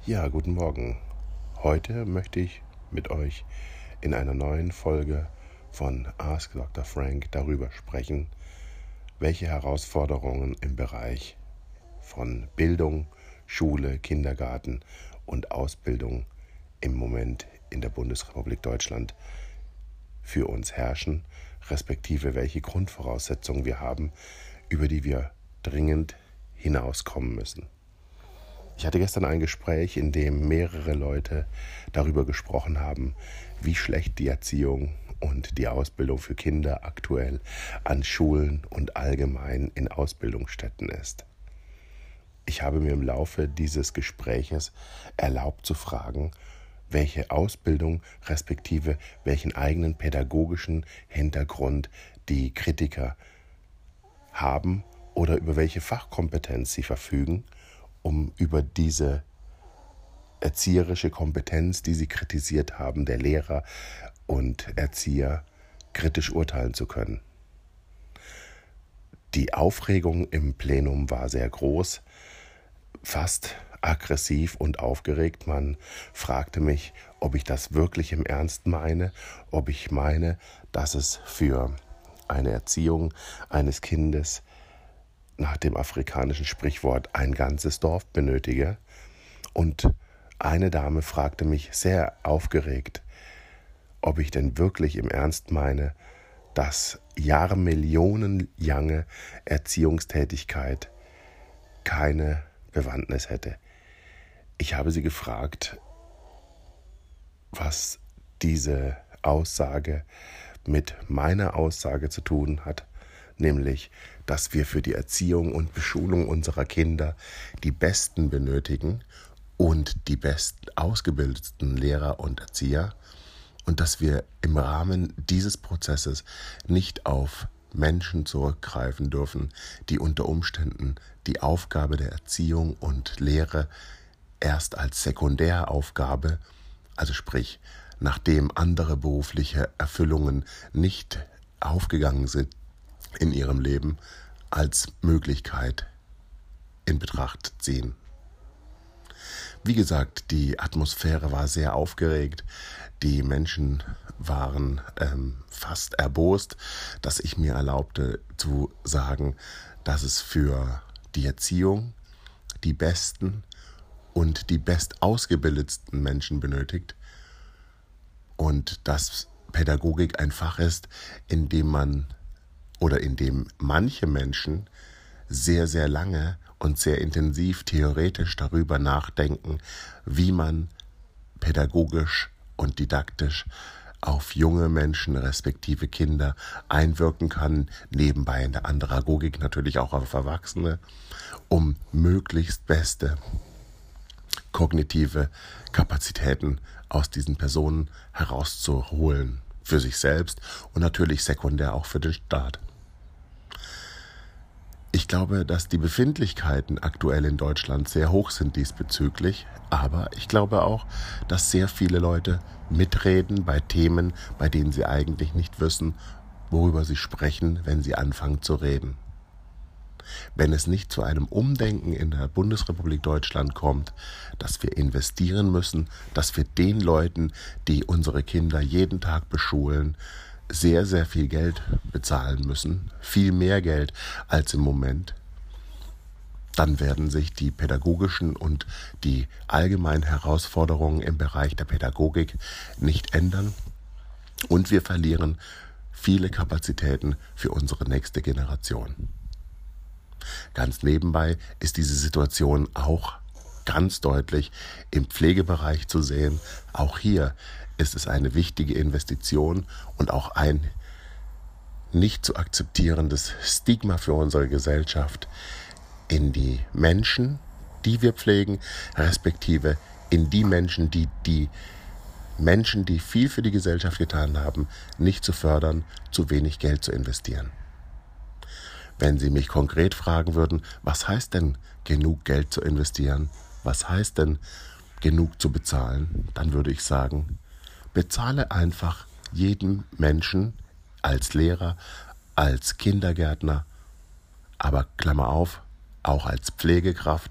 Ja, guten Morgen. Heute möchte ich mit euch in einer neuen Folge von Ask Dr. Frank darüber sprechen, welche Herausforderungen im Bereich von Bildung, Schule, Kindergarten und Ausbildung im Moment in der Bundesrepublik Deutschland für uns herrschen, respektive welche Grundvoraussetzungen wir haben, über die wir dringend hinauskommen müssen. Ich hatte gestern ein Gespräch, in dem mehrere Leute darüber gesprochen haben, wie schlecht die Erziehung und die Ausbildung für Kinder aktuell an Schulen und allgemein in Ausbildungsstätten ist. Ich habe mir im Laufe dieses Gespräches erlaubt zu fragen, welche Ausbildung respektive welchen eigenen pädagogischen Hintergrund die Kritiker haben oder über welche Fachkompetenz sie verfügen, um über diese erzieherische Kompetenz, die sie kritisiert haben, der Lehrer und Erzieher, kritisch urteilen zu können. Die Aufregung im Plenum war sehr groß, fast aggressiv und aufgeregt. Man fragte mich, ob ich das wirklich im Ernst meine, ob ich meine, dass es für eine Erziehung eines Kindes nach dem afrikanischen Sprichwort ein ganzes Dorf benötige. Und eine Dame fragte mich sehr aufgeregt, ob ich denn wirklich im Ernst meine, dass millionenlange Erziehungstätigkeit keine Bewandtnis hätte. Ich habe sie gefragt, was diese Aussage mit meiner Aussage zu tun hat, nämlich, dass wir für die Erziehung und Beschulung unserer Kinder die Besten benötigen und die besten ausgebildeten Lehrer und Erzieher und dass wir im Rahmen dieses Prozesses nicht auf Menschen zurückgreifen dürfen, die unter Umständen die Aufgabe der Erziehung und Lehre erst als Sekundäraufgabe, also sprich, nachdem andere berufliche Erfüllungen nicht aufgegangen sind, in ihrem Leben als Möglichkeit in Betracht ziehen. Wie gesagt, die Atmosphäre war sehr aufgeregt, die Menschen waren fast erbost, dass ich mir erlaubte zu sagen, dass es für die Erziehung die besten und die bestausgebildetsten Menschen benötigt und dass Pädagogik ein Fach ist, in dem manche Menschen sehr, sehr lange und sehr intensiv theoretisch darüber nachdenken, wie man pädagogisch und didaktisch auf junge Menschen respektive Kinder einwirken kann, nebenbei in der Andragogik natürlich auch auf Erwachsene, um möglichst beste kognitive Kapazitäten aus diesen Personen herauszuholen, für sich selbst und natürlich sekundär auch für den Staat. Ich glaube, dass die Befindlichkeiten aktuell in Deutschland sehr hoch sind diesbezüglich, aber ich glaube auch, dass sehr viele Leute mitreden bei Themen, bei denen sie eigentlich nicht wissen, worüber sie sprechen, wenn sie anfangen zu reden. Wenn es nicht zu einem Umdenken in der Bundesrepublik Deutschland kommt, dass wir investieren müssen, dass wir den Leuten, die unsere Kinder jeden Tag beschulen, sehr, sehr viel Geld bezahlen müssen, viel mehr Geld als im Moment, dann werden sich die pädagogischen und die allgemeinen Herausforderungen im Bereich der Pädagogik nicht ändern und wir verlieren viele Kapazitäten für unsere nächste Generation. Ganz nebenbei ist diese Situation auch ganz deutlich im Pflegebereich zu sehen. Auch hier ist es eine wichtige Investition und auch ein nicht zu akzeptierendes Stigma für unsere Gesellschaft in die Menschen, die wir pflegen, respektive in die Menschen, die Menschen, die viel für die Gesellschaft getan haben, nicht zu fördern, zu wenig Geld zu investieren. Wenn Sie mich konkret fragen würden, was heißt denn genug Geld zu investieren, was heißt denn genug zu bezahlen, dann würde ich sagen, bezahle einfach jedem Menschen als Lehrer, als Kindergärtner, aber Klammer auf, auch als Pflegekraft,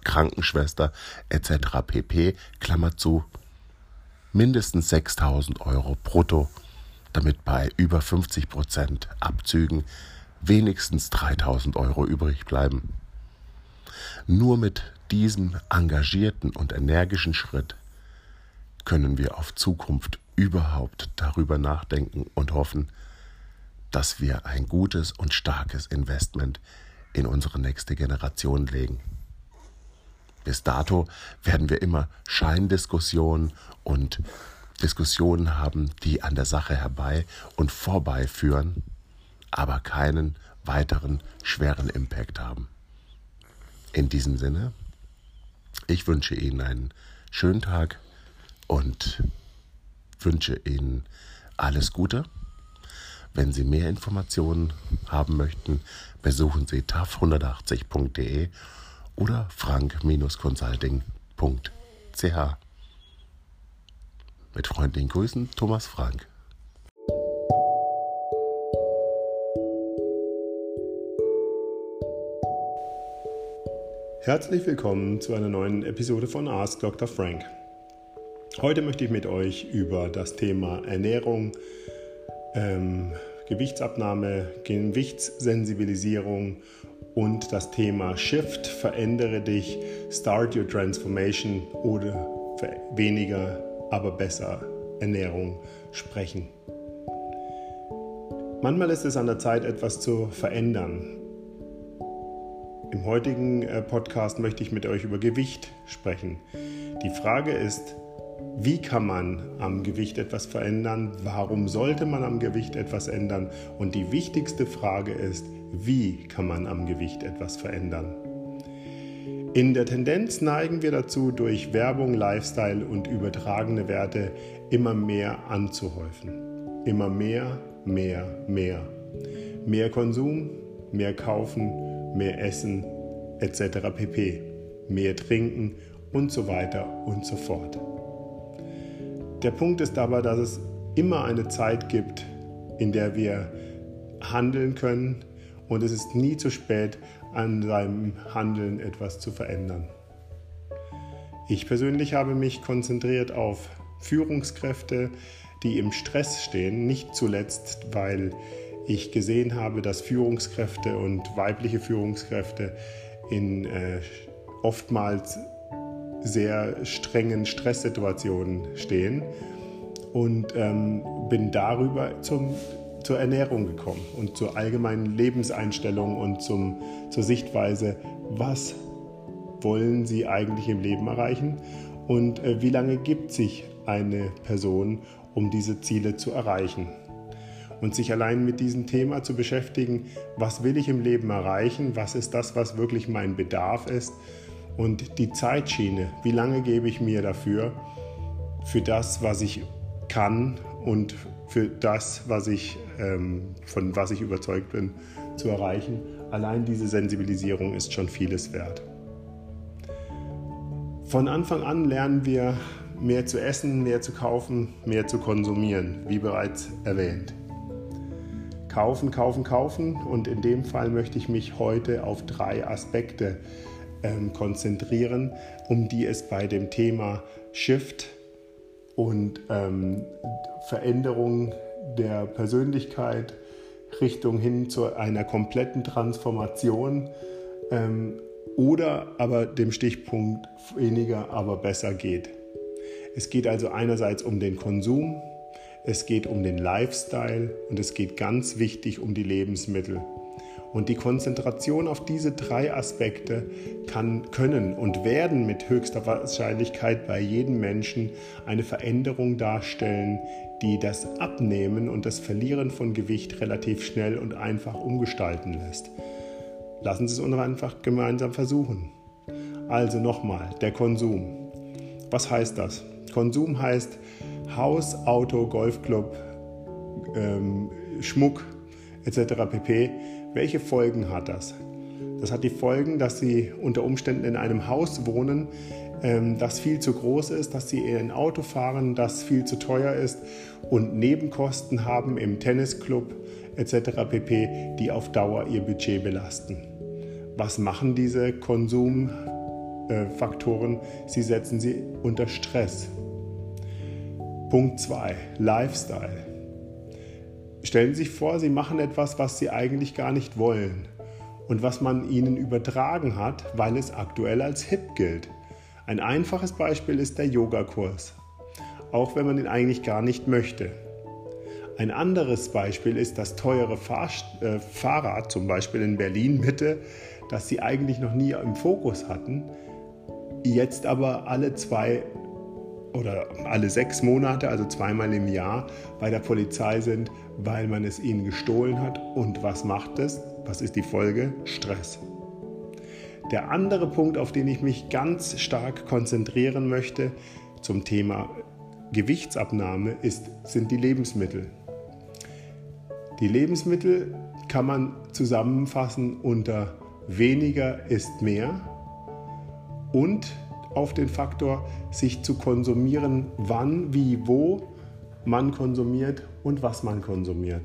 Krankenschwester etc. pp. Klammer zu, mindestens 6.000 Euro brutto, damit bei über 50% Abzügen wenigstens 3.000 Euro übrig bleiben. Nur mit diesem engagierten und energischen Schritt können wir auf Zukunft überhaupt darüber nachdenken und hoffen, dass wir ein gutes und starkes Investment in unsere nächste Generation legen. Bis dato werden wir immer Scheindiskussionen und Diskussionen haben, die an der Sache herbei und vorbei führen, aber keinen weiteren schweren Impact haben. In diesem Sinne, ich wünsche Ihnen einen schönen Tag und wünsche Ihnen alles Gute. Wenn Sie mehr Informationen haben möchten, besuchen Sie taf180.de oder frank-consulting.ch. Mit freundlichen Grüßen, Thomas Frank. Herzlich willkommen zu einer neuen Episode von Ask Dr. Frank. Heute möchte ich mit euch über das Thema Ernährung, Gewichtsabnahme, Gewichtssensibilisierung und das Thema Shift, verändere dich, Start Your Transformation oder weniger, aber besser Ernährung sprechen. Manchmal ist es an der Zeit, etwas zu verändern. Im heutigen Podcast möchte ich mit euch über Gewicht sprechen. Die Frage ist, wie kann man am Gewicht etwas verändern? Warum sollte man am Gewicht etwas ändern? Und die wichtigste Frage ist, wie kann man am Gewicht etwas verändern? In der Tendenz neigen wir dazu, durch Werbung, Lifestyle und übertragene Werte immer mehr anzuhäufen. Immer mehr, mehr, mehr. Mehr Konsum, mehr kaufen, mehr essen, etc. pp. Mehr trinken und so weiter und so fort. Der Punkt ist aber, dass es immer eine Zeit gibt, in der wir handeln können und es ist nie zu spät, an seinem Handeln etwas zu verändern. Ich persönlich habe mich konzentriert auf Führungskräfte, die im Stress stehen, nicht zuletzt, weil ich gesehen habe, dass Führungskräfte und weibliche Führungskräfte in oftmals sehr strengen Stresssituationen stehen und bin darüber zur Ernährung gekommen und zur allgemeinen Lebenseinstellung und zur Sichtweise, was wollen Sie eigentlich im Leben erreichen und wie lange gibt sich eine Person, um diese Ziele zu erreichen. Und sich allein mit diesem Thema zu beschäftigen, was will ich im Leben erreichen, was ist das, was wirklich mein Bedarf ist und die Zeitschiene, wie lange gebe ich mir dafür, für das, was ich kann und für das, von was ich überzeugt bin, zu erreichen. Allein diese Sensibilisierung ist schon vieles wert. Von Anfang an lernen wir, mehr zu essen, mehr zu kaufen, mehr zu konsumieren, wie bereits erwähnt. Kaufen, kaufen, kaufen und in dem Fall möchte ich mich heute auf 3 Aspekte konzentrieren, um die es bei dem Thema Shift und Veränderung der Persönlichkeit Richtung hin zu einer kompletten Transformation oder aber dem Stichpunkt weniger, aber besser geht. Es geht also einerseits um den Konsum, es geht um den Lifestyle und es geht ganz wichtig um die Lebensmittel. Und die Konzentration auf diese 3 Aspekte können und werden mit höchster Wahrscheinlichkeit bei jedem Menschen eine Veränderung darstellen, die das Abnehmen und das Verlieren von Gewicht relativ schnell und einfach umgestalten lässt. Lassen Sie es uns einfach gemeinsam versuchen. Also nochmal, der Konsum. Was heißt das? Konsum heißt Haus, Auto, Golfclub, Schmuck etc. pp. Welche Folgen hat das? Das hat die Folgen, dass Sie unter Umständen in einem Haus wohnen, das viel zu groß ist, dass Sie in ein Auto fahren, das viel zu teuer ist und Nebenkosten haben im Tennisclub etc. pp., die auf Dauer Ihr Budget belasten. Was machen diese Konsumgeschichten Faktoren, Sie setzen sie unter Stress. Punkt 2, Lifestyle. Stellen Sie sich vor, Sie machen etwas, was Sie eigentlich gar nicht wollen und was man Ihnen übertragen hat, weil es aktuell als hip gilt. Ein einfaches Beispiel ist der Yogakurs, auch wenn man ihn eigentlich gar nicht möchte. Ein anderes Beispiel ist das teure Fahrrad, zum Beispiel in Berlin-Mitte, das Sie eigentlich noch nie im Fokus hatten, jetzt aber alle 2 oder alle 6 Monate, also zweimal im Jahr, bei der Polizei sind, weil man es ihnen gestohlen hat. Und was macht es? Was ist die Folge? Stress. Der andere Punkt, auf den ich mich ganz stark konzentrieren möchte zum Thema Gewichtsabnahme, sind die Lebensmittel. Die Lebensmittel kann man zusammenfassen unter weniger ist mehr und auf den Faktor, sich zu konsumieren, wann, wie, wo man konsumiert und was man konsumiert.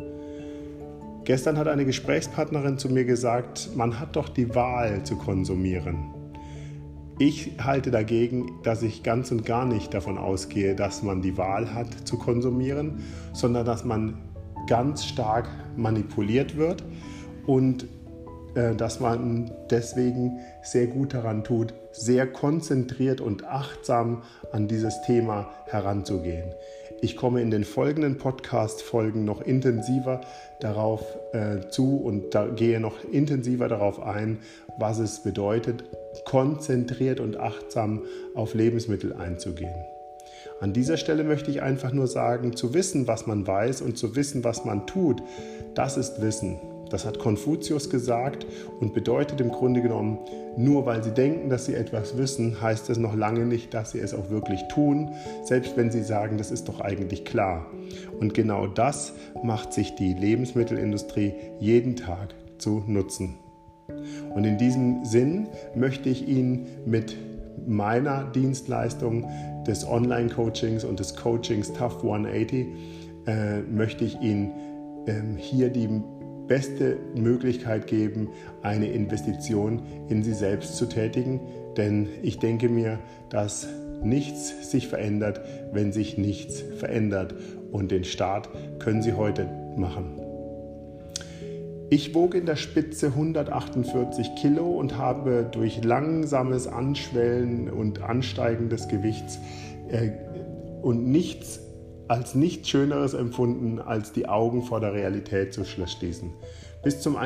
Gestern hat eine Gesprächspartnerin zu mir gesagt, man hat doch die Wahl zu konsumieren. Ich halte dagegen, dass ich ganz und gar nicht davon ausgehe, dass man die Wahl hat zu konsumieren, sondern dass man ganz stark manipuliert wird und dass man deswegen sehr gut daran tut, sehr konzentriert und achtsam an dieses Thema heranzugehen. Ich komme in den folgenden Podcast-Folgen noch intensiver darauf zu und gehe noch intensiver darauf ein, was es bedeutet, konzentriert und achtsam auf Lebensmittel einzugehen. An dieser Stelle möchte ich einfach nur sagen, zu wissen, was man weiß und zu wissen, was man tut, das ist Wissen. Das hat Konfuzius gesagt und bedeutet im Grunde genommen, nur weil sie denken, dass sie etwas wissen, heißt es noch lange nicht, dass sie es auch wirklich tun, selbst wenn sie sagen, das ist doch eigentlich klar. Und genau das macht sich die Lebensmittelindustrie jeden Tag zu nutzen. Und in diesem Sinn möchte ich Ihnen mit meiner Dienstleistung des Online-Coachings und des Coachings Tough 180 möchte ich Ihnen hier die beste Möglichkeit geben, eine Investition in Sie selbst zu tätigen, denn ich denke mir, dass nichts sich verändert, wenn sich nichts verändert und den Start können Sie heute machen. Ich wog in der Spitze 148 Kilo und habe durch langsames Anschwellen und Ansteigen des Gewichts und nichts Schöneres empfunden, als die Augen vor der Realität zu schließen. Bis zum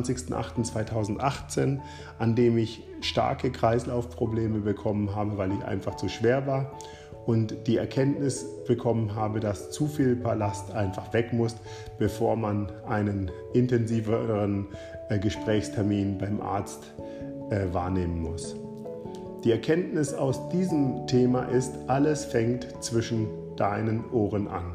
21.08.2018, an dem ich starke Kreislaufprobleme bekommen habe, weil ich einfach zu schwer war und die Erkenntnis bekommen habe, dass zu viel Ballast einfach weg muss, bevor man einen intensiveren Gesprächstermin beim Arzt wahrnehmen muss. Die Erkenntnis aus diesem Thema ist, alles fängt zwischen deinen Ohren an.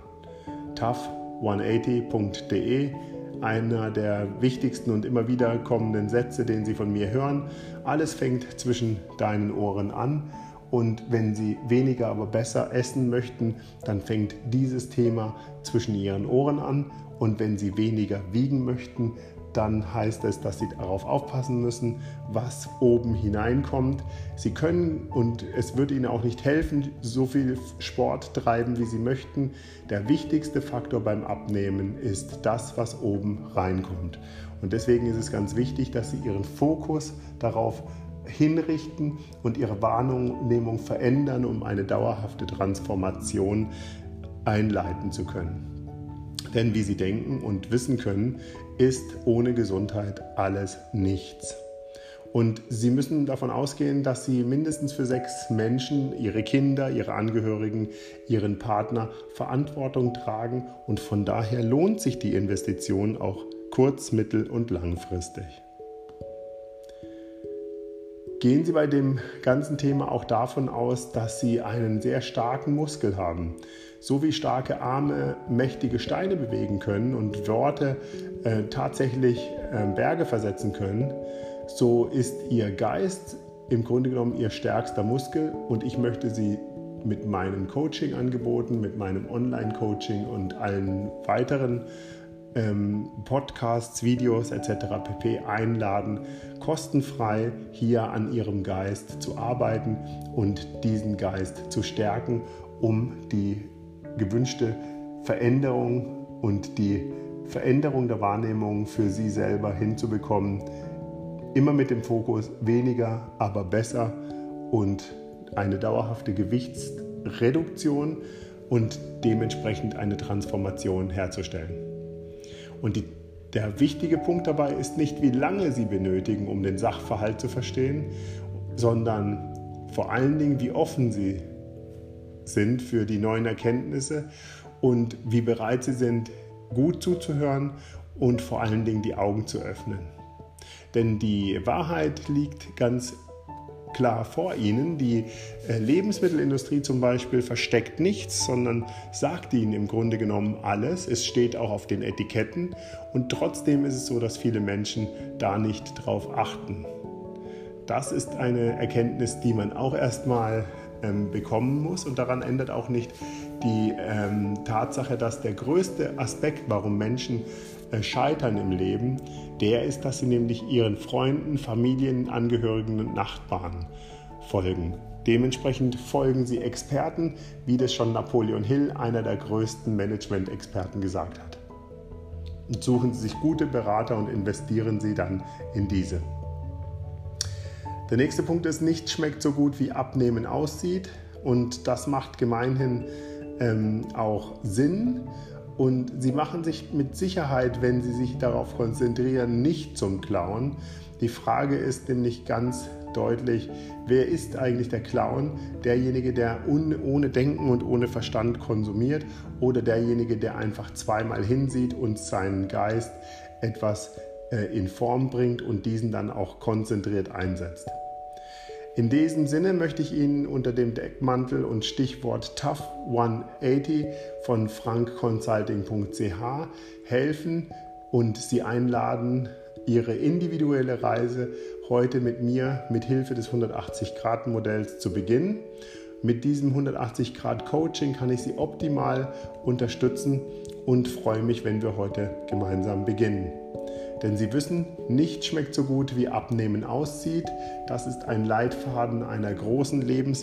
tough180.de, einer der wichtigsten und immer wieder kommenden Sätze, den Sie von mir hören. Alles fängt zwischen deinen Ohren an und wenn Sie weniger, aber besser essen möchten, dann fängt dieses Thema zwischen Ihren Ohren an und wenn Sie weniger wiegen möchten, dann heißt es, dass Sie darauf aufpassen müssen, was oben hineinkommt. Sie können, und es wird Ihnen auch nicht helfen, so viel Sport treiben, wie Sie möchten. Der wichtigste Faktor beim Abnehmen ist das, was oben reinkommt. Und deswegen ist es ganz wichtig, dass Sie Ihren Fokus darauf hinrichten und Ihre Wahrnehmung verändern, um eine dauerhafte Transformation einleiten zu können. Denn wie Sie denken und wissen können, ist ohne Gesundheit alles nichts. Und Sie müssen davon ausgehen, dass Sie mindestens für 6 Menschen, Ihre Kinder, Ihre Angehörigen, Ihren Partner Verantwortung tragen. Und von daher lohnt sich die Investition auch kurz-, mittel- und langfristig. Gehen Sie bei dem ganzen Thema auch davon aus, dass Sie einen sehr starken Muskel haben. So wie starke Arme mächtige Steine bewegen können und Worte tatsächlich Berge versetzen können, so ist Ihr Geist im Grunde genommen Ihr stärkster Muskel und ich möchte Sie mit meinen Coaching-Angeboten, mit meinem Online-Coaching und allen weiteren Podcasts, Videos etc. pp. einladen, kostenfrei hier an ihrem Geist zu arbeiten und diesen Geist zu stärken, um die gewünschte Veränderung und die Veränderung der Wahrnehmung für sie selber hinzubekommen. Immer mit dem Fokus weniger, aber besser und eine dauerhafte Gewichtsreduktion und dementsprechend eine Transformation herzustellen. Und der wichtige Punkt dabei ist nicht, wie lange Sie benötigen, um den Sachverhalt zu verstehen, sondern vor allen Dingen, wie offen Sie sind für die neuen Erkenntnisse und wie bereit Sie sind, gut zuzuhören und vor allen Dingen die Augen zu öffnen. Denn die Wahrheit liegt ganz klar vor Ihnen. Die Lebensmittelindustrie zum Beispiel versteckt nichts, sondern sagt Ihnen im Grunde genommen alles. Es steht auch auf den Etiketten und trotzdem ist es so, dass viele Menschen da nicht drauf achten. Das ist eine Erkenntnis, die man auch erstmal bekommen muss und daran ändert auch nicht die Tatsache, dass der größte Aspekt, warum Menschen scheitern im Leben, der ist, dass sie nämlich ihren Freunden, Familien, Angehörigen und Nachbarn folgen. Dementsprechend folgen sie Experten, wie das schon Napoleon Hill, einer der größten Management-Experten, gesagt hat. Und suchen sie sich gute Berater und investieren sie dann in diese. Der nächste Punkt ist, nichts schmeckt so gut, wie Abnehmen aussieht. Und das macht gemeinhin auch Sinn. Und sie machen sich mit Sicherheit, wenn sie sich darauf konzentrieren, nicht zum Clown. Die Frage ist nämlich ganz deutlich, wer ist eigentlich der Clown? Derjenige, der ohne Denken und ohne Verstand konsumiert oder derjenige, der einfach zweimal hinsieht und seinen Geist etwas in Form bringt und diesen dann auch konzentriert einsetzt. In diesem Sinne möchte ich Ihnen unter dem Deckmantel und Stichwort Tough 180 von frankconsulting.ch helfen und Sie einladen, Ihre individuelle Reise heute mit mir mit Hilfe des 180-Grad-Modells zu beginnen. Mit diesem 180-Grad-Coaching kann ich Sie optimal unterstützen und freue mich, wenn wir heute gemeinsam beginnen. Denn Sie wissen, nichts schmeckt so gut, wie Abnehmen aussieht. Das ist ein Leitfaden einer großen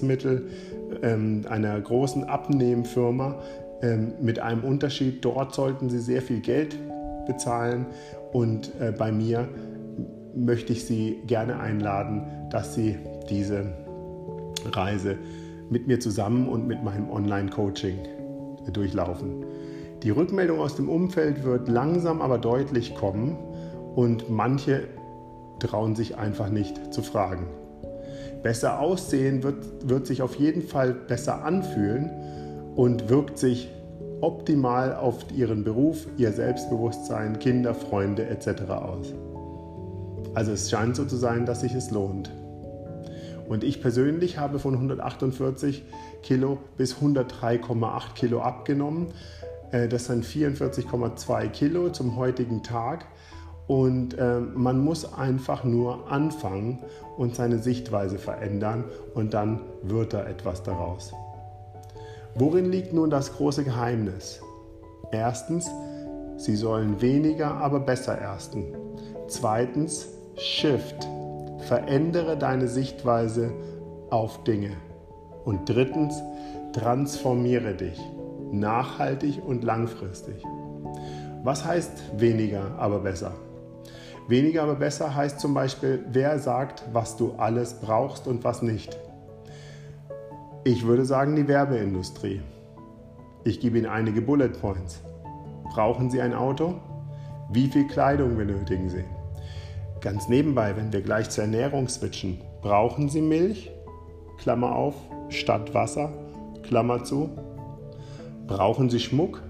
einer großen Abnehmfirma mit einem Unterschied. Dort sollten Sie sehr viel Geld bezahlen und bei mir möchte ich Sie gerne einladen, dass Sie diese Reise mit mir zusammen und mit meinem Online-Coaching durchlaufen. Die Rückmeldung aus dem Umfeld wird langsam, aber deutlich kommen. Und manche trauen sich einfach nicht zu fragen. Besser aussehen wird sich auf jeden Fall besser anfühlen und wirkt sich optimal auf Ihren Beruf, Ihr Selbstbewusstsein, Kinder, Freunde etc. aus. Also es scheint so zu sein, dass sich es lohnt. Und ich persönlich habe von 148 Kilo bis 103,8 Kilo abgenommen. Das sind 44,2 Kilo zum heutigen Tag. Und man muss einfach nur anfangen und seine Sichtweise verändern und dann wird da etwas daraus. Worin liegt nun das große Geheimnis? Erstens, Sie sollen weniger, aber besser ersten. Zweitens, Shift. Verändere deine Sichtweise auf Dinge. Und drittens, transformiere dich. Nachhaltig und langfristig. Was heißt weniger, aber besser? Weniger, aber besser heißt zum Beispiel, wer sagt, was du alles brauchst und was nicht. Ich würde sagen, die Werbeindustrie. Ich gebe Ihnen einige Bullet Points. Brauchen Sie ein Auto? Wie viel Kleidung benötigen Sie? Ganz nebenbei, wenn wir gleich zur Ernährung switchen, brauchen Sie Milch? Klammer auf, statt Wasser, Klammer zu. Brauchen Sie Schmuck?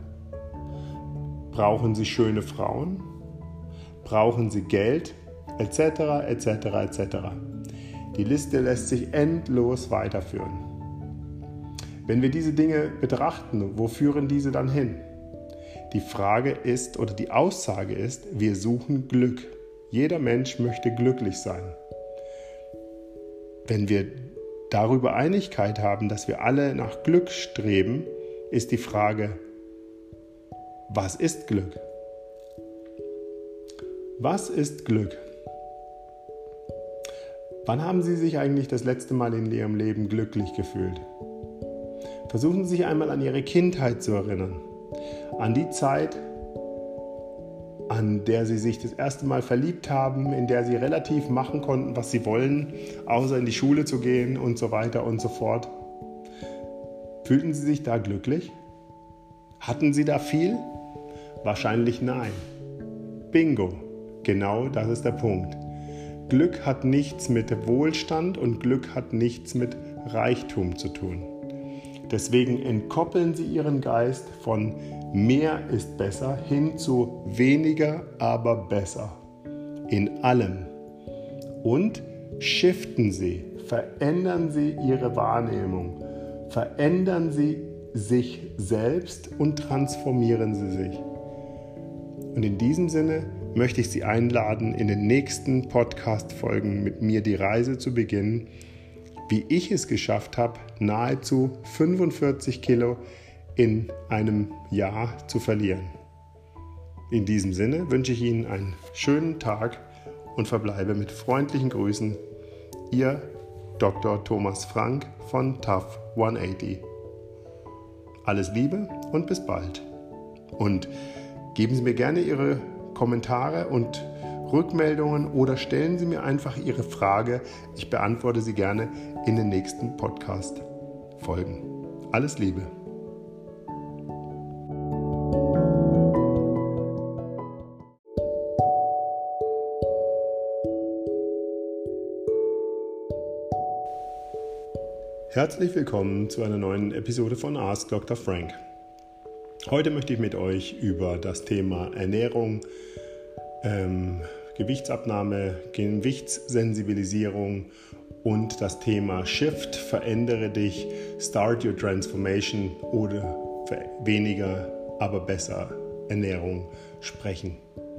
Brauchen Sie schöne Frauen? Brauchen Sie Geld? Etc., etc., etc. Die Liste lässt sich endlos weiterführen. Wenn wir diese Dinge betrachten, wo führen diese dann hin? Die Frage ist, oder die Aussage ist, wir suchen Glück. Jeder Mensch möchte glücklich sein. Wenn wir darüber Einigkeit haben, dass wir alle nach Glück streben, ist die Frage, was ist Glück? Was ist Glück? Wann haben Sie sich eigentlich das letzte Mal in Ihrem Leben glücklich gefühlt? Versuchen Sie sich einmal an Ihre Kindheit zu erinnern. An die Zeit, an der Sie sich das erste Mal verliebt haben, in der Sie relativ machen konnten, was Sie wollen, außer in die Schule zu gehen und so weiter und so fort. Fühlten Sie sich da glücklich? Hatten Sie da viel? Wahrscheinlich nein. Bingo, genau das ist der Punkt. Glück hat nichts mit Wohlstand und Glück hat nichts mit Reichtum zu tun. Deswegen entkoppeln Sie Ihren Geist von mehr ist besser hin zu weniger, aber besser. In allem. Und shiften Sie, verändern Sie Ihre Wahrnehmung, verändern Sie sich selbst und transformieren Sie sich. Und in diesem Sinne möchte ich Sie einladen, in den nächsten Podcast-Folgen mit mir die Reise zu beginnen, wie ich es geschafft habe, nahezu 45 Kilo in einem Jahr zu verlieren. In diesem Sinne wünsche ich Ihnen einen schönen Tag und verbleibe mit freundlichen Grüßen. Ihr Dr. Thomas Frank von Tough 180. Alles Liebe und bis bald. Und geben Sie mir gerne Ihre Kommentare und Rückmeldungen oder stellen Sie mir einfach Ihre Frage. Ich beantworte sie gerne in den nächsten Podcast-Folgen. Alles Liebe. Herzlich willkommen zu einer neuen Episode von Ask Dr. Frank. Heute möchte ich mit euch über das Thema Ernährung, Gewichtsabnahme, Gewichtssensibilisierung und das Thema Shift, verändere dich, Start Your Transformation oder weniger, aber besser Ernährung sprechen.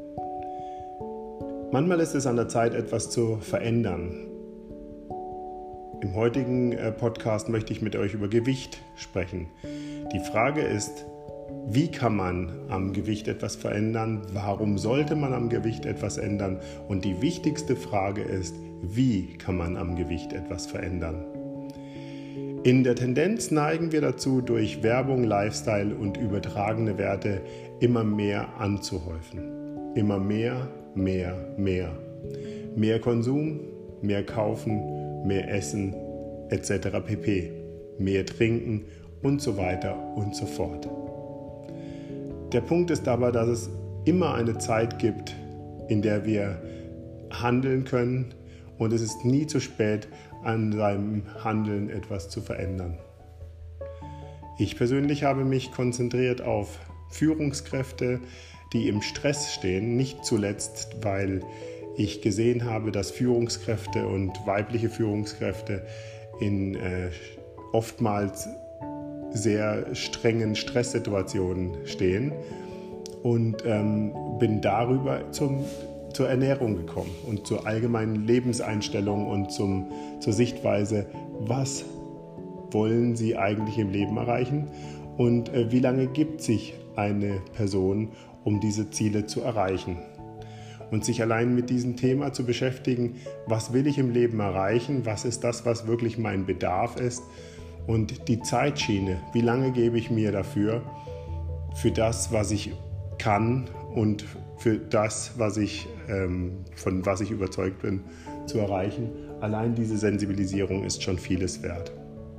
Manchmal ist es an der Zeit, etwas zu verändern. Im heutigen Podcast möchte ich mit euch über Gewicht sprechen. Die Frage ist, wie kann man am Gewicht etwas verändern? Warum sollte man am Gewicht etwas ändern? Und die wichtigste Frage ist, wie kann man am Gewicht etwas verändern? In der Tendenz neigen wir dazu, durch Werbung, Lifestyle und übertragene Werte immer mehr anzuhäufen. Immer mehr, mehr, mehr. Mehr Konsum, mehr kaufen, mehr essen, etc. pp. Mehr trinken und so weiter und so fort. Der Punkt ist aber, dass es immer eine Zeit gibt, in der wir handeln können und es ist nie zu spät, an seinem Handeln etwas zu verändern. Ich persönlich habe mich konzentriert auf Führungskräfte, die im Stress stehen, nicht zuletzt, weil ich gesehen habe, dass Führungskräfte und weibliche Führungskräfte in oftmals sehr strengen Stresssituationen stehen und bin darüber zur Ernährung gekommen und zur allgemeinen Lebenseinstellung und zur Sichtweise, was wollen Sie eigentlich im Leben erreichen und wie lange gibt sich eine Person, um diese Ziele zu erreichen. Und sich allein mit diesem Thema zu beschäftigen, was will ich im Leben erreichen, was ist das, was wirklich mein Bedarf ist und die Zeitschiene, wie lange gebe ich mir dafür, für das, was ich kann und für das, von was ich überzeugt bin, zu erreichen. Allein diese Sensibilisierung ist schon vieles wert.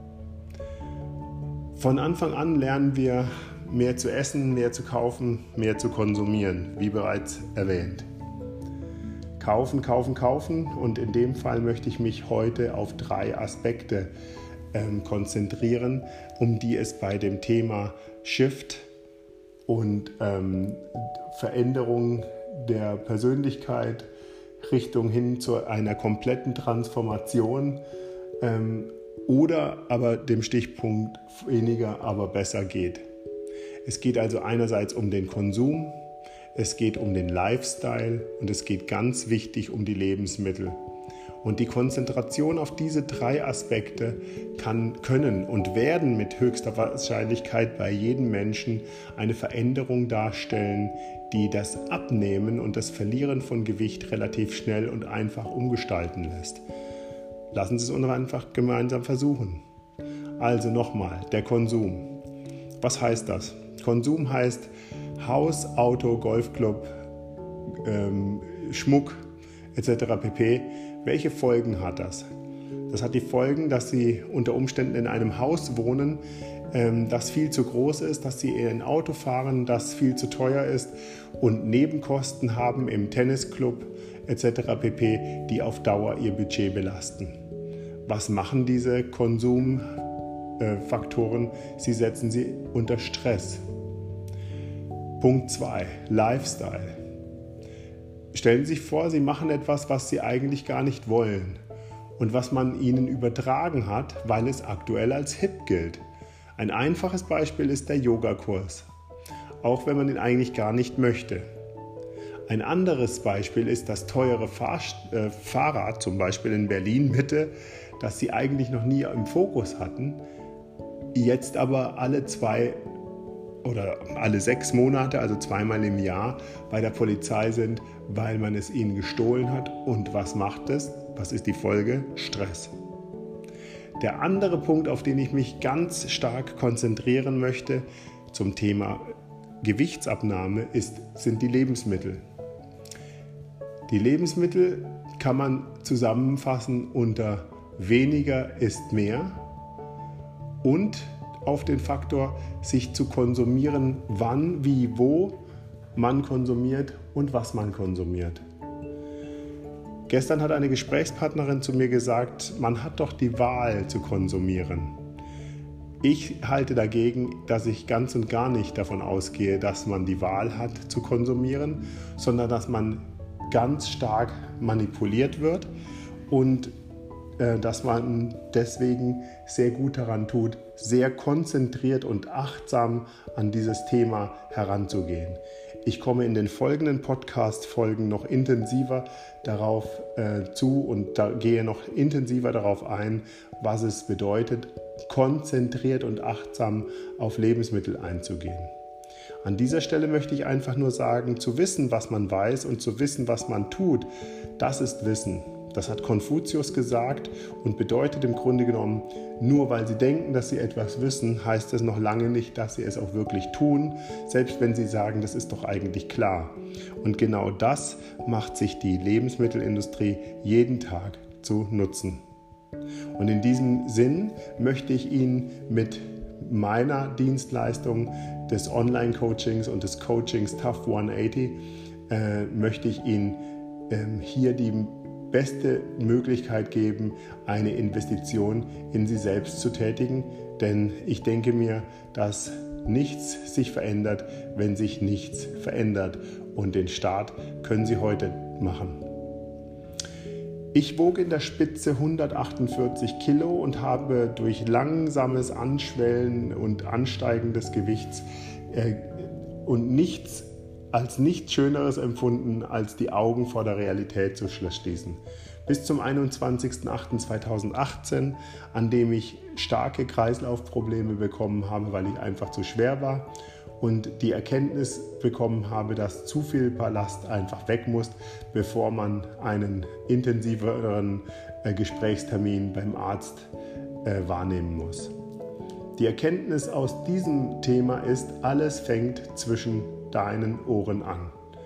Von Anfang an lernen wir, mehr zu essen, mehr zu kaufen, mehr zu konsumieren, wie bereits erwähnt. Kaufen, kaufen, kaufen und in dem Fall möchte ich mich heute auf 3 Aspekte konzentrieren, um die es bei dem Thema Shift und Veränderung der Persönlichkeit Richtung hin zu einer kompletten Transformation oder aber dem Stichpunkt weniger, aber besser geht. Es geht also einerseits um den Konsum, es geht um den Lifestyle und es geht ganz wichtig um die Lebensmittel. Und die Konzentration auf diese 3 Aspekte können und werden mit höchster Wahrscheinlichkeit bei jedem Menschen eine Veränderung darstellen die das Abnehmen und das Verlieren von Gewicht relativ schnell und einfach umgestalten lässt. Lassen Sie es uns einfach gemeinsam versuchen. Also nochmal, der Konsum. Was heißt das? Konsum heißt Haus, Auto, Golfclub, Schmuck etc. pp. Welche Folgen hat das? Das hat die Folgen, dass Sie unter Umständen in einem Haus wohnen, das viel zu groß ist, dass Sie in ein Auto fahren, das viel zu teuer ist und Nebenkosten haben im Tennisclub etc. pp., die auf Dauer Ihr Budget belasten. Was machen diese Konsumfaktoren? Sie setzen sie unter Stress. Punkt 2. Lifestyle. Stellen Sie sich vor, Sie machen etwas, was Sie eigentlich gar nicht wollen und was man Ihnen übertragen hat, weil es aktuell als hip gilt. Ein einfaches Beispiel ist der Yogakurs, auch wenn man ihn eigentlich gar nicht möchte. Ein anderes Beispiel ist das teure Fahrrad, zum Beispiel in Berlin-Mitte, das Sie eigentlich noch nie im Fokus hatten, jetzt aber alle 2 oder alle 6 Monate, also zweimal im Jahr, bei der Polizei sind, weil man es ihnen gestohlen hat. Und was macht es? Was ist die Folge? Stress. Der andere Punkt, auf den ich mich ganz stark konzentrieren möchte zum Thema Gewichtsabnahme, sind die Lebensmittel. Die Lebensmittel kann man zusammenfassen unter weniger ist mehr und auf den Faktor, sich zu konsumieren, wann, wie, wo man konsumiert und was man konsumiert. Gestern hat eine Gesprächspartnerin zu mir gesagt, man hat doch die Wahl zu konsumieren. Ich halte dagegen, dass ich ganz und gar nicht davon ausgehe, dass man die Wahl hat zu konsumieren, sondern dass man ganz stark manipuliert wird und dass man deswegen sehr gut daran tut, sehr konzentriert und achtsam an dieses Thema heranzugehen. Ich komme in den folgenden Podcast-Folgen noch intensiver darauf zu und gehe noch intensiver darauf ein, was es bedeutet, konzentriert und achtsam auf Lebensmittel einzugehen. An dieser Stelle möchte ich einfach nur sagen, zu wissen, was man weiß und zu wissen, was man tut, das ist Wissen. Das hat Konfuzius gesagt und bedeutet im Grunde genommen, nur weil sie denken, dass sie etwas wissen, heißt es noch lange nicht, dass sie es auch wirklich tun, selbst wenn sie sagen, das ist doch eigentlich klar. Und genau das macht sich die Lebensmittelindustrie jeden Tag zu nutzen. Und in diesem Sinn möchte ich Ihnen mit meiner Dienstleistung des Online-Coachings und des Coachings Tough 180 möchte ich Ihnen hier die beste Möglichkeit geben, eine Investition in Sie selbst zu tätigen. Denn ich denke mir, dass nichts sich verändert, wenn sich nichts verändert. Und den Start können Sie heute machen. Ich wog in der Spitze 148 Kilo und habe durch langsames Anschwellen und Ansteigen des Gewichts und nichts Schöneres empfunden, als die Augen vor der Realität zu schließen. Bis zum 21.08.2018, an dem ich starke Kreislaufprobleme bekommen habe, weil ich einfach zu schwer war und die Erkenntnis bekommen habe, dass zu viel Ballast einfach weg muss, bevor man einen intensiveren Gesprächstermin beim Arzt wahrnehmen muss. Die Erkenntnis aus diesem Thema ist, alles fängt zwischen deinen Ohren an.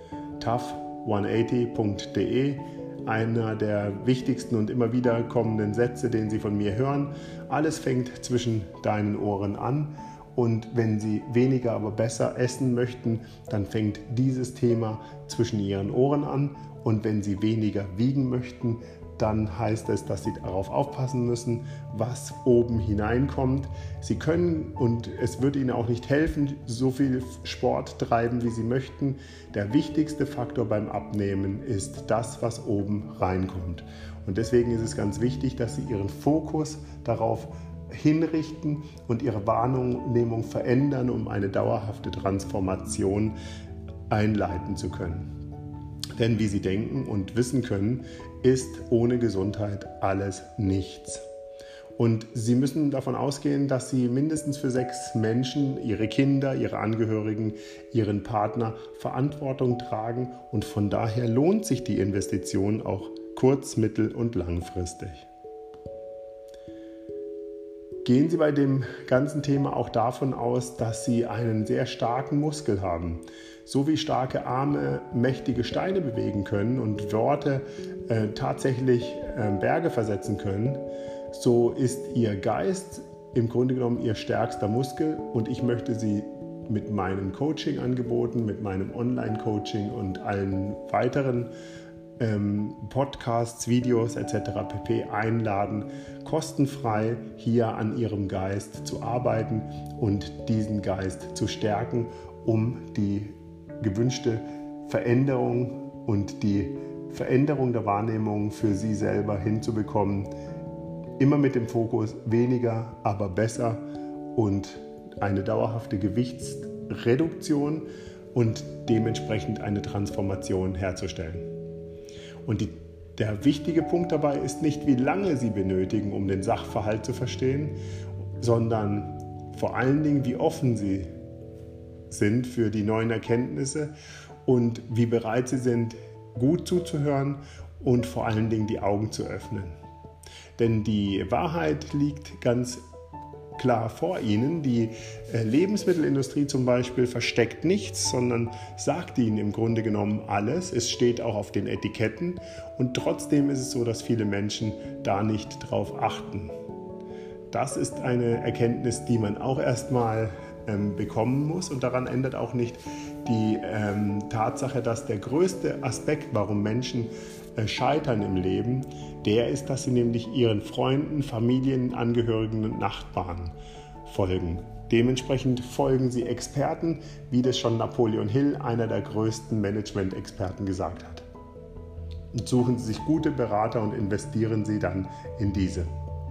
tough180.de, einer der wichtigsten und immer wieder kommenden Sätze, den Sie von mir hören. Alles fängt zwischen deinen Ohren an. Und wenn Sie weniger, aber besser essen möchten, dann fängt dieses Thema zwischen Ihren Ohren an. Und wenn Sie weniger wiegen möchten, dann heißt es, dass Sie darauf aufpassen müssen, was oben hineinkommt. Sie können, und es wird Ihnen auch nicht helfen, so viel Sport treiben, wie Sie möchten. Der wichtigste Faktor beim Abnehmen ist das, was oben reinkommt. Und deswegen ist es ganz wichtig, dass Sie Ihren Fokus darauf hinrichten und Ihre Wahrnehmung verändern, um eine dauerhafte Transformation einleiten zu können. Denn wie Sie denken und wissen können, ist ohne Gesundheit alles nichts. Und Sie müssen davon ausgehen, dass Sie mindestens für 6 Menschen, Ihre Kinder, Ihre Angehörigen, Ihren Partner Verantwortung tragen. Und von daher lohnt sich die Investition auch kurz-, mittel- und langfristig. Gehen Sie bei dem ganzen Thema auch davon aus, dass Sie einen sehr starken Muskel haben. So wie starke Arme mächtige Steine bewegen können und Worte tatsächlich Berge versetzen können, so ist Ihr Geist im Grunde genommen Ihr stärkster Muskel, und ich möchte Sie mit meinen Coaching-Angeboten, mit meinem Online-Coaching und allen weiteren Podcasts, Videos etc. pp. einladen, kostenfrei hier an Ihrem Geist zu arbeiten und diesen Geist zu stärken, um die gewünschte Veränderung und die Veränderung der Wahrnehmung für Sie selber hinzubekommen. Immer mit dem Fokus weniger, aber besser und eine dauerhafte Gewichtsreduktion und dementsprechend eine Transformation herzustellen. Und der wichtige Punkt dabei ist nicht, wie lange Sie benötigen, um den Sachverhalt zu verstehen, sondern vor allen Dingen, wie offen Sie sind für die neuen Erkenntnisse und wie bereit Sie sind, gut zuzuhören und vor allen Dingen die Augen zu öffnen. Denn die Wahrheit liegt ganz klar vor Ihnen. Die Lebensmittelindustrie zum Beispiel versteckt nichts, sondern sagt Ihnen im Grunde genommen alles. Es steht auch auf den Etiketten, und trotzdem ist es so, dass viele Menschen da nicht drauf achten. Das ist eine Erkenntnis, die man auch erstmal bekommen muss, und daran ändert auch nicht die Tatsache, dass der größte Aspekt, warum Menschen scheitern im Leben, der ist, dass sie nämlich ihren Freunden, Familien, Angehörigen und Nachbarn folgen. Dementsprechend folgen sie Experten, wie das schon Napoleon Hill, einer der größten Management-Experten, gesagt hat. Und suchen Sie sich gute Berater und investieren Sie dann in diese.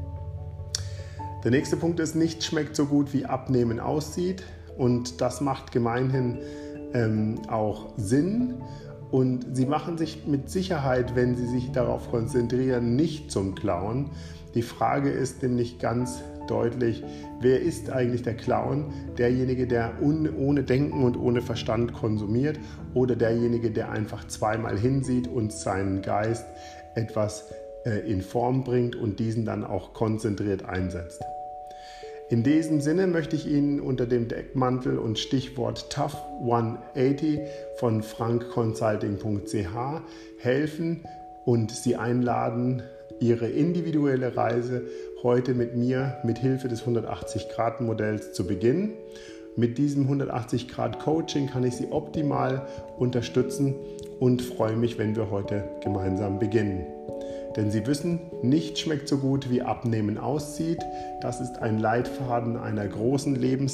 Der nächste Punkt ist, nichts schmeckt so gut, wie Abnehmen aussieht, und das macht gemeinhin auch Sinn. Und Sie machen sich mit Sicherheit, wenn Sie sich darauf konzentrieren, nicht zum Clown. Die Frage ist nämlich ganz deutlich, wer ist eigentlich der Clown? Derjenige, der ohne Denken und ohne Verstand konsumiert, oder derjenige, der einfach zweimal hinsieht und seinen Geist etwas in Form bringt und diesen dann auch konzentriert einsetzt? In diesem Sinne möchte ich Ihnen unter dem Deckmantel und Stichwort Tough 180 von frankconsulting.ch helfen und Sie einladen, Ihre individuelle Reise heute mit mir mit Hilfe des 180-Grad-Modells zu beginnen. Mit diesem 180-Grad-Coaching kann ich Sie optimal unterstützen und freue mich, wenn wir heute gemeinsam beginnen. Denn Sie wissen, nichts schmeckt so gut, wie Abnehmen aussieht. Das ist ein Leitfaden einer großen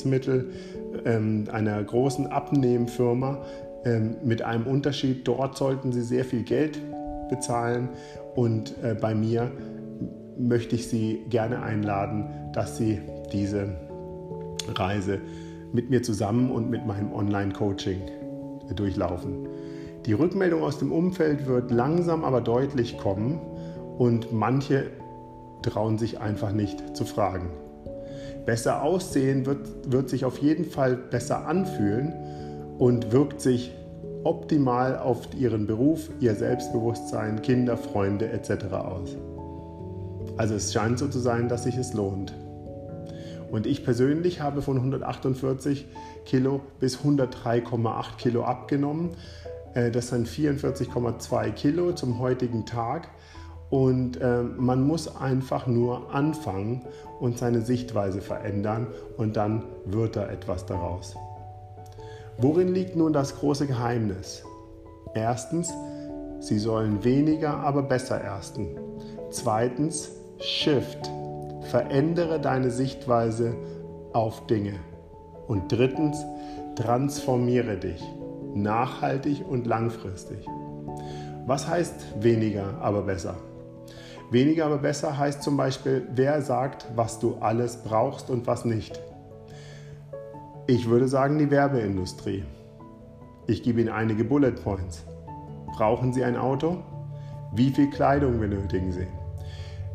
einer großen Abnehmfirma mit einem Unterschied. Dort sollten Sie sehr viel Geld bezahlen, und bei mir möchte ich Sie gerne einladen, dass Sie diese Reise mit mir zusammen und mit meinem Online-Coaching durchlaufen. Die Rückmeldung aus dem Umfeld wird langsam, aber deutlich kommen. Und manche trauen sich einfach nicht zu fragen. Besser aussehen wird sich auf jeden Fall besser anfühlen und wirkt sich optimal auf Ihren Beruf, Ihr Selbstbewusstsein, Kinder, Freunde etc. aus. Also es scheint so zu sein, dass sich es lohnt. Und ich persönlich habe von 148 Kilo bis 103,8 Kilo abgenommen. Das sind 44,2 Kilo zum heutigen Tag. Und man muss einfach nur anfangen und seine Sichtweise verändern, und dann wird da etwas daraus. Worin liegt nun das große Geheimnis? Erstens, Sie sollen weniger, aber besser ersten. Zweitens, Shift. Verändere deine Sichtweise auf Dinge. Und drittens, transformiere dich. Nachhaltig und langfristig. Was heißt weniger, aber besser? Weniger, aber besser heißt zum Beispiel, wer sagt, was du alles brauchst und was nicht. Ich würde sagen, die Werbeindustrie. Ich gebe Ihnen einige Bullet Points. Brauchen Sie ein Auto? Wie viel Kleidung benötigen Sie?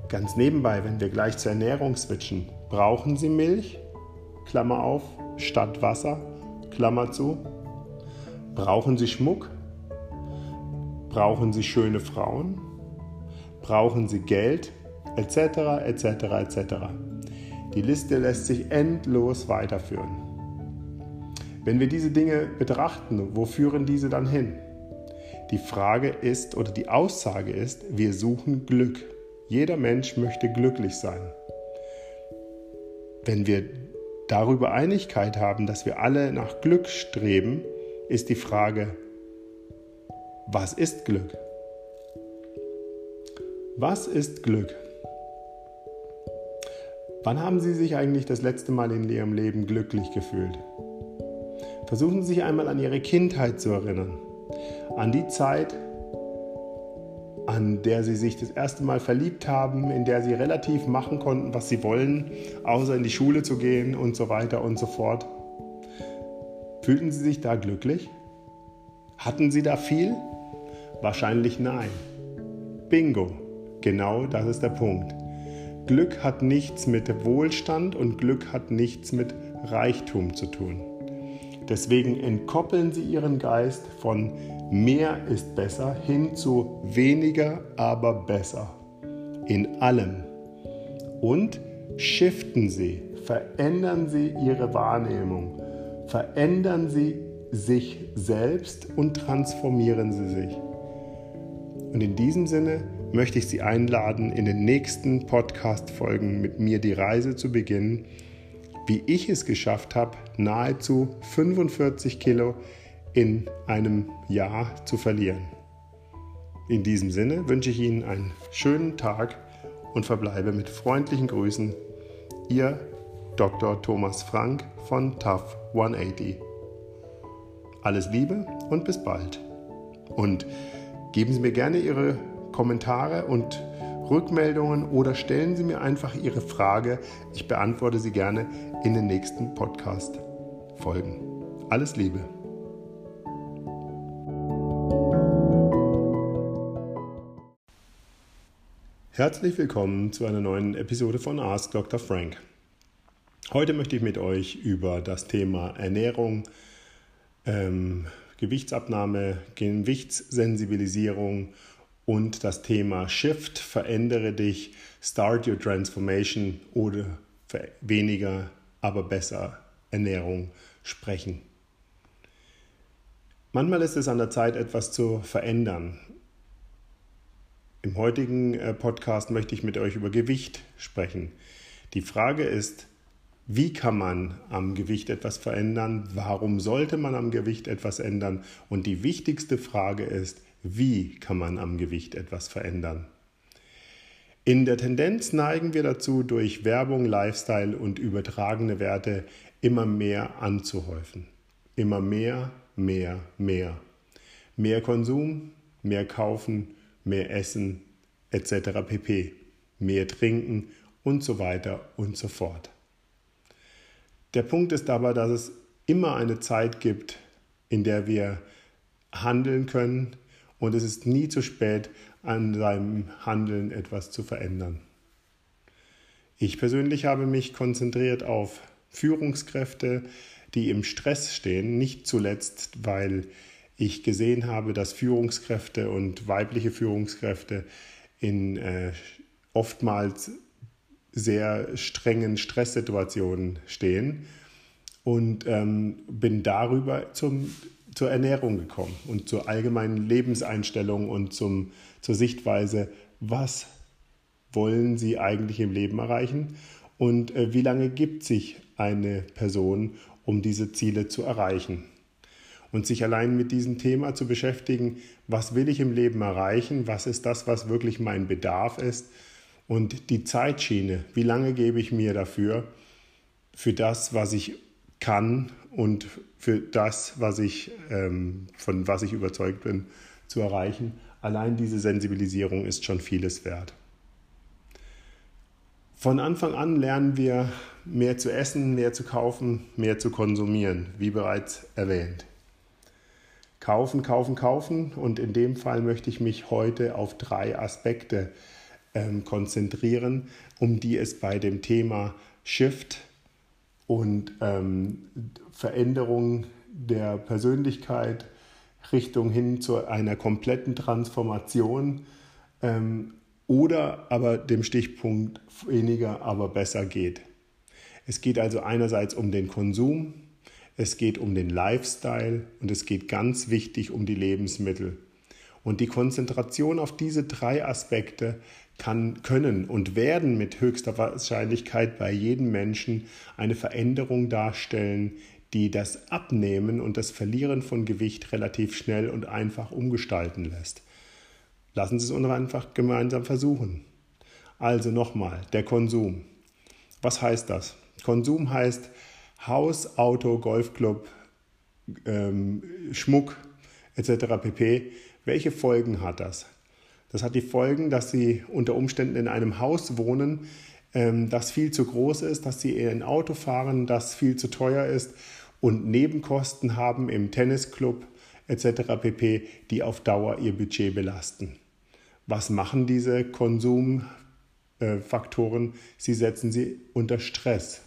Ganz nebenbei, wenn wir gleich zur Ernährung switchen, brauchen Sie Milch, Klammer auf, statt Wasser, Klammer zu? Brauchen Sie Schmuck? Brauchen Sie schöne Frauen? Brauchen Sie Geld? Etc., etc., etc. Die Liste lässt sich endlos weiterführen. Wenn wir diese Dinge betrachten, wo führen diese dann hin? Die Frage ist, oder die Aussage ist, wir suchen Glück. Jeder Mensch möchte glücklich sein. Wenn wir darüber Einigkeit haben, dass wir alle nach Glück streben, ist die Frage, was ist Glück? Was ist Glück? Wann haben Sie sich eigentlich das letzte Mal in Ihrem Leben glücklich gefühlt? Versuchen Sie sich einmal an Ihre Kindheit zu erinnern. An die Zeit, an der Sie sich das erste Mal verliebt haben, in der Sie relativ machen konnten, was Sie wollen, außer in die Schule zu gehen und so weiter und so fort. Fühlten Sie sich da glücklich? Hatten Sie da viel? Wahrscheinlich nein. Bingo, genau das ist der Punkt. Glück hat nichts mit Wohlstand und Glück hat nichts mit Reichtum zu tun. Deswegen entkoppeln Sie Ihren Geist von mehr ist besser hin zu weniger, aber besser. In allem. Und shiften Sie, verändern Sie Ihre Wahrnehmung, verändern Sie sich selbst und transformieren Sie sich. Und in diesem Sinne möchte ich Sie einladen, in den nächsten Podcast-Folgen mit mir die Reise zu beginnen, wie ich es geschafft habe, nahezu 45 Kilo in einem Jahr zu verlieren. In diesem Sinne wünsche ich Ihnen einen schönen Tag und verbleibe mit freundlichen Grüßen. Ihr Dr. Thomas Frank von Tough 180. Alles Liebe und bis bald. Und geben Sie mir gerne Ihre Kommentare und Rückmeldungen oder stellen Sie mir einfach Ihre Frage. Ich beantworte sie gerne in den nächsten Podcast-Folgen. Alles Liebe. Herzlich willkommen zu einer neuen Episode von Ask Dr. Frank. Heute möchte ich mit euch über das Thema Ernährung, Gewichtsabnahme, Gewichtssensibilisierung und das Thema Shift, verändere dich, Start Your Transformation oder weniger, aber besser Ernährung sprechen. Manchmal ist es an der Zeit, etwas zu verändern. Im heutigen Podcast möchte ich mit euch über Gewicht sprechen. Die Frage ist, wie kann man am Gewicht etwas verändern? Warum sollte man am Gewicht etwas ändern? Und die wichtigste Frage ist, wie kann man am Gewicht etwas verändern? In der Tendenz neigen wir dazu, durch Werbung, Lifestyle und übertragene Werte immer mehr anzuhäufen. Immer mehr, mehr, mehr. Mehr Konsum, mehr kaufen, mehr essen, etc. pp. Mehr trinken und so weiter und so fort. Der Punkt ist aber, dass es immer eine Zeit gibt, in der wir handeln können, und es ist nie zu spät, an seinem Handeln etwas zu verändern. Ich persönlich habe mich konzentriert auf Führungskräfte, die im Stress stehen, nicht zuletzt, weil ich gesehen habe, dass Führungskräfte und weibliche Führungskräfte in oftmals sehr strengen Stresssituationen stehen und bin darüber zur Ernährung gekommen und zur allgemeinen Lebenseinstellung und zur Sichtweise, was wollen Sie eigentlich im Leben erreichen und wie lange gibt sich eine Person, um diese Ziele zu erreichen. Und sich allein mit diesem Thema zu beschäftigen, was will ich im Leben erreichen, was ist das, was wirklich mein Bedarf ist und die Zeitschiene, wie lange gebe ich mir dafür, für das, was ich kann und für das, von was ich überzeugt bin, zu erreichen. Allein diese Sensibilisierung ist schon vieles wert. Von Anfang an lernen wir, mehr zu essen, mehr zu kaufen, mehr zu konsumieren, wie bereits erwähnt. Kaufen, kaufen, kaufen, und in dem Fall möchte ich mich heute auf 3 Aspekte konzentrieren, um die es bei dem Thema Shift und Veränderung der Persönlichkeit Richtung hin zu einer kompletten Transformation oder aber dem Stichpunkt weniger, aber besser geht. Es geht also einerseits um den Konsum, es geht um den Lifestyle und es geht ganz wichtig um die Lebensmittel. Und die Konzentration auf diese 3 Aspekte können und werden mit höchster Wahrscheinlichkeit bei jedem Menschen eine Veränderung darstellen, die das Abnehmen und das Verlieren von Gewicht relativ schnell und einfach umgestalten lässt. Lassen Sie es uns einfach gemeinsam versuchen. Also nochmal, der Konsum. Was heißt das? Konsum heißt Haus, Auto, Golfclub, Schmuck etc. pp. Welche Folgen hat das? Das hat die Folgen, dass Sie unter Umständen in einem Haus wohnen, das viel zu groß ist, dass Sie in ein Auto fahren, das viel zu teuer ist und Nebenkosten haben im Tennisclub etc. pp., die auf Dauer Ihr Budget belasten. Was machen diese Konsumfaktoren? Sie setzen sie unter Stress.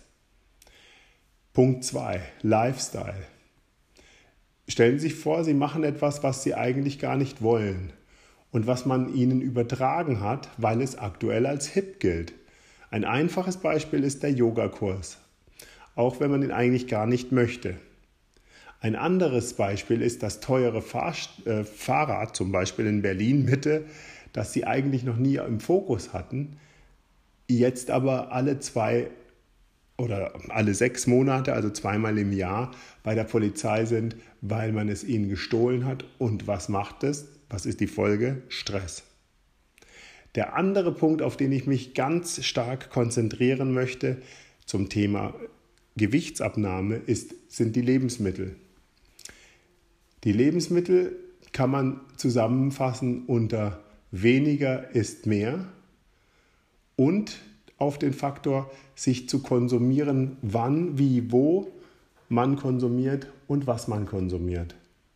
Punkt 2, Lifestyle. Stellen Sie sich vor, Sie machen etwas, was Sie eigentlich gar nicht wollen und was man Ihnen übertragen hat, weil es aktuell als hip gilt. Ein einfaches Beispiel ist der Yogakurs, auch wenn man ihn eigentlich gar nicht möchte. Ein anderes Beispiel ist das teure Fahrrad, zum Beispiel in Berlin-Mitte, das Sie eigentlich noch nie im Fokus hatten, jetzt aber alle 2 oder alle 6 Monate, also 2-mal im Jahr, bei der Polizei sind, weil man es ihnen gestohlen hat. Und was macht es? Was ist die Folge? Stress. Der andere Punkt, auf den ich mich ganz stark konzentrieren möchte zum Thema Gewichtsabnahme, sind die Lebensmittel. Die Lebensmittel kann man zusammenfassen unter weniger ist mehr und auf den Faktor, sich zu konsumieren, wann, wie, wo man konsumiert und was man konsumiert.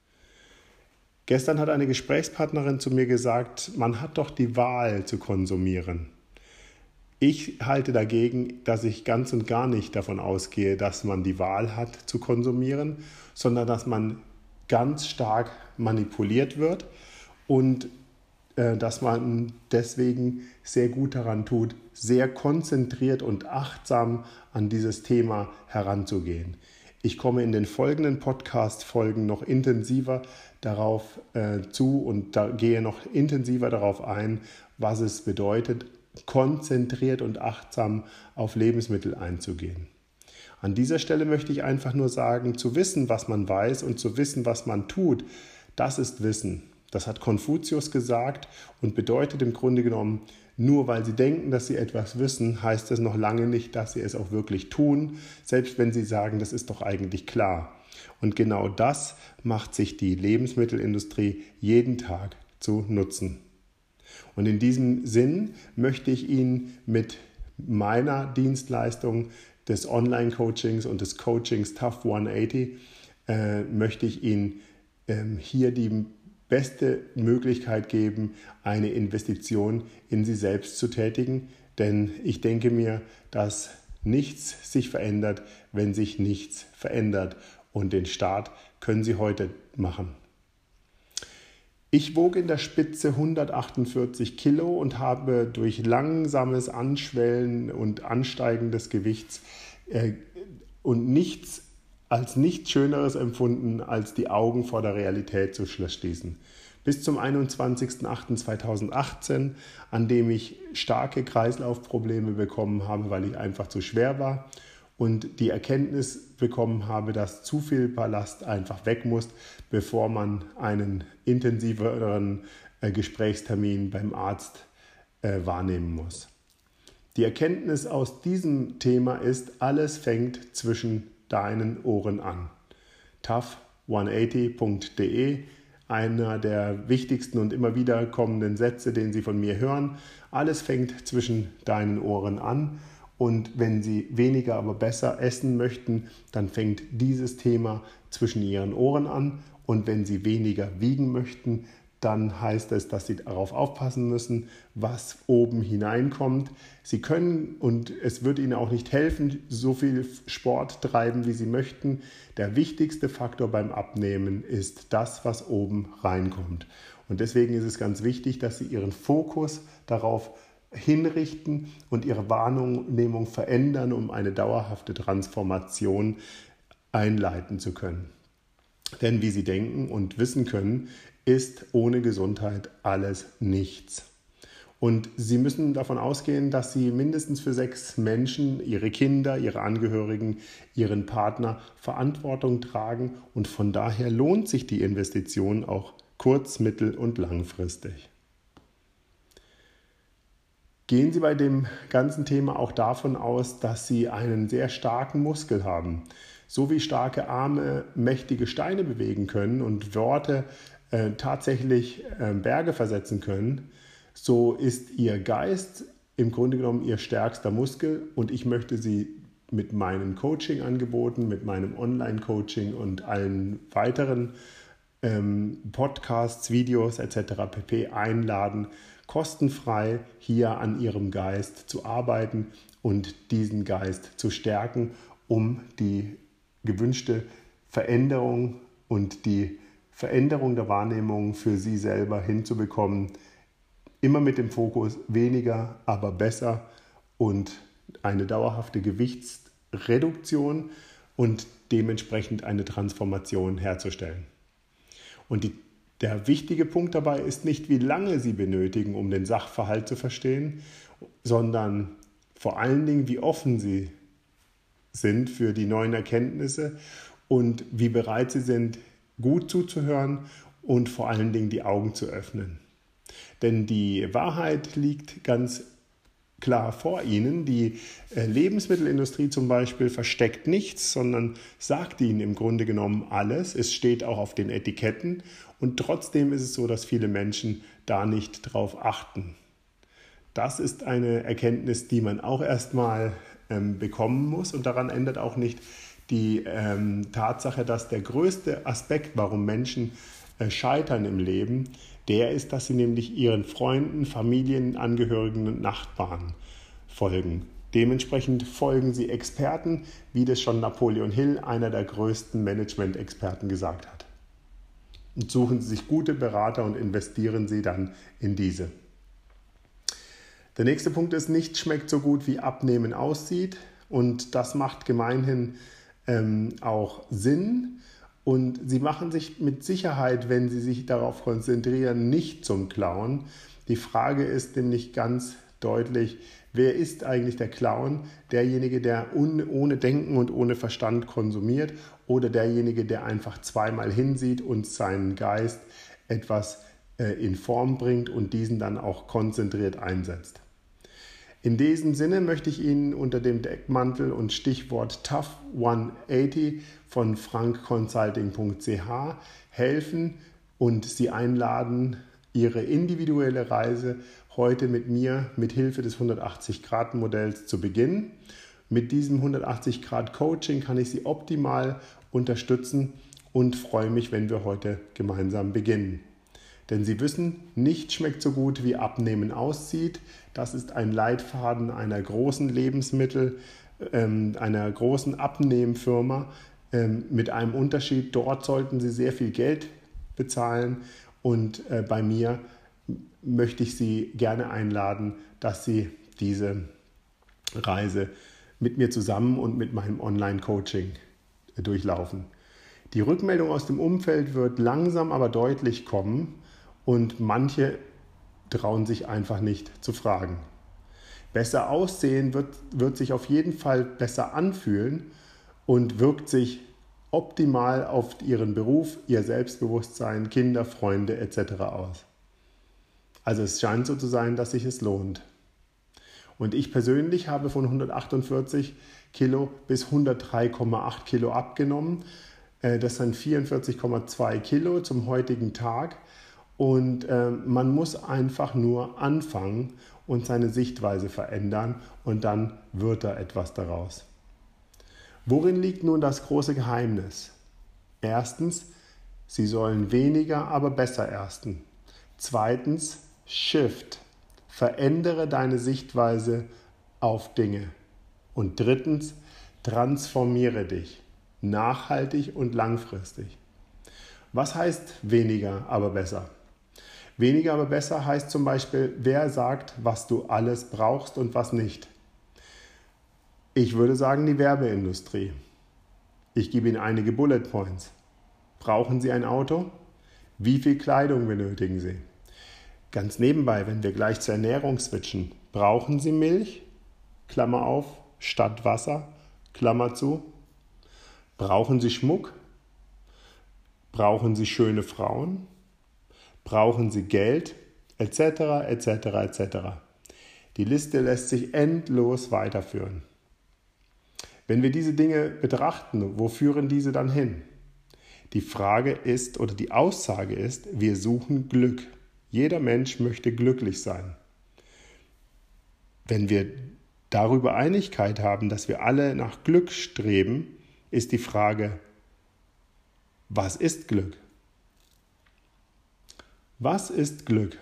Gestern hat eine Gesprächspartnerin zu mir gesagt, man hat doch die Wahl zu konsumieren. Ich halte dagegen, dass ich ganz und gar nicht davon ausgehe, dass man die Wahl hat zu konsumieren, sondern dass man ganz stark manipuliert wird und dass man deswegen sehr gut daran tut, sehr konzentriert und achtsam an dieses Thema heranzugehen. Ich komme in den folgenden Podcast-Folgen noch intensiver darauf zu und gehe noch intensiver darauf ein, was es bedeutet, konzentriert und achtsam auf Lebensmittel einzugehen. An dieser Stelle möchte ich einfach nur sagen, zu wissen, was man weiß und zu wissen, was man tut, das ist Wissen. Das hat Konfuzius gesagt und bedeutet im Grunde genommen, nur weil sie denken, dass sie etwas wissen, heißt es noch lange nicht, dass sie es auch wirklich tun, selbst wenn sie sagen, das ist doch eigentlich klar. Und genau das macht sich die Lebensmittelindustrie jeden Tag zu nutzen. Und in diesem Sinn möchte ich Ihnen mit meiner Dienstleistung des Online-Coachings und des Coachings Tough 180 möchte ich Ihnen hier die beste Möglichkeit geben, eine Investition in Sie selbst zu tätigen. Denn ich denke mir, dass nichts sich verändert, wenn sich nichts verändert. Und den Start können Sie heute machen. Ich wog in der Spitze 148 Kilo und habe durch langsames Anschwellen und Ansteigen des Gewichts und nichts Schöneres empfunden, als die Augen vor der Realität zu schließen. Bis zum 21.08.2018, an dem ich starke Kreislaufprobleme bekommen habe, weil ich einfach zu schwer war und die Erkenntnis bekommen habe, dass zu viel Ballast einfach weg muss, bevor man einen intensiveren Gesprächstermin beim Arzt wahrnehmen muss. Die Erkenntnis aus diesem Thema ist, alles fängt zwischen deinen Ohren an. tough180.de, einer der wichtigsten und immer wieder kommenden Sätze, den Sie von mir hören. Alles fängt zwischen deinen Ohren an. Und wenn Sie weniger, aber besser essen möchten, dann fängt dieses Thema zwischen Ihren Ohren an. Und wenn Sie weniger wiegen möchten, dann heißt es, dass Sie darauf aufpassen müssen, was oben hineinkommt. Sie können, und es wird Ihnen auch nicht helfen, so viel Sport treiben, wie Sie möchten. Der wichtigste Faktor beim Abnehmen ist das, was oben reinkommt. Und deswegen ist es ganz wichtig, dass Sie Ihren Fokus darauf hinrichten und Ihre Wahrnehmung verändern, um eine dauerhafte Transformation einleiten zu können. Denn wie Sie denken und wissen können, ist ohne Gesundheit alles nichts. Und Sie müssen davon ausgehen, dass Sie mindestens für 6 Menschen, Ihre Kinder, Ihre Angehörigen, Ihren Partner Verantwortung tragen. Und von daher lohnt sich die Investition auch kurz-, mittel- und langfristig. Gehen Sie bei dem ganzen Thema auch davon aus, dass Sie einen sehr starken Muskel haben. So wie starke Arme mächtige Steine bewegen können und Worte tatsächlich Berge versetzen können, so ist Ihr Geist im Grunde genommen Ihr stärkster Muskel, und ich möchte Sie mit meinen Coaching-Angeboten, mit meinem Online-Coaching und allen weiteren Podcasts, Videos etc. pp. einladen, kostenfrei hier an Ihrem Geist zu arbeiten und diesen Geist zu stärken, um die gewünschte Veränderung und die Veränderung der Wahrnehmung für Sie selber hinzubekommen. Immer mit dem Fokus weniger, aber besser und eine dauerhafte Gewichtsreduktion und dementsprechend eine Transformation herzustellen. Und der wichtige Punkt dabei ist nicht, wie lange Sie benötigen, um den Sachverhalt zu verstehen, sondern vor allen Dingen, wie offen Sie sind für die neuen Erkenntnisse und wie bereit Sie sind, gut zuzuhören und vor allen Dingen die Augen zu öffnen. Denn die Wahrheit liegt ganz klar vor Ihnen. Die Lebensmittelindustrie zum Beispiel versteckt nichts, sondern sagt Ihnen im Grunde genommen alles. Es steht auch auf den Etiketten, und trotzdem ist es so, dass viele Menschen da nicht drauf achten. Das ist eine Erkenntnis, die man auch erstmal bekommen muss, und daran ändert auch nicht die Tatsache, dass der größte Aspekt, warum Menschen scheitern im Leben, der ist, dass sie nämlich ihren Freunden, Familienangehörigen und Nachbarn folgen. Dementsprechend folgen sie Experten, wie das schon Napoleon Hill, einer der größten Management-Experten, gesagt hat. Und suchen Sie sich gute Berater und investieren Sie dann in diese. Der nächste Punkt ist, nichts schmeckt so gut, wie Abnehmen aussieht. Und das macht gemeinhin auch Sinn. Und Sie machen sich mit Sicherheit, wenn Sie sich darauf konzentrieren, nicht zum Clown. Die Frage ist nämlich ganz deutlich, wer ist eigentlich der Clown? Derjenige, der ohne Denken und ohne Verstand konsumiert, oder derjenige, der einfach zweimal hinsieht und seinen Geist etwas in Form bringt und diesen dann auch konzentriert einsetzt. In diesem Sinne möchte ich Ihnen unter dem Deckmantel und Stichwort Tough 180 von frankconsulting.ch helfen und Sie einladen, Ihre individuelle Reise heute mit mir mit Hilfe des 180-Grad-Modells zu beginnen. Mit diesem 180-Grad-Coaching kann ich Sie optimal unterstützen und freue mich, wenn wir heute gemeinsam beginnen. Denn Sie wissen, nichts schmeckt so gut, wie Abnehmen aussieht. Das ist ein Leitfaden einer großen Lebensmittel, einer großen Abnehmfirma mit einem Unterschied. Dort sollten Sie sehr viel Geld bezahlen, und bei mir möchte ich Sie gerne einladen, dass Sie diese Reise mit mir zusammen und mit meinem Online-Coaching durchlaufen. Die Rückmeldung aus dem Umfeld wird langsam aber deutlich kommen, und manche trauen sich einfach nicht zu fragen. Besser aussehen wird sich auf jeden Fall besser anfühlen und wirkt sich optimal auf Ihren Beruf, Ihr Selbstbewusstsein, Kinder, Freunde etc. aus. Also es scheint so zu sein, dass sich es lohnt. Und ich persönlich habe von 148 Kilo bis 103,8 Kilo abgenommen. Das sind 44,2 Kilo zum heutigen Tag. Und man muss einfach nur anfangen und seine Sichtweise verändern, und dann wird da etwas daraus. Worin liegt nun das große Geheimnis? Erstens, Sie sollen weniger, aber besser ersten. Zweitens, Shift. Verändere deine Sichtweise auf Dinge. Und drittens, transformiere dich. Nachhaltig und langfristig. Was heißt weniger, aber besser? Weniger, aber besser heißt zum Beispiel, wer sagt, was du alles brauchst und was nicht. Ich würde sagen, die Werbeindustrie. Ich gebe Ihnen einige Bullet Points. Brauchen Sie ein Auto? Wie viel Kleidung benötigen Sie? Ganz nebenbei, wenn wir gleich zur Ernährung switchen, brauchen Sie Milch? Klammer auf, statt Wasser, Klammer zu. Brauchen Sie Schmuck? Brauchen Sie schöne Frauen? Brauchen Sie Geld? Etc., etc., etc. Die Liste lässt sich endlos weiterführen. Wenn wir diese Dinge betrachten, wo führen diese dann hin? Die Frage ist oder die Aussage ist, wir suchen Glück. Jeder Mensch möchte glücklich sein. Wenn wir darüber Einigkeit haben, dass wir alle nach Glück streben, ist die Frage, was ist Glück? Was ist Glück?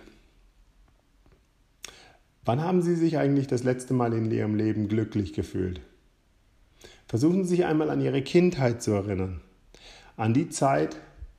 Wann haben Sie sich eigentlich das letzte Mal in Ihrem Leben glücklich gefühlt? Versuchen Sie sich einmal an Ihre Kindheit zu erinnern. An die Zeit,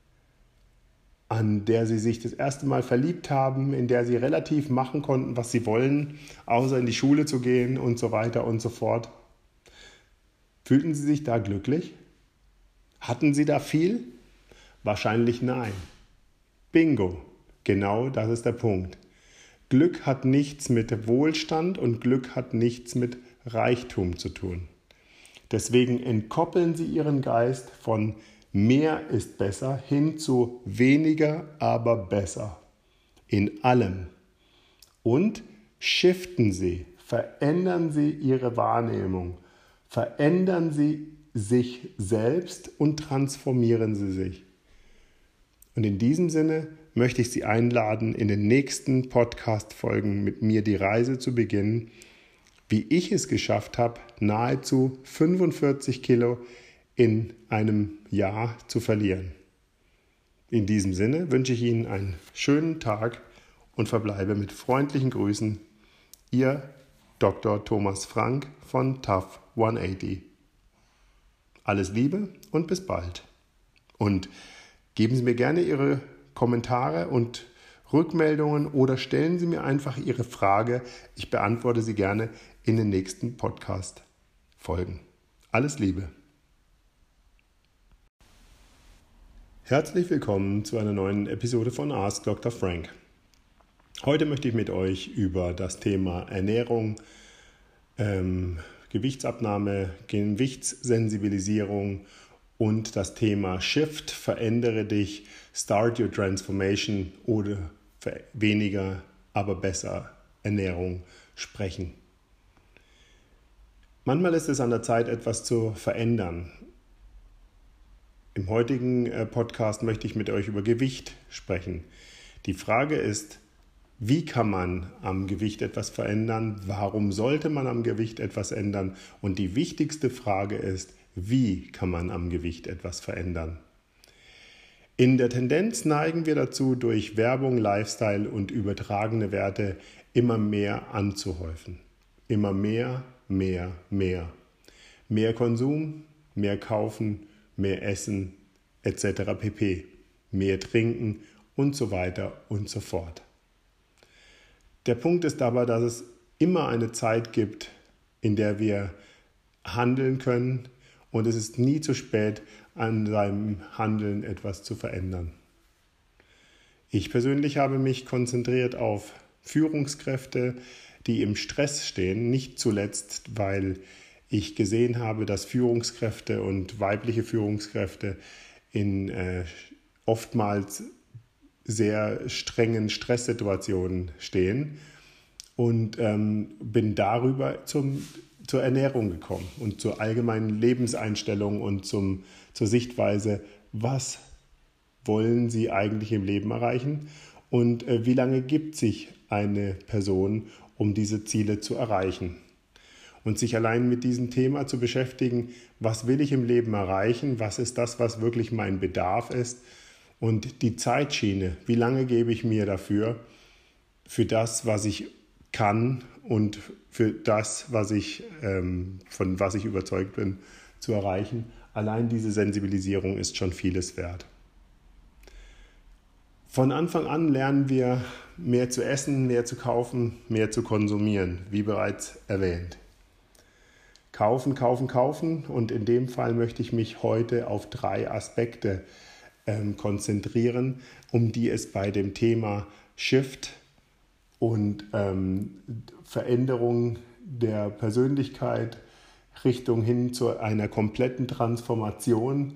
an der Sie sich das erste Mal verliebt haben, in der Sie relativ machen konnten, was Sie wollen, außer in die Schule zu gehen und so weiter und so fort. Fühlten Sie sich da glücklich? Hatten Sie da viel? Wahrscheinlich nein. Bingo, genau das ist der Punkt. Glück hat nichts mit Wohlstand und Glück hat nichts mit Reichtum zu tun. Deswegen entkoppeln Sie Ihren Geist von mehr ist besser hin zu weniger, aber besser. In allem. Und shiften Sie, verändern Sie Ihre Wahrnehmung, verändern Sie sich selbst und transformieren Sie sich. Und in diesem Sinne möchte ich Sie einladen, in den nächsten Podcast-Folgen mit mir die Reise zu beginnen, wie ich es geschafft habe, nahezu 45 Kilo in einem Jahr zu verlieren. In diesem Sinne wünsche ich Ihnen einen schönen Tag und verbleibe mit freundlichen Grüßen. Ihr Dr. Thomas Frank von Tough 180. Alles Liebe und bis bald. Und geben Sie mir gerne Ihre Kommentare und Rückmeldungen oder stellen Sie mir einfach Ihre Frage. Ich beantworte sie gerne in den nächsten Podcast-Folgen. Alles Liebe. Herzlich willkommen zu einer neuen Episode von Ask Dr. Frank. Heute möchte ich mit euch über das Thema Ernährung, Gewichtsabnahme, Gewichtssensibilisierung und das Thema Shift, verändere dich, Start Your Transformation oder weniger, aber besser Ernährung sprechen. Manchmal ist es an der Zeit, etwas zu verändern. Im heutigen Podcast möchte ich mit euch über Gewicht sprechen. Die Frage ist, wie kann man am Gewicht etwas verändern? Warum sollte man am Gewicht etwas ändern? Und die wichtigste Frage ist, wie kann man am Gewicht etwas verändern? In der Tendenz neigen wir dazu, durch Werbung, Lifestyle und übertragene Werte immer mehr anzuhäufen. Immer mehr, mehr, mehr. Mehr Konsum, mehr kaufen, mehr essen, etc. pp. Mehr trinken und so weiter und so fort. Der Punkt ist aber, dass es immer eine Zeit gibt, in der wir handeln können und es ist nie zu spät, an seinem Handeln etwas zu verändern. Ich persönlich habe mich konzentriert auf Führungskräfte, die im Stress stehen, nicht zuletzt, weil ich gesehen habe, dass Führungskräfte und weibliche Führungskräfte in oftmals sehr strengen Stresssituationen stehen und bin darüber zur Ernährung gekommen und zur allgemeinen Lebenseinstellung und zur Sichtweise, was wollen Sie eigentlich im Leben erreichen und wie lange gibt sich eine Person, um diese Ziele zu erreichen. Und sich allein mit diesem Thema zu beschäftigen, was will ich im Leben erreichen, was ist das, was wirklich mein Bedarf ist Und die Zeitschiene, wie lange gebe ich mir dafür, für das, was ich kann und für das, von was ich überzeugt bin, zu erreichen. Allein diese Sensibilisierung ist schon vieles wert. Von Anfang an lernen wir, mehr zu essen, mehr zu kaufen, mehr zu konsumieren, wie bereits erwähnt. Kaufen, kaufen, kaufen, und in dem Fall möchte ich mich heute auf 3 Aspekte konzentrieren, um die es bei dem Thema Shift und Veränderung der Persönlichkeit Richtung hin zu einer kompletten Transformation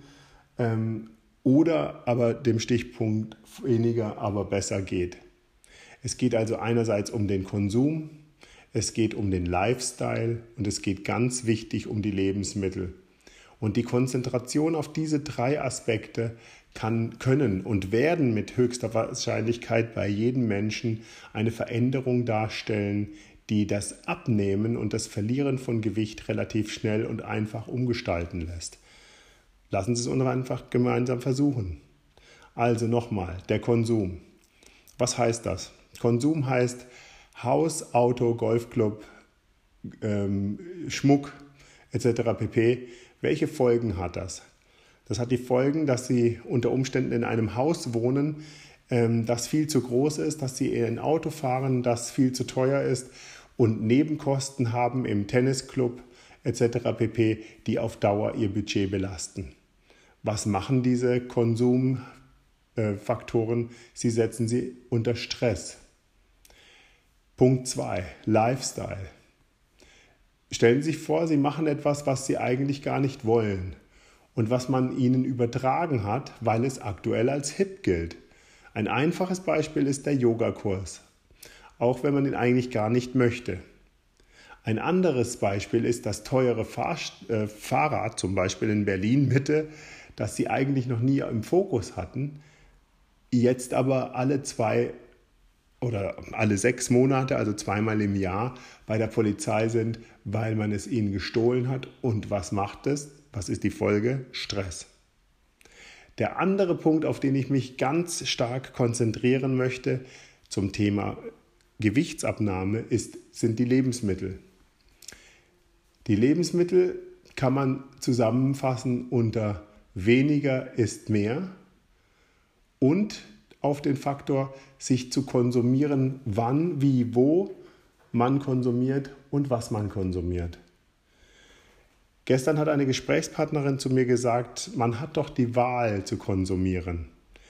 oder aber dem Stichpunkt weniger, aber besser geht. Es geht also einerseits um den Konsum, es geht um den Lifestyle und es geht ganz wichtig um die Lebensmittel. Und die Konzentration auf diese 3 Aspekte können und werden mit höchster Wahrscheinlichkeit bei jedem Menschen eine Veränderung darstellen, die das Abnehmen und das Verlieren von Gewicht relativ schnell und einfach umgestalten lässt. Lassen Sie es uns einfach gemeinsam versuchen. Also nochmal, der Konsum. Was heißt das? Konsum heißt Haus, Auto, Golfclub, Schmuck etc. pp. Welche Folgen hat das? Das hat die Folgen, dass Sie unter Umständen in einem Haus wohnen, das viel zu groß ist, dass Sie in ein Auto fahren, das viel zu teuer ist und Nebenkosten haben im Tennisclub etc. pp., die auf Dauer Ihr Budget belasten. Was machen diese Konsumfaktoren? Sie setzen sie unter Stress. Punkt 2, Lifestyle. Stellen Sie sich vor, Sie machen etwas, was Sie eigentlich gar nicht wollen und was man Ihnen übertragen hat, weil es aktuell als hip gilt. Ein einfaches Beispiel ist der Yogakurs, auch wenn man ihn eigentlich gar nicht möchte. Ein anderes Beispiel ist das teure Fahrrad, zum Beispiel in Berlin-Mitte, das Sie eigentlich noch nie im Fokus hatten, jetzt aber alle 2 oder alle 6 Monate, also 2-mal im Jahr, bei der Polizei sind, weil man es ihnen gestohlen hat. Und was macht es? Was ist die Folge? Stress. Der andere Punkt, auf den ich mich ganz stark konzentrieren möchte zum Thema Gewichtsabnahme, sind die Lebensmittel. Die Lebensmittel kann man zusammenfassen unter weniger ist mehr und auf den Faktor, sich zu konsumieren, wann, wie, wo man konsumiert und was man konsumiert. Gestern hat eine Gesprächspartnerin zu mir gesagt, man hat doch die Wahl zu konsumieren.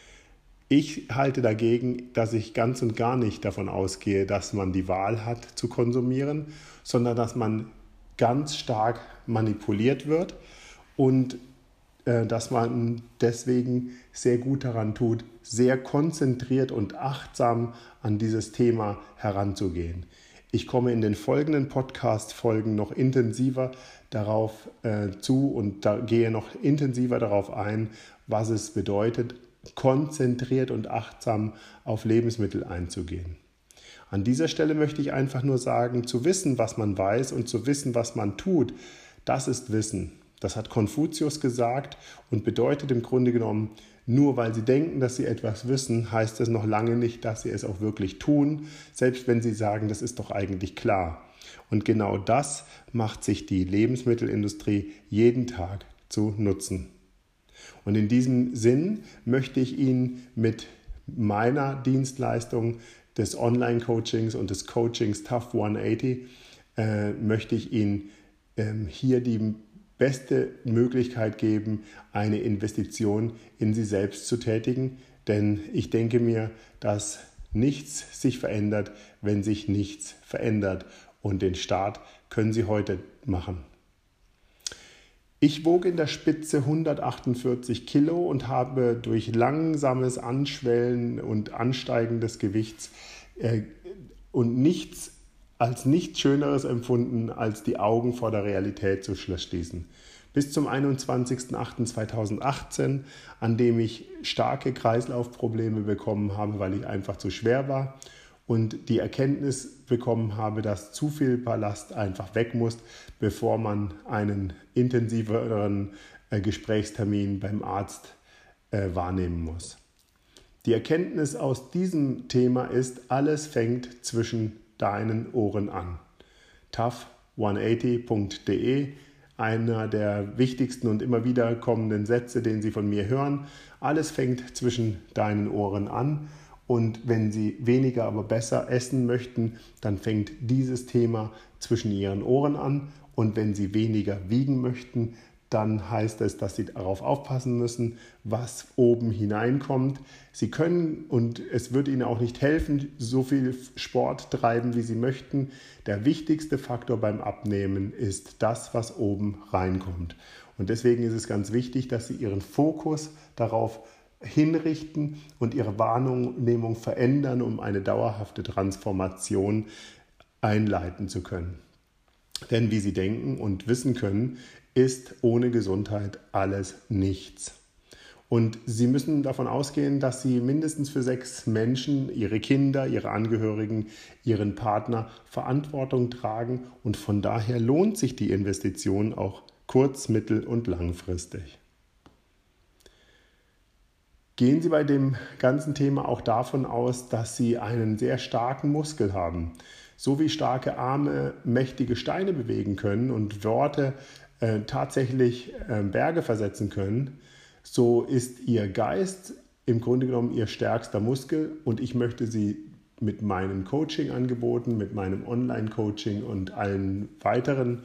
Ich halte dagegen, dass ich ganz und gar nicht davon ausgehe, dass man die Wahl hat zu konsumieren, sondern dass man ganz stark manipuliert wird und dass man deswegen sehr gut daran tut, sehr konzentriert und achtsam an dieses Thema heranzugehen. Ich komme in den folgenden Podcast-Folgen noch intensiver darauf zu und gehe noch intensiver darauf ein, was es bedeutet, konzentriert und achtsam auf Lebensmittel einzugehen. An dieser Stelle möchte ich einfach nur sagen, zu wissen, was man weiß und zu wissen, was man tut, das ist Wissen. Das hat Konfuzius gesagt und bedeutet im Grunde genommen, nur weil Sie denken, dass Sie etwas wissen, heißt es noch lange nicht, dass Sie es auch wirklich tun, selbst wenn Sie sagen, das ist doch eigentlich klar. Und genau das macht sich die Lebensmittelindustrie jeden Tag zu nutzen. Und in diesem Sinn möchte ich Ihnen mit meiner Dienstleistung des Online-Coachings und des Coachings Tough 180 möchte ich Ihnen hier die beste Möglichkeit geben, eine Investition in Sie selbst zu tätigen. Denn ich denke mir, dass nichts sich verändert, wenn sich nichts verändert. Und den Start können Sie heute machen. Ich wog in der Spitze 148 Kilo und habe durch langsames Anschwellen und Ansteigen des Gewichts und nichts Schöneres empfunden, als die Augen vor der Realität zu schließen. Bis zum 21.08.2018, an dem ich starke Kreislaufprobleme bekommen habe, weil ich einfach zu schwer war und die Erkenntnis bekommen habe, dass zu viel Ballast einfach weg muss, bevor man einen intensiveren Gesprächstermin beim Arzt wahrnehmen muss. Die Erkenntnis aus diesem Thema ist, alles fängt zwischen deinen Ohren an. tough180.de, einer der wichtigsten und immer wieder kommenden Sätze, den Sie von mir hören. Alles fängt zwischen deinen Ohren an. Und wenn Sie weniger, aber besser essen möchten, dann fängt dieses Thema zwischen Ihren Ohren an. Und wenn Sie weniger wiegen möchten, dann heißt es, dass Sie darauf aufpassen müssen, was oben hineinkommt. Sie können, und es wird Ihnen auch nicht helfen, so viel Sport treiben, wie Sie möchten. Der wichtigste Faktor beim Abnehmen ist das, was oben reinkommt. Und deswegen ist es ganz wichtig, dass Sie Ihren Fokus darauf hinrichten und Ihre Wahrnehmung verändern, um eine dauerhafte Transformation einleiten zu können. Denn wie Sie denken und wissen können, ist ohne Gesundheit alles nichts. Und Sie müssen davon ausgehen, dass Sie mindestens für 6 Menschen, Ihre Kinder, Ihre Angehörigen, Ihren Partner Verantwortung tragen. Und von daher lohnt sich die Investition auch kurz-, mittel- und langfristig. Gehen Sie bei dem ganzen Thema auch davon aus, dass Sie einen sehr starken Muskel haben. So wie starke Arme mächtige Steine bewegen können und Worte tatsächlich Berge versetzen können, so ist Ihr Geist im Grunde genommen Ihr stärkster Muskel. Und ich möchte Sie mit meinen Coaching-Angeboten, mit meinem Online-Coaching und allen weiteren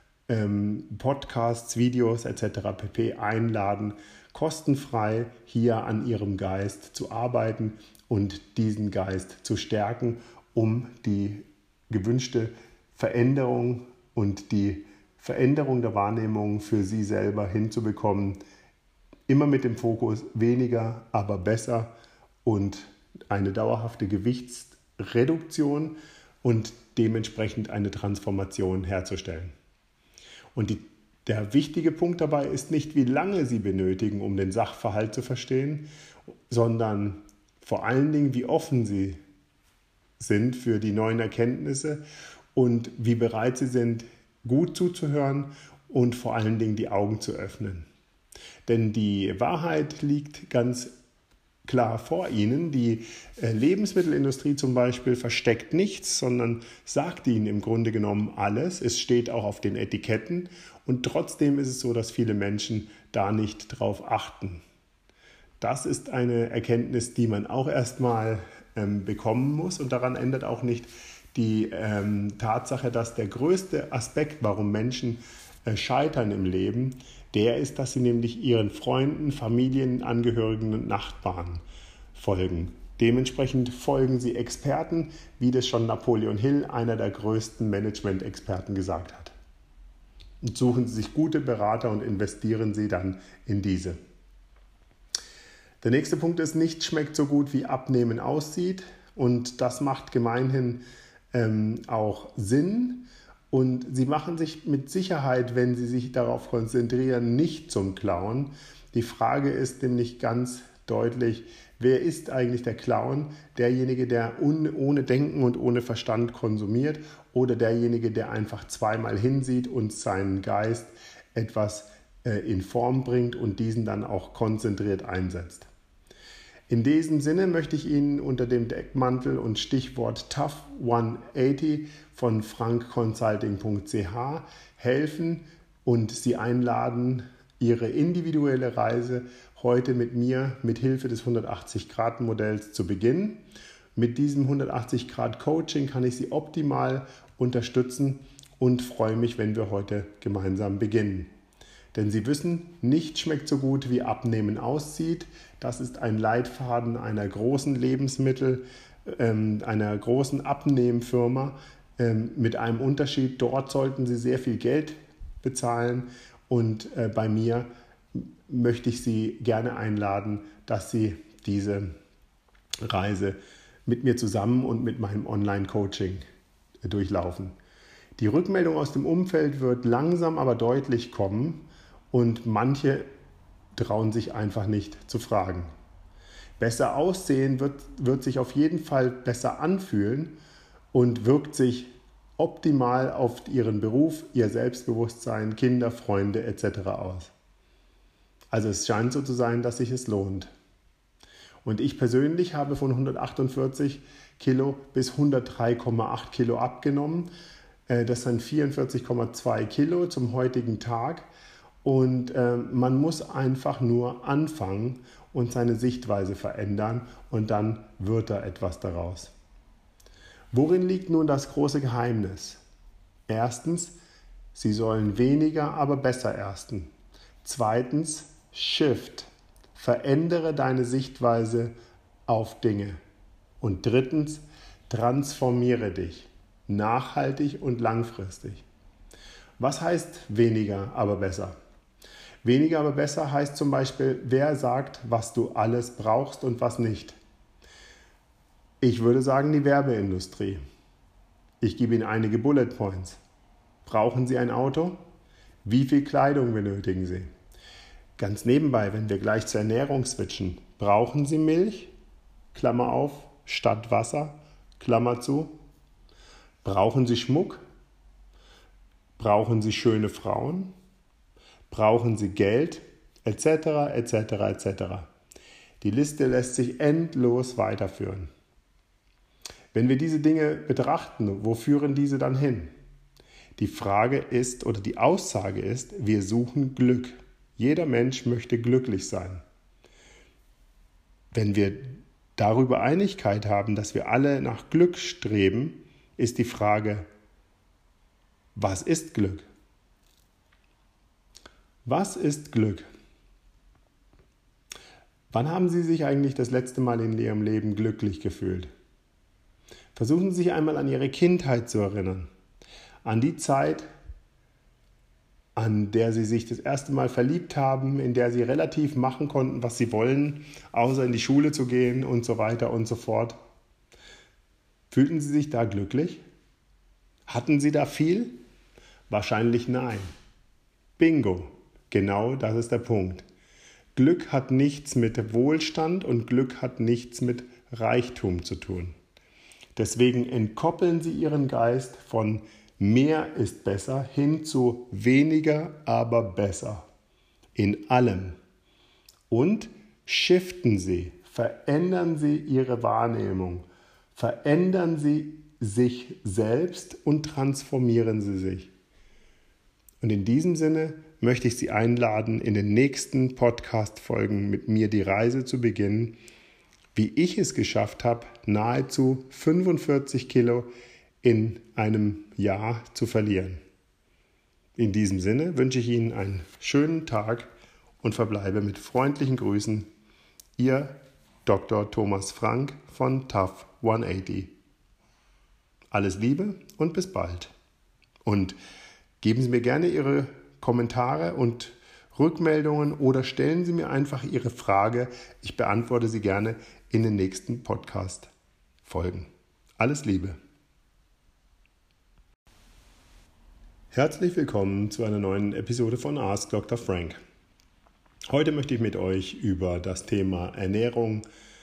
Podcasts, Videos etc. pp. Einladen, kostenfrei hier an Ihrem Geist zu arbeiten und diesen Geist zu stärken, um die gewünschte Veränderung und die Veränderung der Wahrnehmung für Sie selber hinzubekommen. Immer mit dem Fokus weniger, aber besser und eine dauerhafte Gewichtsreduktion und dementsprechend eine Transformation herzustellen. Und der wichtige Punkt dabei ist nicht, wie lange Sie benötigen, um den Sachverhalt zu verstehen, sondern vor allen Dingen, wie offen Sie sind für die neuen Erkenntnisse und wie bereit Sie sind, gut zuzuhören und vor allen Dingen die Augen zu öffnen. Denn die Wahrheit liegt ganz klar vor Ihnen. Die Lebensmittelindustrie zum Beispiel versteckt nichts, sondern sagt Ihnen im Grunde genommen alles. Es steht auch auf den Etiketten und trotzdem ist es so, dass viele Menschen da nicht drauf achten. Das ist eine Erkenntnis, die man auch erstmal bekommen muss und daran ändert auch nicht die Tatsache, dass der größte Aspekt, warum Menschen scheitern im Leben, der ist, dass sie nämlich ihren Freunden, Familienangehörigen und Nachbarn folgen. Dementsprechend folgen sie Experten, wie das schon Napoleon Hill, einer der größten Management-Experten, gesagt hat. Und suchen Sie sich gute Berater und investieren Sie dann in diese. Der nächste Punkt ist, nichts schmeckt so gut, wie Abnehmen aussieht. Und das macht gemeinhin auch Sinn. Und Sie machen sich mit Sicherheit, wenn Sie sich darauf konzentrieren, nicht zum Clown. Die Frage ist nämlich ganz deutlich, wer ist eigentlich der Clown? Derjenige, der ohne Denken und ohne Verstand konsumiert oder derjenige, der einfach zweimal hinsieht und seinen Geist etwas in Form bringt und diesen dann auch konzentriert einsetzt. In diesem Sinne möchte ich Ihnen unter dem Deckmantel und Stichwort Tough180 von frankconsulting.ch helfen und Sie einladen, Ihre individuelle Reise heute mit mir mit Hilfe des 180-Grad-Modells zu beginnen. Mit diesem 180-Grad-Coaching kann ich Sie optimal unterstützen und freue mich, wenn wir heute gemeinsam beginnen. Denn Sie wissen, nichts schmeckt so gut, wie Abnehmen aussieht. Das ist ein Leitfaden einer großen einer großen Abnehmfirma mit einem Unterschied. Dort sollten Sie sehr viel Geld bezahlen und bei mir möchte ich Sie gerne einladen, dass Sie diese Reise mit mir zusammen und mit meinem Online-Coaching durchlaufen. Die Rückmeldung aus dem Umfeld wird langsam, aber deutlich kommen. Und manche trauen sich einfach nicht zu fragen. Besser aussehen wird sich auf jeden Fall besser anfühlen und wirkt sich optimal auf Ihren Beruf, Ihr Selbstbewusstsein, Kinder, Freunde etc. aus. Also es scheint so zu sein, dass sich es lohnt. Und ich persönlich habe von 148 Kilo bis 103,8 Kilo abgenommen. Das sind 44,2 Kilo zum heutigen Tag. Und man muss einfach nur anfangen und seine Sichtweise verändern und dann wird da etwas daraus. Worin liegt nun das große Geheimnis? Erstens, Sie sollen weniger, aber besser ersten. Zweitens, Shift. Verändere deine Sichtweise auf Dinge. Und drittens, transformiere dich. Nachhaltig und langfristig. Was heißt weniger, aber besser? Weniger, aber besser heißt zum Beispiel, wer sagt, was du alles brauchst und was nicht. Ich würde sagen, die Werbeindustrie. Ich gebe Ihnen einige Bullet Points. Brauchen Sie ein Auto? Wie viel Kleidung benötigen Sie? Ganz nebenbei, wenn wir gleich zur Ernährung switchen, brauchen Sie Milch? Klammer auf, statt Wasser, Klammer zu. Brauchen Sie Schmuck? Brauchen Sie schöne Frauen? Brauchen Sie Geld? Etc., etc., etc. Die Liste lässt sich endlos weiterführen. Wenn wir diese Dinge betrachten, wo führen diese dann hin? Die Frage ist oder die Aussage ist, wir suchen Glück. Jeder Mensch möchte glücklich sein. Wenn wir darüber Einigkeit haben, dass wir alle nach Glück streben, ist die Frage, was ist Glück? Was ist Glück? Wann haben Sie sich eigentlich das letzte Mal in Ihrem Leben glücklich gefühlt? Versuchen Sie sich einmal an Ihre Kindheit zu erinnern. An die Zeit, an der Sie sich das erste Mal verliebt haben, in der Sie relativ machen konnten, was Sie wollen, außer in die Schule zu gehen und so weiter und so fort. Fühlten Sie sich da glücklich? Hatten Sie da viel? Wahrscheinlich nein. Bingo, genau das ist der Punkt. Glück hat nichts mit Wohlstand und Glück hat nichts mit Reichtum zu tun. Deswegen entkoppeln Sie Ihren Geist von mehr ist besser hin zu weniger, aber besser. In allem. Und shiften Sie, verändern Sie Ihre Wahrnehmung, verändern Sie sich selbst und transformieren Sie sich. Und in diesem Sinne möchte ich Sie einladen, in den nächsten Podcast-Folgen mit mir die Reise zu beginnen, wie ich es geschafft habe, nahezu 45 Kilo in einem Jahr zu verlieren. In diesem Sinne wünsche ich Ihnen einen schönen Tag und verbleibe mit freundlichen Grüßen. Ihr Dr. Thomas Frank von Tough 180. Alles Liebe und bis bald. Und geben Sie mir gerne Ihre Kommentare und Rückmeldungen oder stellen Sie mir einfach Ihre Frage. Ich beantworte sie gerne in den nächsten Podcast-Folgen. Alles Liebe. Herzlich willkommen zu einer neuen Episode von Ask Dr. Frank. Heute möchte ich mit euch über das Thema Ernährung,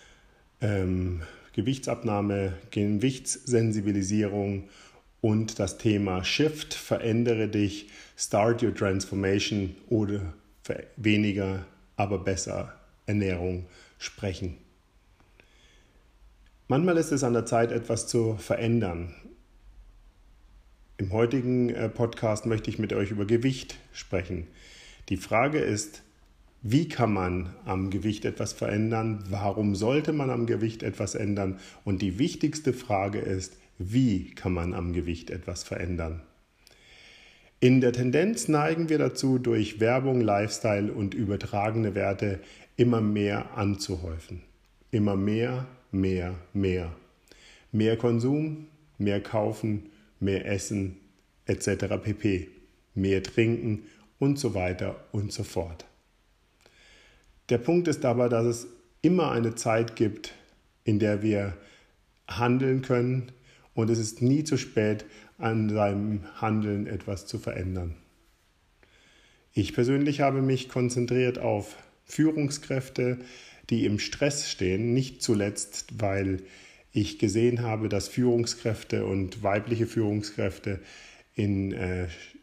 Gewichtsabnahme, Gewichtssensibilisierung und das Thema Shift, verändere dich, Start Your Transformation oder weniger, aber besser Ernährung sprechen. Manchmal ist es an der Zeit, etwas zu verändern. Im heutigen Podcast möchte ich mit euch über Gewicht sprechen. Die Frage ist, wie kann man am Gewicht etwas verändern? Warum sollte man am Gewicht etwas ändern? Und die wichtigste Frage ist, wie kann man am Gewicht etwas verändern? In der Tendenz neigen wir dazu, durch Werbung, Lifestyle und übertragene Werte immer mehr anzuhäufen. Immer mehr, mehr, mehr. Mehr Konsum, mehr kaufen, mehr essen, etc. pp. Mehr trinken und so weiter und so fort. Der Punkt ist aber, dass es immer eine Zeit gibt, in der wir handeln können und es ist nie zu spät, an seinem Handeln etwas zu verändern. Ich persönlich habe mich konzentriert auf Führungskräfte, die im Stress stehen, nicht zuletzt, weil ich gesehen habe, dass Führungskräfte und weibliche Führungskräfte in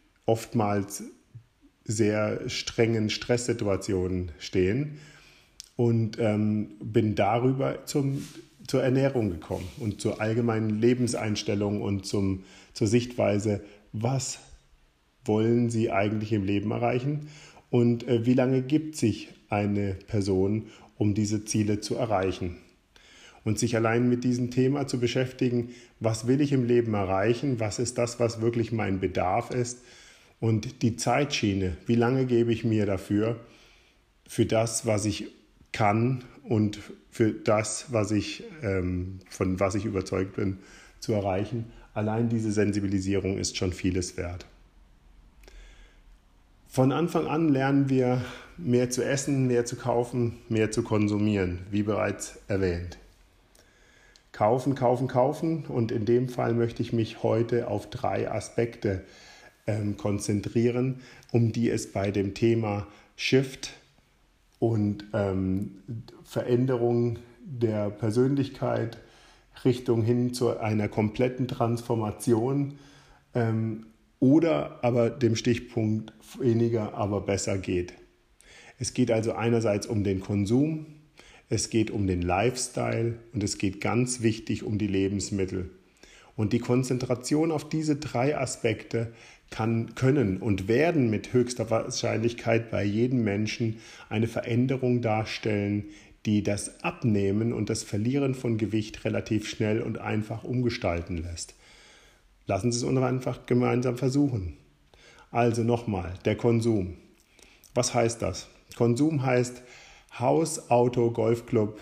oftmals sehr strengen Stresssituationen stehen und bin darüber zur Ernährung gekommen und zur allgemeinen Lebenseinstellung und zur Sichtweise, was wollen Sie eigentlich im Leben erreichen und wie lange gibt sich eine Person, um diese Ziele zu erreichen. Und sich allein mit diesem Thema zu beschäftigen, was will ich im Leben erreichen, was ist das, was wirklich mein Bedarf ist und die Zeitschiene, wie lange gebe ich mir dafür, für das, was ich kann und für das, von was ich überzeugt bin, zu erreichen. Allein diese Sensibilisierung ist schon vieles wert. Von Anfang an lernen wir, mehr zu essen, mehr zu kaufen, mehr zu konsumieren, wie bereits erwähnt. Kaufen, kaufen, kaufen und in dem Fall möchte ich mich heute auf 3 Aspekte konzentrieren, um die es bei dem Thema Shift und Veränderung der Persönlichkeit Richtung hin zu einer kompletten Transformation oder aber dem Stichpunkt weniger, aber besser geht. Es geht also einerseits um den Konsum, es geht um den Lifestyle und es geht ganz wichtig um die Lebensmittel. Und die Konzentration auf diese 3 Aspekte können und werden mit höchster Wahrscheinlichkeit bei jedem Menschen eine Veränderung darstellen, die das Abnehmen und das Verlieren von Gewicht relativ schnell und einfach umgestalten lässt. Lassen Sie es uns einfach gemeinsam versuchen. Also nochmal, der Konsum. Was heißt das? Konsum heißt Haus, Auto, Golfclub,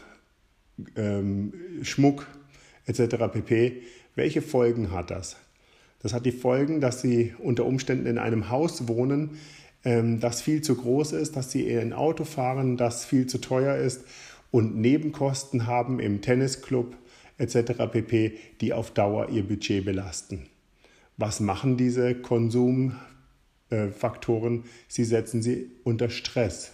Schmuck etc. pp. Welche Folgen hat das? Das hat die Folgen, dass Sie unter Umständen in einem Haus wohnen, das viel zu groß ist, dass Sie in ein Auto fahren, das viel zu teuer ist und Nebenkosten haben im Tennisclub etc. pp., die auf Dauer Ihr Budget belasten. Was machen diese Konsumfaktoren? Sie setzen sie unter Stress.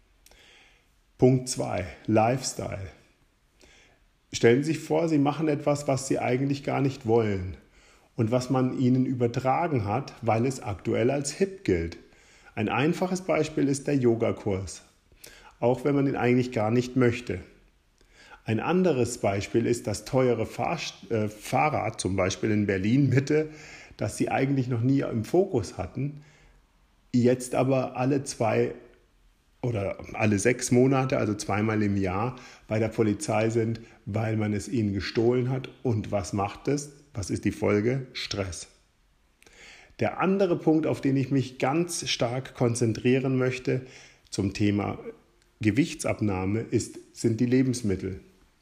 Punkt 2, Lifestyle. Stellen Sie sich vor, Sie machen etwas, was Sie eigentlich gar nicht wollen und was man Ihnen übertragen hat, weil es aktuell als hip gilt. Ein einfaches Beispiel ist der Yogakurs, auch wenn man ihn eigentlich gar nicht möchte. Ein anderes Beispiel ist das teure Fahrrad, zum Beispiel in Berlin-Mitte, das Sie eigentlich noch nie im Fokus hatten, jetzt aber alle 2 oder alle 6 Monate, also 2-mal im Jahr, bei der Polizei sind, weil man es ihnen gestohlen hat. Und was macht es? Was ist die Folge? Stress. Der andere Punkt, auf den ich mich ganz stark konzentrieren möchte zum Thema Gewichtsabnahme, sind die Lebensmittel.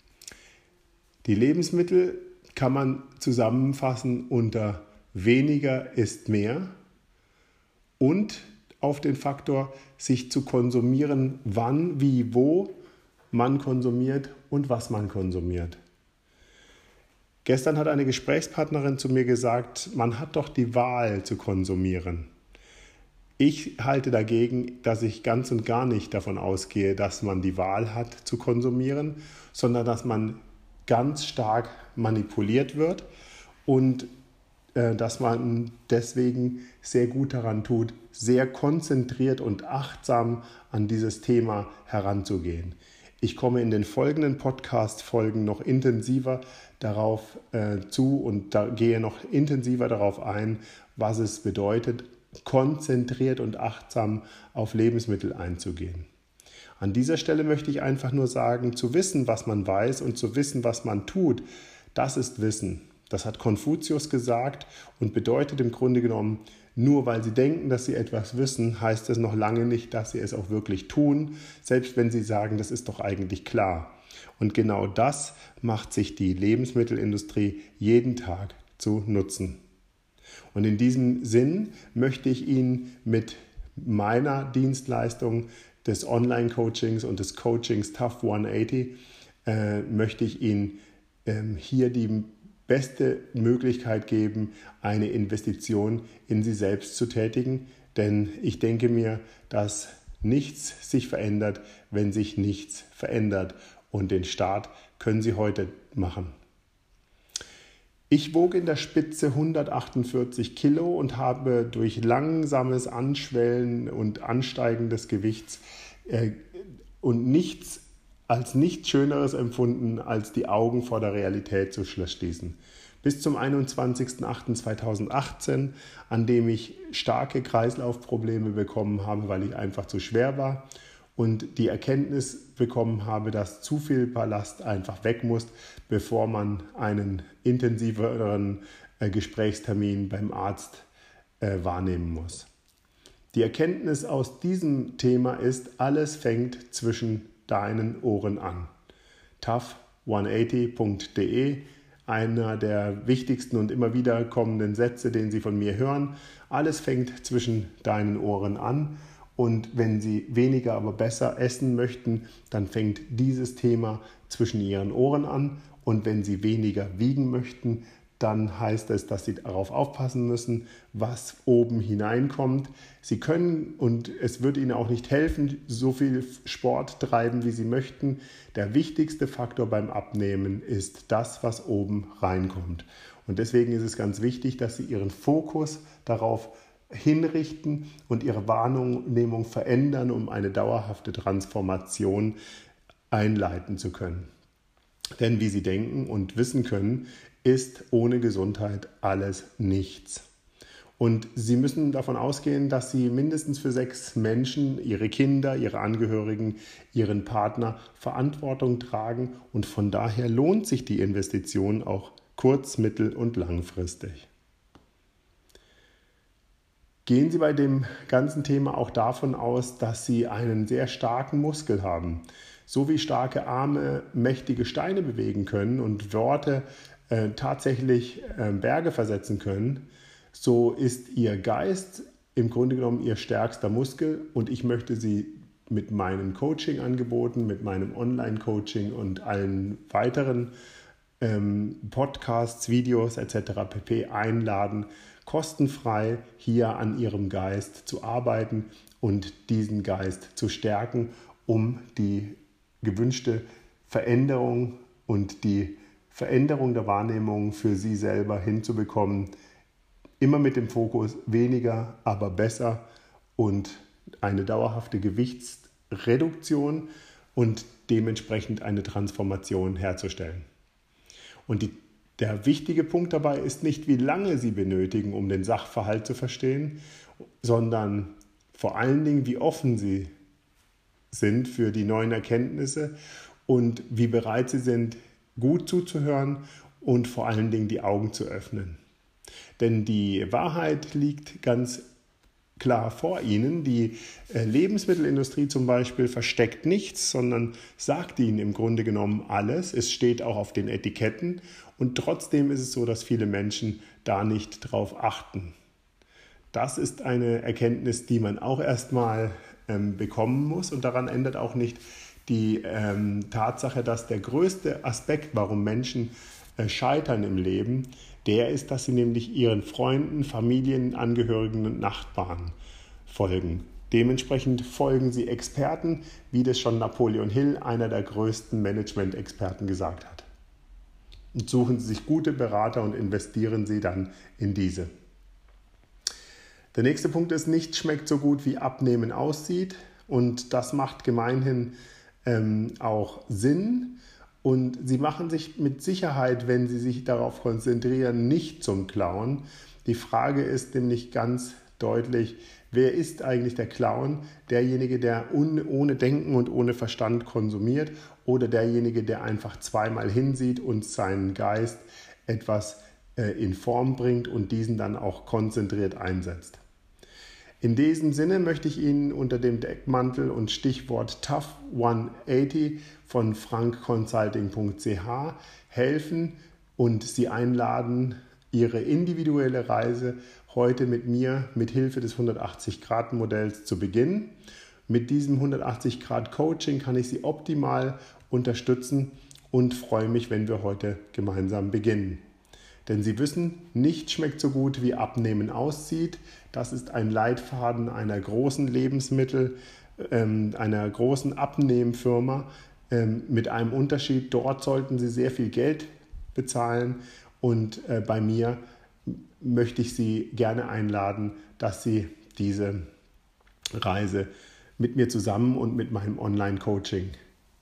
Die Lebensmittel kann man zusammenfassen unter weniger ist mehr und auf den Faktor, sich zu konsumieren, wann, wie, wo man konsumiert und was man konsumiert. Gestern hat eine Gesprächspartnerin zu mir gesagt, man hat doch die Wahl zu konsumieren. Ich halte dagegen, dass ich ganz und gar nicht davon ausgehe, dass man die Wahl hat zu konsumieren, sondern dass man ganz stark manipuliert wird und dass man deswegen sehr gut daran tut, sehr konzentriert und achtsam an dieses Thema heranzugehen. Ich komme in den folgenden Podcast-Folgen noch intensiver darauf zu und gehe noch intensiver darauf ein, was es bedeutet, konzentriert und achtsam auf Lebensmittel einzugehen. An dieser Stelle möchte ich einfach nur sagen, zu wissen, was man weiß und zu wissen, was man tut, das ist Wissen. Das hat Konfuzius gesagt und bedeutet im Grunde genommen, nur weil sie denken, dass sie etwas wissen, heißt es noch lange nicht, dass sie es auch wirklich tun, selbst wenn sie sagen, das ist doch eigentlich klar. Und genau das macht sich die Lebensmittelindustrie jeden Tag zu nutzen. Und in diesem Sinn möchte ich Ihnen mit meiner Dienstleistung des Online-Coachings und des Coachings Tough 180 möchte ich Ihnen hier die beste Möglichkeit geben, eine Investition in Sie selbst zu tätigen. Denn ich denke mir, dass nichts sich verändert, wenn sich nichts verändert. Und den Start können Sie heute machen. Ich wog in der Spitze 148 Kilo und habe durch langsames Anschwellen und Ansteigen des Gewichts und nichts als nichts Schöneres empfunden, als die Augen vor der Realität zu schließen. Bis zum 21.08.2018, an dem ich starke Kreislaufprobleme bekommen habe, weil ich einfach zu schwer war und die Erkenntnis bekommen habe, dass zu viel Ballast einfach weg muss, bevor man einen intensiveren Gesprächstermin beim Arzt wahrnehmen muss. Die Erkenntnis aus diesem Thema ist, alles fängt zwischen deinen Ohren an. tough180.de, einer der wichtigsten und immer wieder kommenden Sätze, den Sie von mir hören. Alles fängt zwischen deinen Ohren an. Und wenn Sie weniger, aber besser essen möchten, dann fängt dieses Thema zwischen Ihren Ohren an. Und wenn Sie weniger wiegen möchten, dann heißt es, dass Sie darauf aufpassen müssen, was oben hineinkommt. Sie können, und es wird Ihnen auch nicht helfen, so viel Sport treiben, wie Sie möchten. Der wichtigste Faktor beim Abnehmen ist das, was oben reinkommt. Und deswegen ist es ganz wichtig, dass Sie Ihren Fokus darauf hinrichten und Ihre Wahrnehmung verändern, um eine dauerhafte Transformation einleiten zu können. Denn wie Sie denken und wissen können, ist ohne Gesundheit alles nichts. Und Sie müssen davon ausgehen, dass Sie mindestens für 6 Menschen, Ihre Kinder, Ihre Angehörigen, Ihren Partner Verantwortung tragen. Und von daher lohnt sich die Investition auch kurz-, mittel- und langfristig. Gehen Sie bei dem ganzen Thema auch davon aus, dass Sie einen sehr starken Muskel haben. So wie starke Arme mächtige Steine bewegen können und Worte tatsächlich Berge versetzen können, so ist Ihr Geist im Grunde genommen Ihr stärkster Muskel und ich möchte Sie mit meinen Coaching-Angeboten, mit meinem Online-Coaching und allen weiteren Podcasts, Videos etc. pp. Einladen, kostenfrei hier an Ihrem Geist zu arbeiten und diesen Geist zu stärken, um die gewünschte Veränderung und die Veränderung der Wahrnehmung für Sie selber hinzubekommen. Immer mit dem Fokus weniger, aber besser und eine dauerhafte Gewichtsreduktion und dementsprechend eine Transformation herzustellen. Und der wichtige Punkt dabei ist nicht, wie lange Sie benötigen, um den Sachverhalt zu verstehen, sondern vor allen Dingen, wie offen Sie sind für die neuen Erkenntnisse und wie bereit Sie sind, gut zuzuhören und vor allen Dingen die Augen zu öffnen. Denn die Wahrheit liegt ganz klar vor Ihnen. Die Lebensmittelindustrie zum Beispiel versteckt nichts, sondern sagt Ihnen im Grunde genommen alles. Es steht auch auf den Etiketten und trotzdem ist es so, dass viele Menschen da nicht drauf achten. Das ist eine Erkenntnis, die man auch erstmal bekommen muss und daran ändert auch nicht die Tatsache, dass der größte Aspekt, warum Menschen scheitern im Leben, der ist, dass sie nämlich ihren Freunden, Familienangehörigen und Nachbarn folgen. Dementsprechend folgen sie Experten, wie das schon Napoleon Hill, einer der größten Management-Experten, gesagt hat. Und suchen Sie sich gute Berater und investieren Sie dann in diese. Der nächste Punkt ist, nichts schmeckt so gut, wie Abnehmen aussieht. Und das macht gemeinhin auch Sinn. Und Sie machen sich mit Sicherheit, wenn Sie sich darauf konzentrieren, nicht zum Clown. Die Frage ist nämlich ganz deutlich, wer ist eigentlich der Clown? Derjenige, der ohne Denken und ohne Verstand konsumiert oder derjenige, der einfach zweimal hinsieht und seinen Geist etwas in Form bringt und diesen dann auch konzentriert einsetzt. In diesem Sinne möchte ich Ihnen unter dem Deckmantel und Stichwort Tough180 von frankconsulting.ch helfen und Sie einladen, Ihre individuelle Reise heute mit mir mit Hilfe des 180-Grad-Modells zu beginnen. Mit diesem 180-Grad-Coaching kann ich Sie optimal unterstützen und freue mich, wenn wir heute gemeinsam beginnen. Denn Sie wissen, nichts schmeckt so gut, wie Abnehmen aussieht. Das ist ein Leitfaden einer großen einer großen Abnehmfirma mit einem Unterschied. Dort sollten Sie sehr viel Geld bezahlen und bei mir möchte ich Sie gerne einladen, dass Sie diese Reise mit mir zusammen und mit meinem Online-Coaching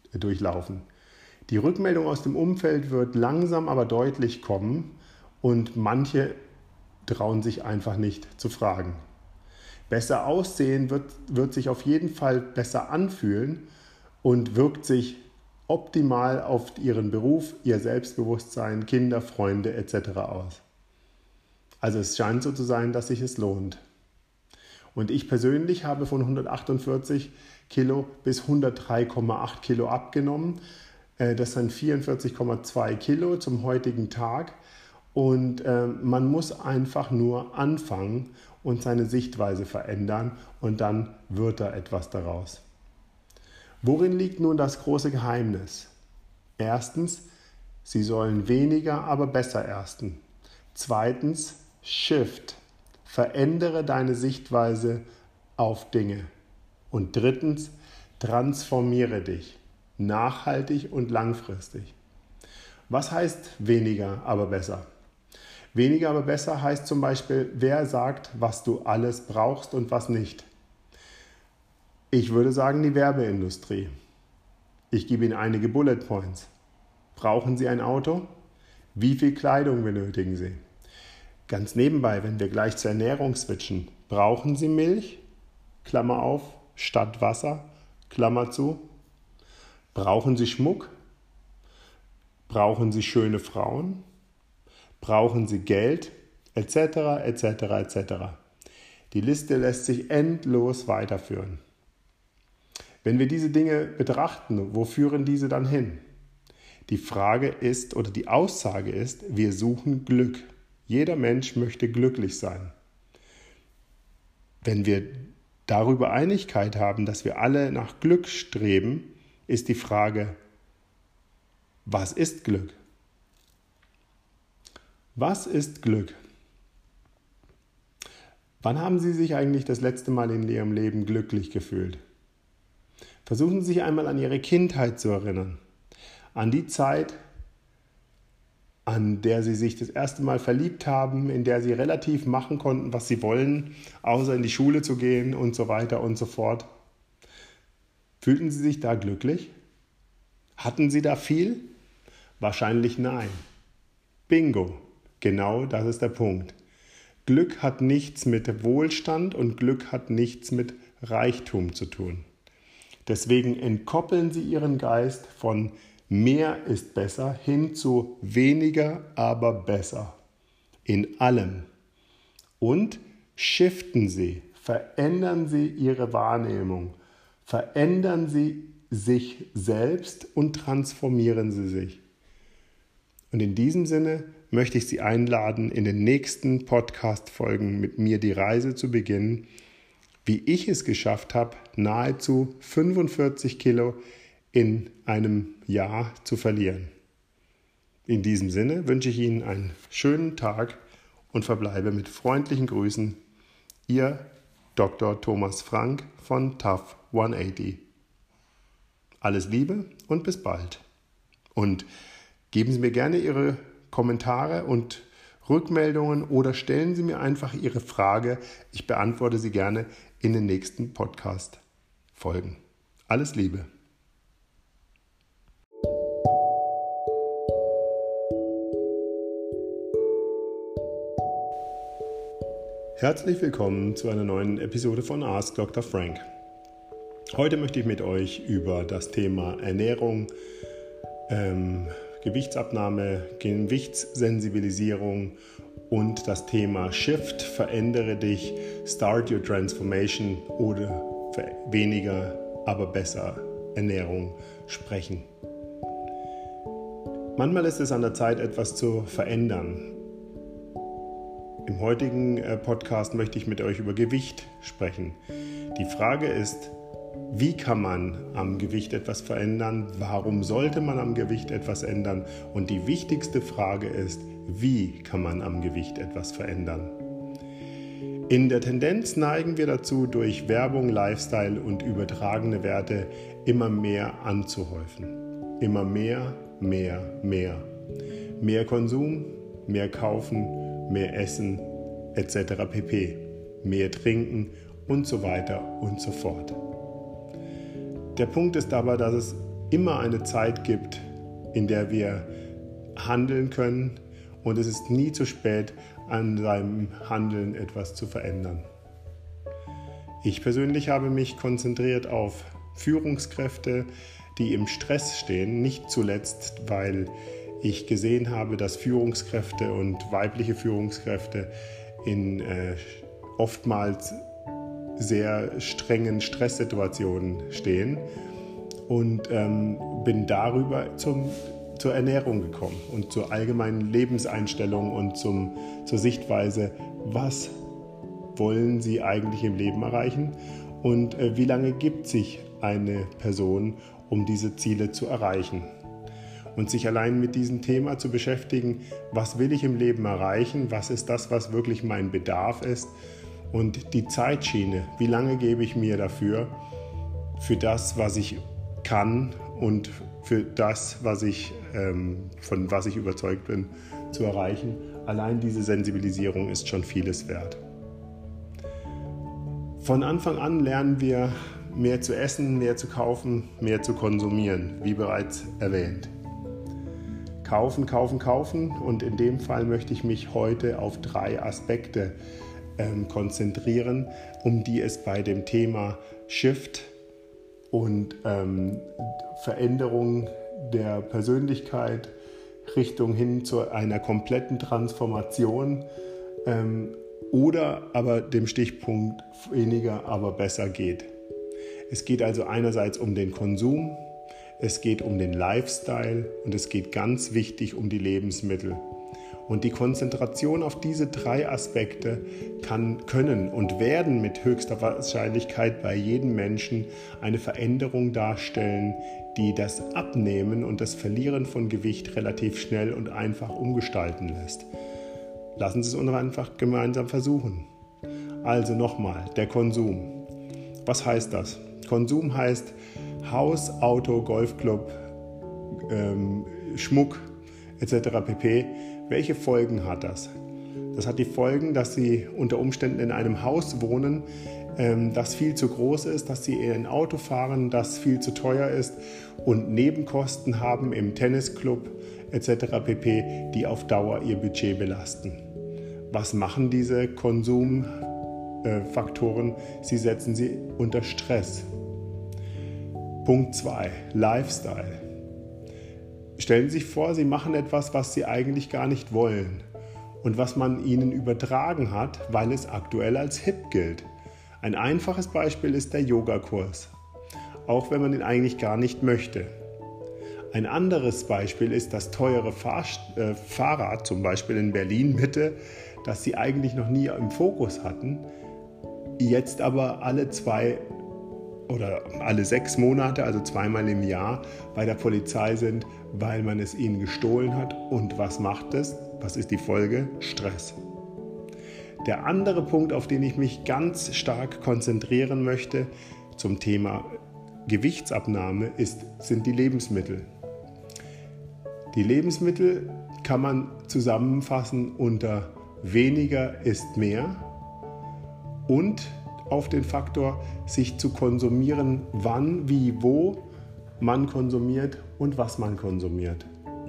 durchlaufen. Die Rückmeldung aus dem Umfeld wird langsam aber deutlich kommen und manche trauen sich einfach nicht zu fragen. Besser aussehen wird sich auf jeden Fall besser anfühlen und wirkt sich optimal auf ihren Beruf, ihr Selbstbewusstsein, Kinder, Freunde etc. aus. Also es scheint so zu sein, dass sich es lohnt. Und ich persönlich habe von 148 Kilo bis 103,8 Kilo abgenommen. Das sind 44,2 Kilo zum heutigen Tag. Und man muss einfach nur anfangen und seine Sichtweise verändern und dann wird da etwas daraus. Worin liegt nun das große Geheimnis? Erstens, Sie sollen weniger, aber besser ersten. Zweitens, Shift. Verändere deine Sichtweise auf Dinge. Und drittens, transformiere dich. Nachhaltig und langfristig. Was heißt weniger, aber besser? Weniger, aber besser heißt zum Beispiel, wer sagt, was du alles brauchst und was nicht. Ich würde sagen, die Werbeindustrie. Ich gebe Ihnen einige Bullet Points. Brauchen Sie ein Auto? Wie viel Kleidung benötigen Sie? Ganz nebenbei, wenn wir gleich zur Ernährung switchen, brauchen Sie Milch? Klammer auf, statt Wasser, Klammer zu. Brauchen Sie Schmuck? Brauchen Sie schöne Frauen? Brauchen Sie Geld? Etc., etc., etc. Die Liste lässt sich endlos weiterführen. Wenn wir diese Dinge betrachten, wo führen diese dann hin? Die Frage ist oder die Aussage ist, wir suchen Glück. Jeder Mensch möchte glücklich sein. Wenn wir darüber Einigkeit haben, dass wir alle nach Glück streben, ist die Frage, was ist Glück? Was ist Glück? Wann haben Sie sich eigentlich das letzte Mal in Ihrem Leben glücklich gefühlt? Versuchen Sie sich einmal an Ihre Kindheit zu erinnern, an die Zeit, an der Sie sich das erste Mal verliebt haben, in der Sie relativ machen konnten, was Sie wollen, außer in die Schule zu gehen und so weiter und so fort. Fühlten Sie sich da glücklich? Hatten Sie da viel? Wahrscheinlich nein. Bingo, genau das ist der Punkt. Glück hat nichts mit Wohlstand und Glück hat nichts mit Reichtum zu tun. Deswegen entkoppeln Sie Ihren Geist von mehr ist besser hin zu weniger, aber besser. In allem. Und shiften Sie, verändern Sie Ihre Wahrnehmung, verändern Sie sich selbst und transformieren Sie sich. Und in diesem Sinne möchte ich Sie einladen, in den nächsten Podcast-Folgen mit mir die Reise zu beginnen, wie ich es geschafft habe, nahezu 45 Kilo in einem Jahr zu verlieren. In diesem Sinne wünsche ich Ihnen einen schönen Tag und verbleibe mit freundlichen Grüßen. Ihr Dr. Thomas Frank von Tough 180. Alles Liebe und bis bald. Und geben Sie mir gerne Ihre Kommentare und Rückmeldungen oder stellen Sie mir einfach Ihre Frage. Ich beantworte sie gerne in den nächsten Podcast-Folgen. Alles Liebe. Herzlich willkommen zu einer neuen Episode von Ask Dr. Frank. Heute möchte ich mit euch über das Thema Ernährung, Gewichtsabnahme, Gewichtssensibilisierung und das Thema Shift, verändere dich, Start Your Transformation oder weniger, aber besser Ernährung sprechen. Manchmal ist es an der Zeit, etwas zu verändern. Im heutigen Podcast möchte ich mit euch über Gewicht sprechen. Die Frage ist, wie kann man am Gewicht etwas verändern? Warum sollte man am Gewicht etwas ändern? Und die wichtigste Frage ist, wie kann man am Gewicht etwas verändern? In der Tendenz neigen wir dazu, durch Werbung, Lifestyle und übertragene Werte immer mehr anzuhäufen. Immer mehr, mehr, mehr. Mehr Konsum, mehr kaufen, mehr essen, etc. pp. Mehr trinken und so weiter und so fort. Der Punkt ist aber, dass es immer eine Zeit gibt, in der wir handeln können und es ist nie zu spät, an seinem Handeln etwas zu verändern. Ich persönlich habe mich konzentriert auf Führungskräfte, die im Stress stehen, nicht zuletzt, weil ich gesehen habe, dass Führungskräfte und weibliche Führungskräfte in oftmals sehr strengen Stresssituationen stehen und bin darüber zur Ernährung gekommen und zur allgemeinen Lebenseinstellung und zur Sichtweise, was wollen Sie eigentlich im Leben erreichen und wie lange gibt sich eine Person, um diese Ziele zu erreichen. Und sich allein mit diesem Thema zu beschäftigen, was will ich im Leben erreichen, was ist das, was wirklich mein Bedarf ist und die Zeitschiene, wie lange gebe ich mir dafür, für das, was ich kann und für das, von was ich überzeugt bin, zu erreichen. Allein diese Sensibilisierung ist schon vieles wert. Von Anfang an lernen wir, mehr zu essen, mehr zu kaufen, mehr zu konsumieren, wie bereits erwähnt. Kaufen, kaufen, kaufen und in dem Fall möchte ich mich heute auf 3 Aspekte konzentrieren, um die es bei dem Thema Shift und Veränderung der Persönlichkeit Richtung hin zu einer kompletten Transformation oder aber dem Stichpunkt weniger, aber besser geht. Es geht also einerseits um den Konsum, es geht um den Lifestyle und es geht ganz wichtig um die Lebensmittel. Und die Konzentration auf diese 3 Aspekte können und werden mit höchster Wahrscheinlichkeit bei jedem Menschen eine Veränderung darstellen, die das Abnehmen und das Verlieren von Gewicht relativ schnell und einfach umgestalten lässt. Lassen Sie es uns einfach gemeinsam versuchen. Also nochmal, der Konsum. Was heißt das? Konsum heißt Haus, Auto, Golfclub, Schmuck etc. pp. Welche Folgen hat das? Das hat die Folgen, dass Sie unter Umständen in einem Haus wohnen, das viel zu groß ist, dass Sie in ein Auto fahren, das viel zu teuer ist und Nebenkosten haben im Tennisclub etc. pp., die auf Dauer Ihr Budget belasten. Was machen diese Konsumfaktoren? Sie setzen sie unter Stress. Punkt 2, Lifestyle. Stellen Sie sich vor, Sie machen etwas, was Sie eigentlich gar nicht wollen und was man Ihnen übertragen hat, weil es aktuell als hip gilt. Ein einfaches Beispiel ist der Yogakurs, auch wenn man ihn eigentlich gar nicht möchte. Ein anderes Beispiel ist das teure Fahrrad, zum Beispiel in Berlin-Mitte, das Sie eigentlich noch nie im Fokus hatten, jetzt aber alle 2 oder alle 6 Monate, also 2-mal im Jahr, bei der Polizei sind, weil man es ihnen gestohlen hat. Und was macht es? Was ist die Folge? Stress. Der andere Punkt, auf den ich mich ganz stark konzentrieren möchte zum Thema Gewichtsabnahme, sind die Lebensmittel. Die Lebensmittel kann man zusammenfassen unter weniger ist mehr und auf den Faktor, sich zu konsumieren, wann, wie, wo man konsumiert und was man konsumiert.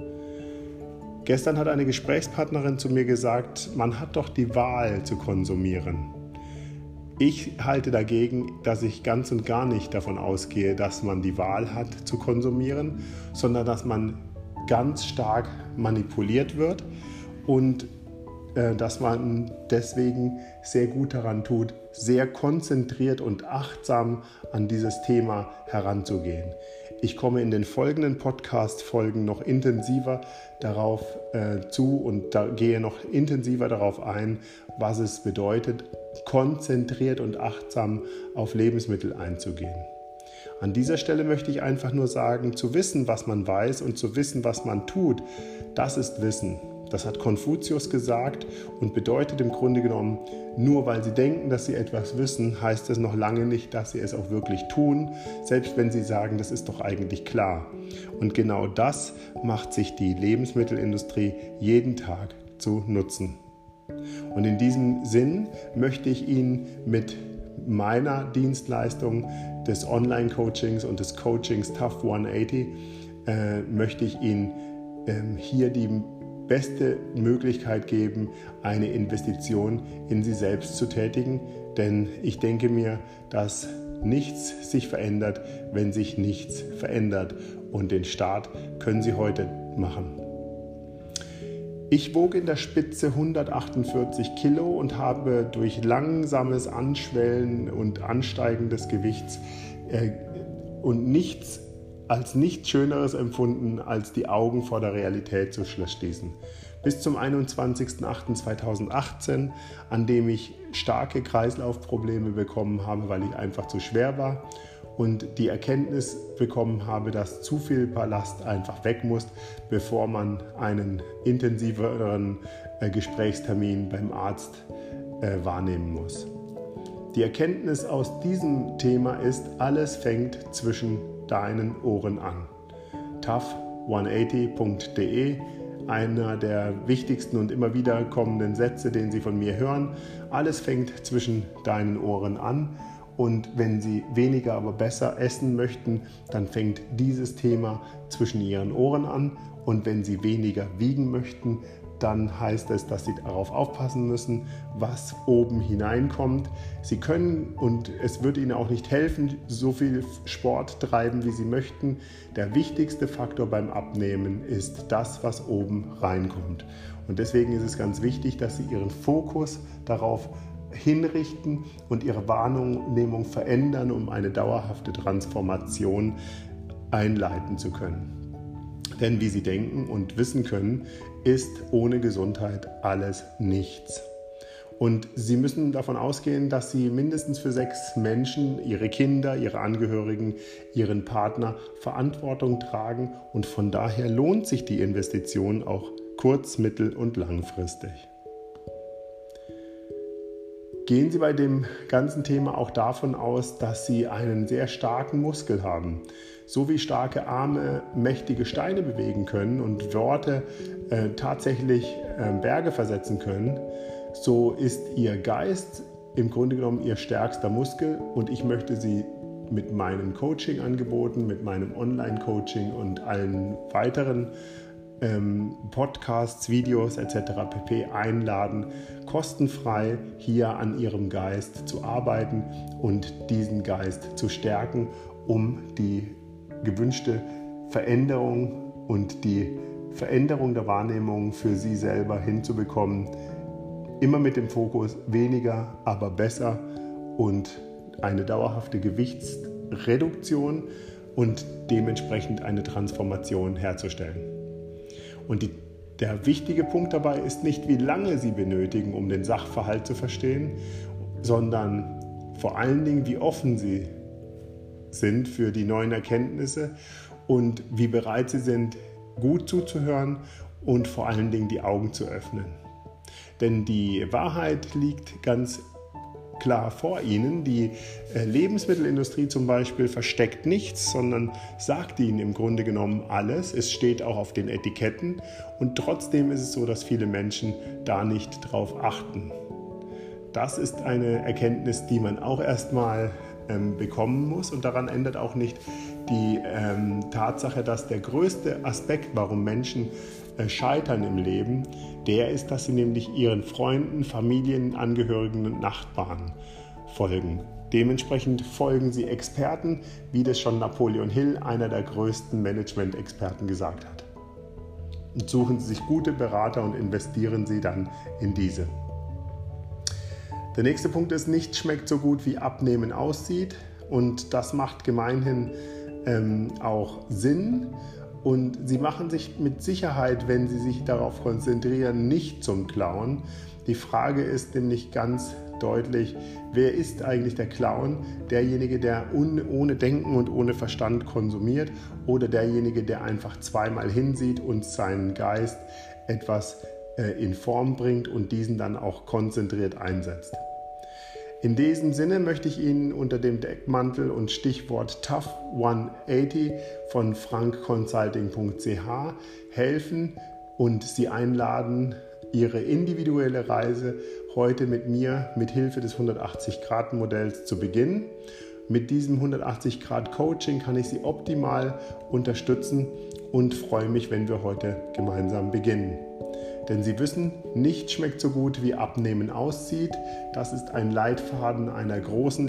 Gestern hat eine Gesprächspartnerin zu mir gesagt, man hat doch die Wahl zu konsumieren. Ich halte dagegen, dass ich ganz und gar nicht davon ausgehe, dass man die Wahl hat zu konsumieren, sondern dass man ganz stark manipuliert wird und dass man deswegen sehr gut daran tut, sehr konzentriert und achtsam an dieses Thema heranzugehen. Ich komme in den folgenden Podcast-Folgen noch intensiver darauf zu und gehe noch intensiver darauf ein, was es bedeutet, konzentriert und achtsam auf Lebensmittel einzugehen. An dieser Stelle möchte ich einfach nur sagen, zu wissen, was man weiß und zu wissen, was man tut, das ist Wissen. Das hat Konfuzius gesagt und bedeutet im Grunde genommen, nur weil Sie denken, dass Sie etwas wissen, heißt es noch lange nicht, dass Sie es auch wirklich tun, selbst wenn Sie sagen, das ist doch eigentlich klar. Und genau das macht sich die Lebensmittelindustrie jeden Tag zu nutzen. Und in diesem Sinn möchte ich Ihnen mit meiner Dienstleistung des Online-Coachings und des Coachings Tough 180 möchte ich Ihnen hier die beste Möglichkeit geben, eine Investition in Sie selbst zu tätigen. Denn ich denke mir, dass nichts sich verändert, wenn sich nichts verändert. Und den Start können Sie heute machen. Ich wog in der Spitze 148 Kilo und habe durch langsames Anschwellen und Ansteigen des Gewichts und nichts Schöneres empfunden, als die Augen vor der Realität zu schließen. Bis zum 21.08.2018, an dem ich starke Kreislaufprobleme bekommen habe, weil ich einfach zu schwer war und die Erkenntnis bekommen habe, dass zu viel Ballast einfach weg muss, bevor man einen intensiveren Gesprächstermin beim Arzt wahrnehmen muss. Die Erkenntnis aus diesem Thema ist, alles fängt zwischen deinen Ohren an. tough180.de, einer der wichtigsten und immer wieder kommenden Sätze, den Sie von mir hören. Alles fängt zwischen deinen Ohren an. Und wenn Sie weniger, aber besser essen möchten, dann fängt dieses Thema zwischen Ihren Ohren an. Und wenn Sie weniger wiegen möchten, dann heißt es, dass Sie darauf aufpassen müssen, was oben hineinkommt. Sie können, und es wird Ihnen auch nicht helfen, so viel Sport treiben, wie Sie möchten. Der wichtigste Faktor beim Abnehmen ist das, was oben reinkommt. Und deswegen ist es ganz wichtig, dass Sie Ihren Fokus darauf hinrichten und Ihre Wahrnehmung verändern, um eine dauerhafte Transformation einleiten zu können. Denn wie Sie denken und wissen können, ist ohne Gesundheit alles nichts. Und Sie müssen davon ausgehen, dass Sie mindestens für 6 Menschen, Ihre Kinder, Ihre Angehörigen, Ihren Partner Verantwortung tragen. Und von daher lohnt sich die Investition auch kurz-, mittel- und langfristig. Gehen Sie bei dem ganzen Thema auch davon aus, dass Sie einen sehr starken Muskel haben. So wie starke Arme mächtige Steine bewegen können und Worte tatsächlich Berge versetzen können, so ist Ihr Geist im Grunde genommen Ihr stärkster Muskel. Und ich möchte Sie mit meinen Coaching-Angeboten, mit meinem Online-Coaching und allen weiteren Podcasts, Videos etc. pp. einladen, kostenfrei hier an Ihrem Geist zu arbeiten und diesen Geist zu stärken, um die gewünschte Veränderung und die Veränderung der Wahrnehmung für Sie selber hinzubekommen. Immer mit dem Fokus weniger, aber besser und eine dauerhafte Gewichtsreduktion und dementsprechend eine Transformation herzustellen. Und der wichtige Punkt dabei ist nicht, wie lange Sie benötigen, um den Sachverhalt zu verstehen, sondern vor allen Dingen, wie offen Sie sind für die neuen Erkenntnisse und wie bereit Sie sind, gut zuzuhören und vor allen Dingen die Augen zu öffnen. Denn die Wahrheit liegt ganz klar vor Ihnen. Die Lebensmittelindustrie zum Beispiel versteckt nichts, sondern sagt Ihnen im Grunde genommen alles. Es steht auch auf den Etiketten und trotzdem ist es so, dass viele Menschen da nicht drauf achten. Das ist eine Erkenntnis, die man auch erstmal bekommen muss und daran ändert auch nicht die Tatsache, dass der größte Aspekt, warum Menschen scheitern im Leben, der ist, dass sie nämlich ihren Freunden, Familienangehörigen und Nachbarn folgen. Dementsprechend folgen sie Experten, wie das schon Napoleon Hill, einer der größten Management-Experten, gesagt hat. Und suchen Sie sich gute Berater und investieren Sie dann in diese. Der nächste Punkt ist, nichts schmeckt so gut, wie Abnehmen aussieht. Und das macht gemeinhin auch Sinn. Und Sie machen sich mit Sicherheit, wenn Sie sich darauf konzentrieren, nicht zum Clown. Die Frage ist nämlich ganz deutlich, wer ist eigentlich der Clown? Derjenige, der ohne Denken und ohne Verstand konsumiert oder derjenige, der einfach zweimal hinsieht und seinen Geist etwas in Form bringt und diesen dann auch konzentriert einsetzt. In diesem Sinne möchte ich Ihnen unter dem Deckmantel und Stichwort Tough 180 von frankconsulting.ch helfen und Sie einladen, Ihre individuelle Reise heute mit mir mit Hilfe des 180-Grad-Modells zu beginnen. Mit diesem 180-Grad-Coaching kann ich Sie optimal unterstützen und freue mich, wenn wir heute gemeinsam beginnen. Denn Sie wissen, nichts schmeckt so gut, wie Abnehmen aussieht. Das ist ein Leitfaden einer großen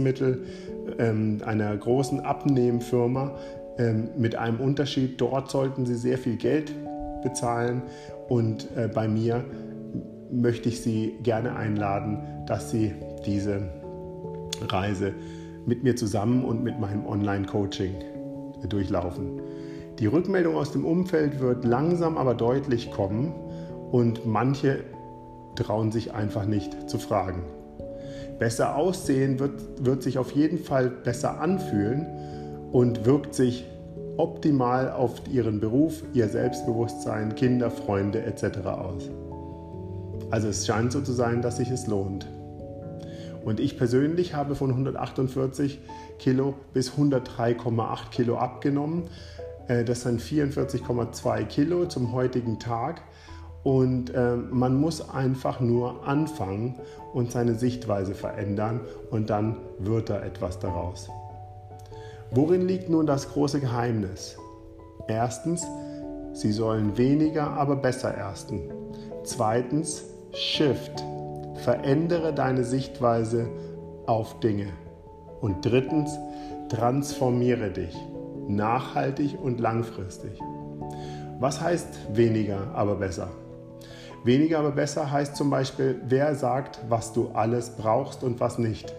einer großen Abnehmfirma mit einem Unterschied. Dort sollten Sie sehr viel Geld bezahlen und bei mir möchte ich Sie gerne einladen, dass Sie diese Reise mit mir zusammen und mit meinem Online-Coaching durchlaufen. Die Rückmeldung aus dem Umfeld wird langsam aber deutlich kommen und manche trauen sich einfach nicht zu fragen. Besser aussehen wird sich auf jeden Fall besser anfühlen und wirkt sich optimal auf Ihren Beruf, Ihr Selbstbewusstsein, Kinder, Freunde etc. aus. Also es scheint so zu sein, dass sich es lohnt. Und ich persönlich habe von 148 Kilo bis 103,8 Kilo abgenommen. Das sind 44,2 Kilo zum heutigen Tag. Und man muss einfach nur anfangen und seine Sichtweise verändern und dann wird da etwas daraus. Worin liegt nun das große Geheimnis? Erstens, Sie sollen weniger, aber besser ersten. Zweitens, Shift. Verändere deine Sichtweise auf Dinge. Und drittens, transformiere dich. Nachhaltig und langfristig. Was heißt weniger, aber besser? Weniger, aber besser heißt zum Beispiel, wer sagt, was du alles brauchst und was nicht.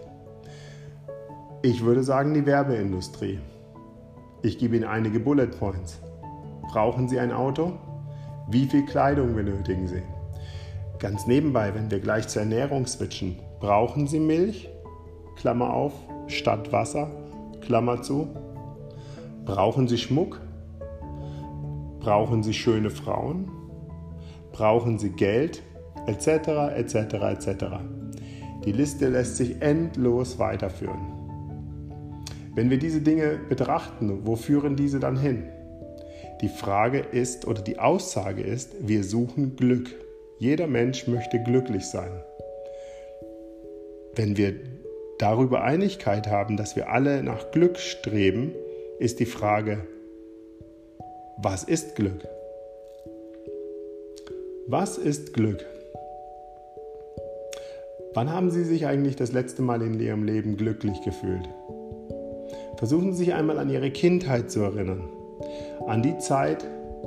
Ich würde sagen, die Werbeindustrie. Ich gebe Ihnen einige Bullet Points. Brauchen Sie ein Auto? Wie viel Kleidung benötigen Sie? Ganz nebenbei, wenn wir gleich zur Ernährung switchen, brauchen Sie Milch, Klammer auf, statt Wasser, Klammer zu? Brauchen Sie Schmuck? Brauchen Sie schöne Frauen? Brauchen Sie Geld? Etc., etc., etc. Die Liste lässt sich endlos weiterführen. Wenn wir diese Dinge betrachten, wo führen diese dann hin? Die Frage ist, oder die Aussage ist, wir suchen Glück. Jeder Mensch möchte glücklich sein. Wenn wir darüber Einigkeit haben, dass wir alle nach Glück streben, ist die Frage, was ist Glück? Was ist Glück? Wann haben Sie sich eigentlich das letzte Mal in Ihrem Leben glücklich gefühlt? Versuchen Sie sich einmal an Ihre Kindheit zu erinnern. An die Zeit,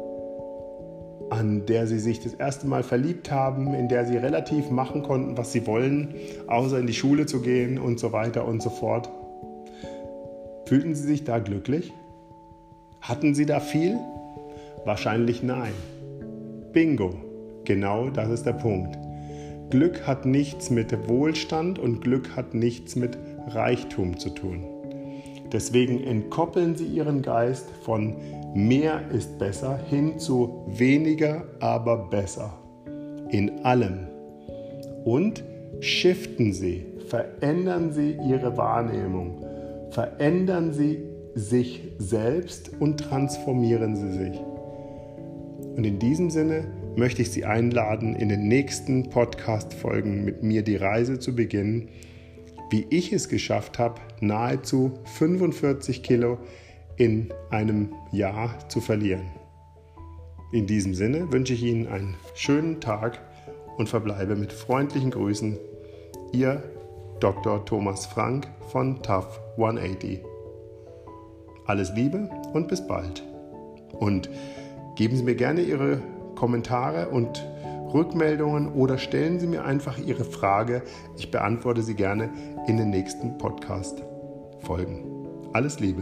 an der Sie sich das erste Mal verliebt haben, in der Sie relativ machen konnten, was Sie wollen, außer in die Schule zu gehen und so weiter und so fort. Fühlten Sie sich da glücklich? Hatten Sie da viel? Wahrscheinlich nein. Bingo, genau das ist der Punkt. Glück hat nichts mit Wohlstand und Glück hat nichts mit Reichtum zu tun. Deswegen entkoppeln Sie Ihren Geist von mehr ist besser hin zu weniger, aber besser. In allem. Und shiften Sie, verändern Sie Ihre Wahrnehmung, verändern Sie sich selbst und transformieren Sie sich. Und in diesem Sinne möchte ich Sie einladen, in den nächsten Podcast-Folgen mit mir die Reise zu beginnen, wie ich es geschafft habe, nahezu 45 Kilo in einem Jahr zu verlieren. In diesem Sinne wünsche ich Ihnen einen schönen Tag und verbleibe mit freundlichen Grüßen. Ihr Dr. Thomas Frank von Tough 180. Alles Liebe und bis bald. Und geben Sie mir gerne Ihre Kommentare und Rückmeldungen oder stellen Sie mir einfach Ihre Frage. Ich beantworte sie gerne in den nächsten Podcast-Folgen. Alles Liebe.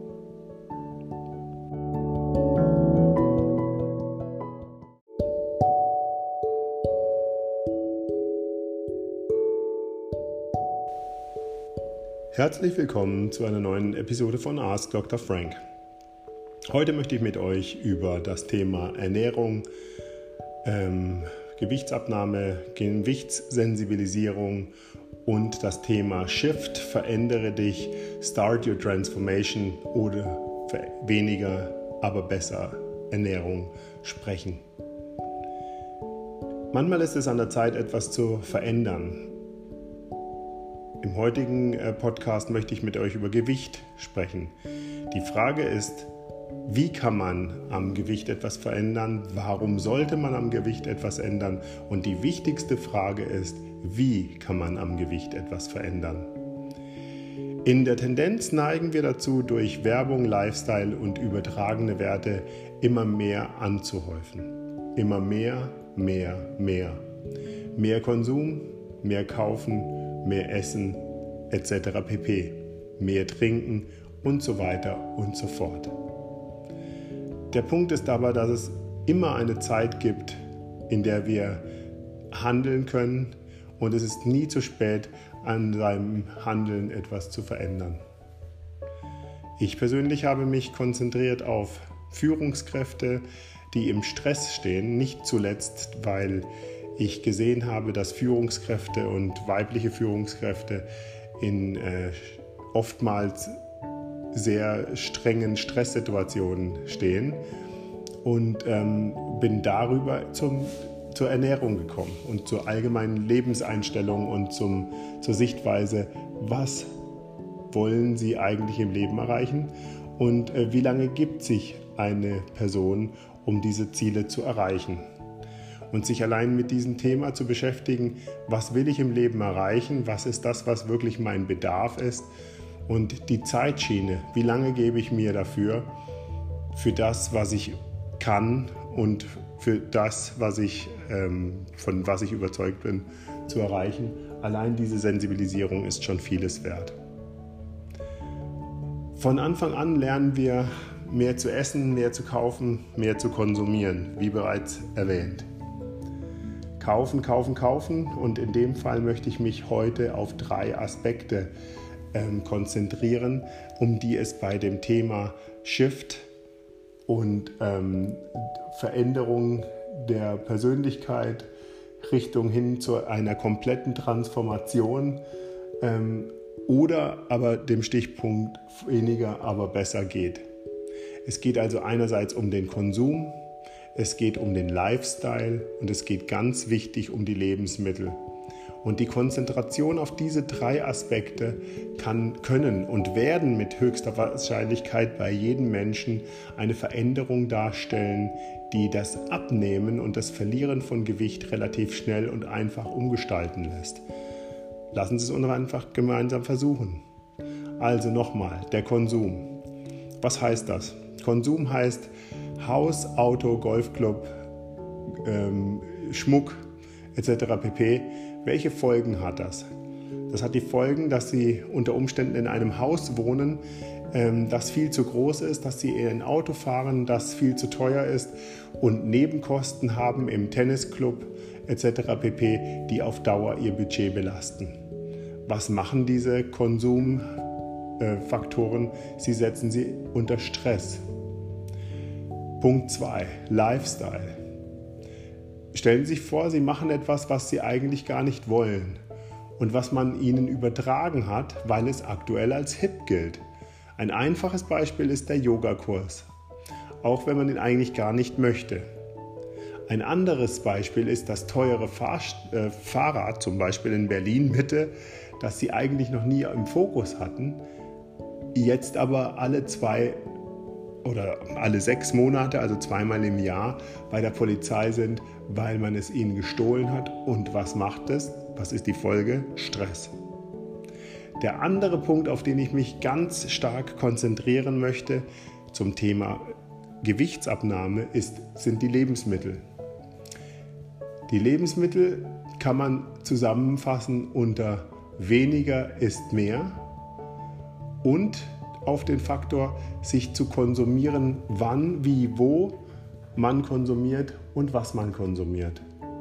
Herzlich willkommen zu einer neuen Episode von Ask Dr. Frank. Heute möchte ich mit euch über das Thema Ernährung, Gewichtsabnahme, Gewichtssensibilisierung und das Thema Shift, verändere dich, Start Your Transformation oder weniger, aber besser Ernährung sprechen. Manchmal ist es an der Zeit, etwas zu verändern. Im heutigen Podcast möchte ich mit euch über Gewicht sprechen. Die Frage ist, wie kann man am Gewicht etwas verändern? Warum sollte man am Gewicht etwas ändern? Und die wichtigste Frage ist, wie kann man am Gewicht etwas verändern? In der Tendenz neigen wir dazu, durch Werbung, Lifestyle und übertragene Werte immer mehr anzuhäufen. Immer mehr, mehr, mehr. Mehr Konsum, mehr kaufen, mehr essen, etc. pp. Mehr trinken und so weiter und so fort. Der Punkt ist aber, dass es immer eine Zeit gibt, in der wir handeln können und es ist nie zu spät, an seinem Handeln etwas zu verändern. Ich persönlich habe mich konzentriert auf Führungskräfte, die im Stress stehen, nicht zuletzt, weil ich gesehen habe, dass Führungskräfte und weibliche Führungskräfte in oftmals sehr strengen Stresssituationen stehen und bin darüber zur Ernährung gekommen und zur allgemeinen Lebenseinstellung und zur Sichtweise, was wollen Sie eigentlich im Leben erreichen und wie lange gibt sich eine Person, um diese Ziele zu erreichen. Und sich allein mit diesem Thema zu beschäftigen, was will ich im Leben erreichen, was ist das, was wirklich mein Bedarf ist und die Zeitschiene, wie lange gebe ich mir dafür, für das, was ich kann und für das, von was ich überzeugt bin, zu erreichen. Allein diese Sensibilisierung ist schon vieles wert. Von Anfang an lernen wir, mehr zu essen, mehr zu kaufen, mehr zu konsumieren, wie bereits erwähnt. Kaufen, kaufen, kaufen und in dem Fall möchte ich mich heute auf 3 Aspekte konzentrieren, um die es bei dem Thema Shift und Veränderung der Persönlichkeit Richtung hin zu einer kompletten Transformation oder aber dem Stichpunkt weniger, aber besser geht. Es geht also einerseits um den Konsum, es geht um den Lifestyle und es geht ganz wichtig um die Lebensmittel. Und die Konzentration auf diese 3 Aspekte können und werden mit höchster Wahrscheinlichkeit bei jedem Menschen eine Veränderung darstellen, die das Abnehmen und das Verlieren von Gewicht relativ schnell und einfach umgestalten lässt. Lassen Sie es uns einfach gemeinsam versuchen. Also nochmal, der Konsum. Was heißt das? Konsum heißt Haus, Auto, Golfclub, Schmuck etc. pp. Welche Folgen hat das? Das hat die Folgen, dass Sie unter Umständen in einem Haus wohnen, das viel zu groß ist, dass Sie in ein Auto fahren, das viel zu teuer ist und Nebenkosten haben im Tennisclub etc. pp., die auf Dauer Ihr Budget belasten. Was machen diese Konsumfaktoren? Sie setzen sie unter Stress. Punkt 2, Lifestyle. Stellen Sie sich vor, Sie machen etwas, was Sie eigentlich gar nicht wollen und was man Ihnen übertragen hat, weil es aktuell als hip gilt. Ein einfaches Beispiel ist der Yogakurs, auch wenn man ihn eigentlich gar nicht möchte. Ein anderes Beispiel ist das teure Fahrrad, zum Beispiel in Berlin-Mitte, das Sie eigentlich noch nie im Fokus hatten, jetzt aber alle 2 oder alle 6 Monate, also 2-mal im Jahr, bei der Polizei sind, weil man es ihnen gestohlen hat. Und was macht es? Was ist die Folge? Stress. Der andere Punkt, auf den ich mich ganz stark konzentrieren möchte zum Thema Gewichtsabnahme, sind die Lebensmittel. Die Lebensmittel kann man zusammenfassen unter weniger ist mehr und auf den Faktor, sich zu konsumieren, wann, wie, wo man konsumiert und was man konsumiert.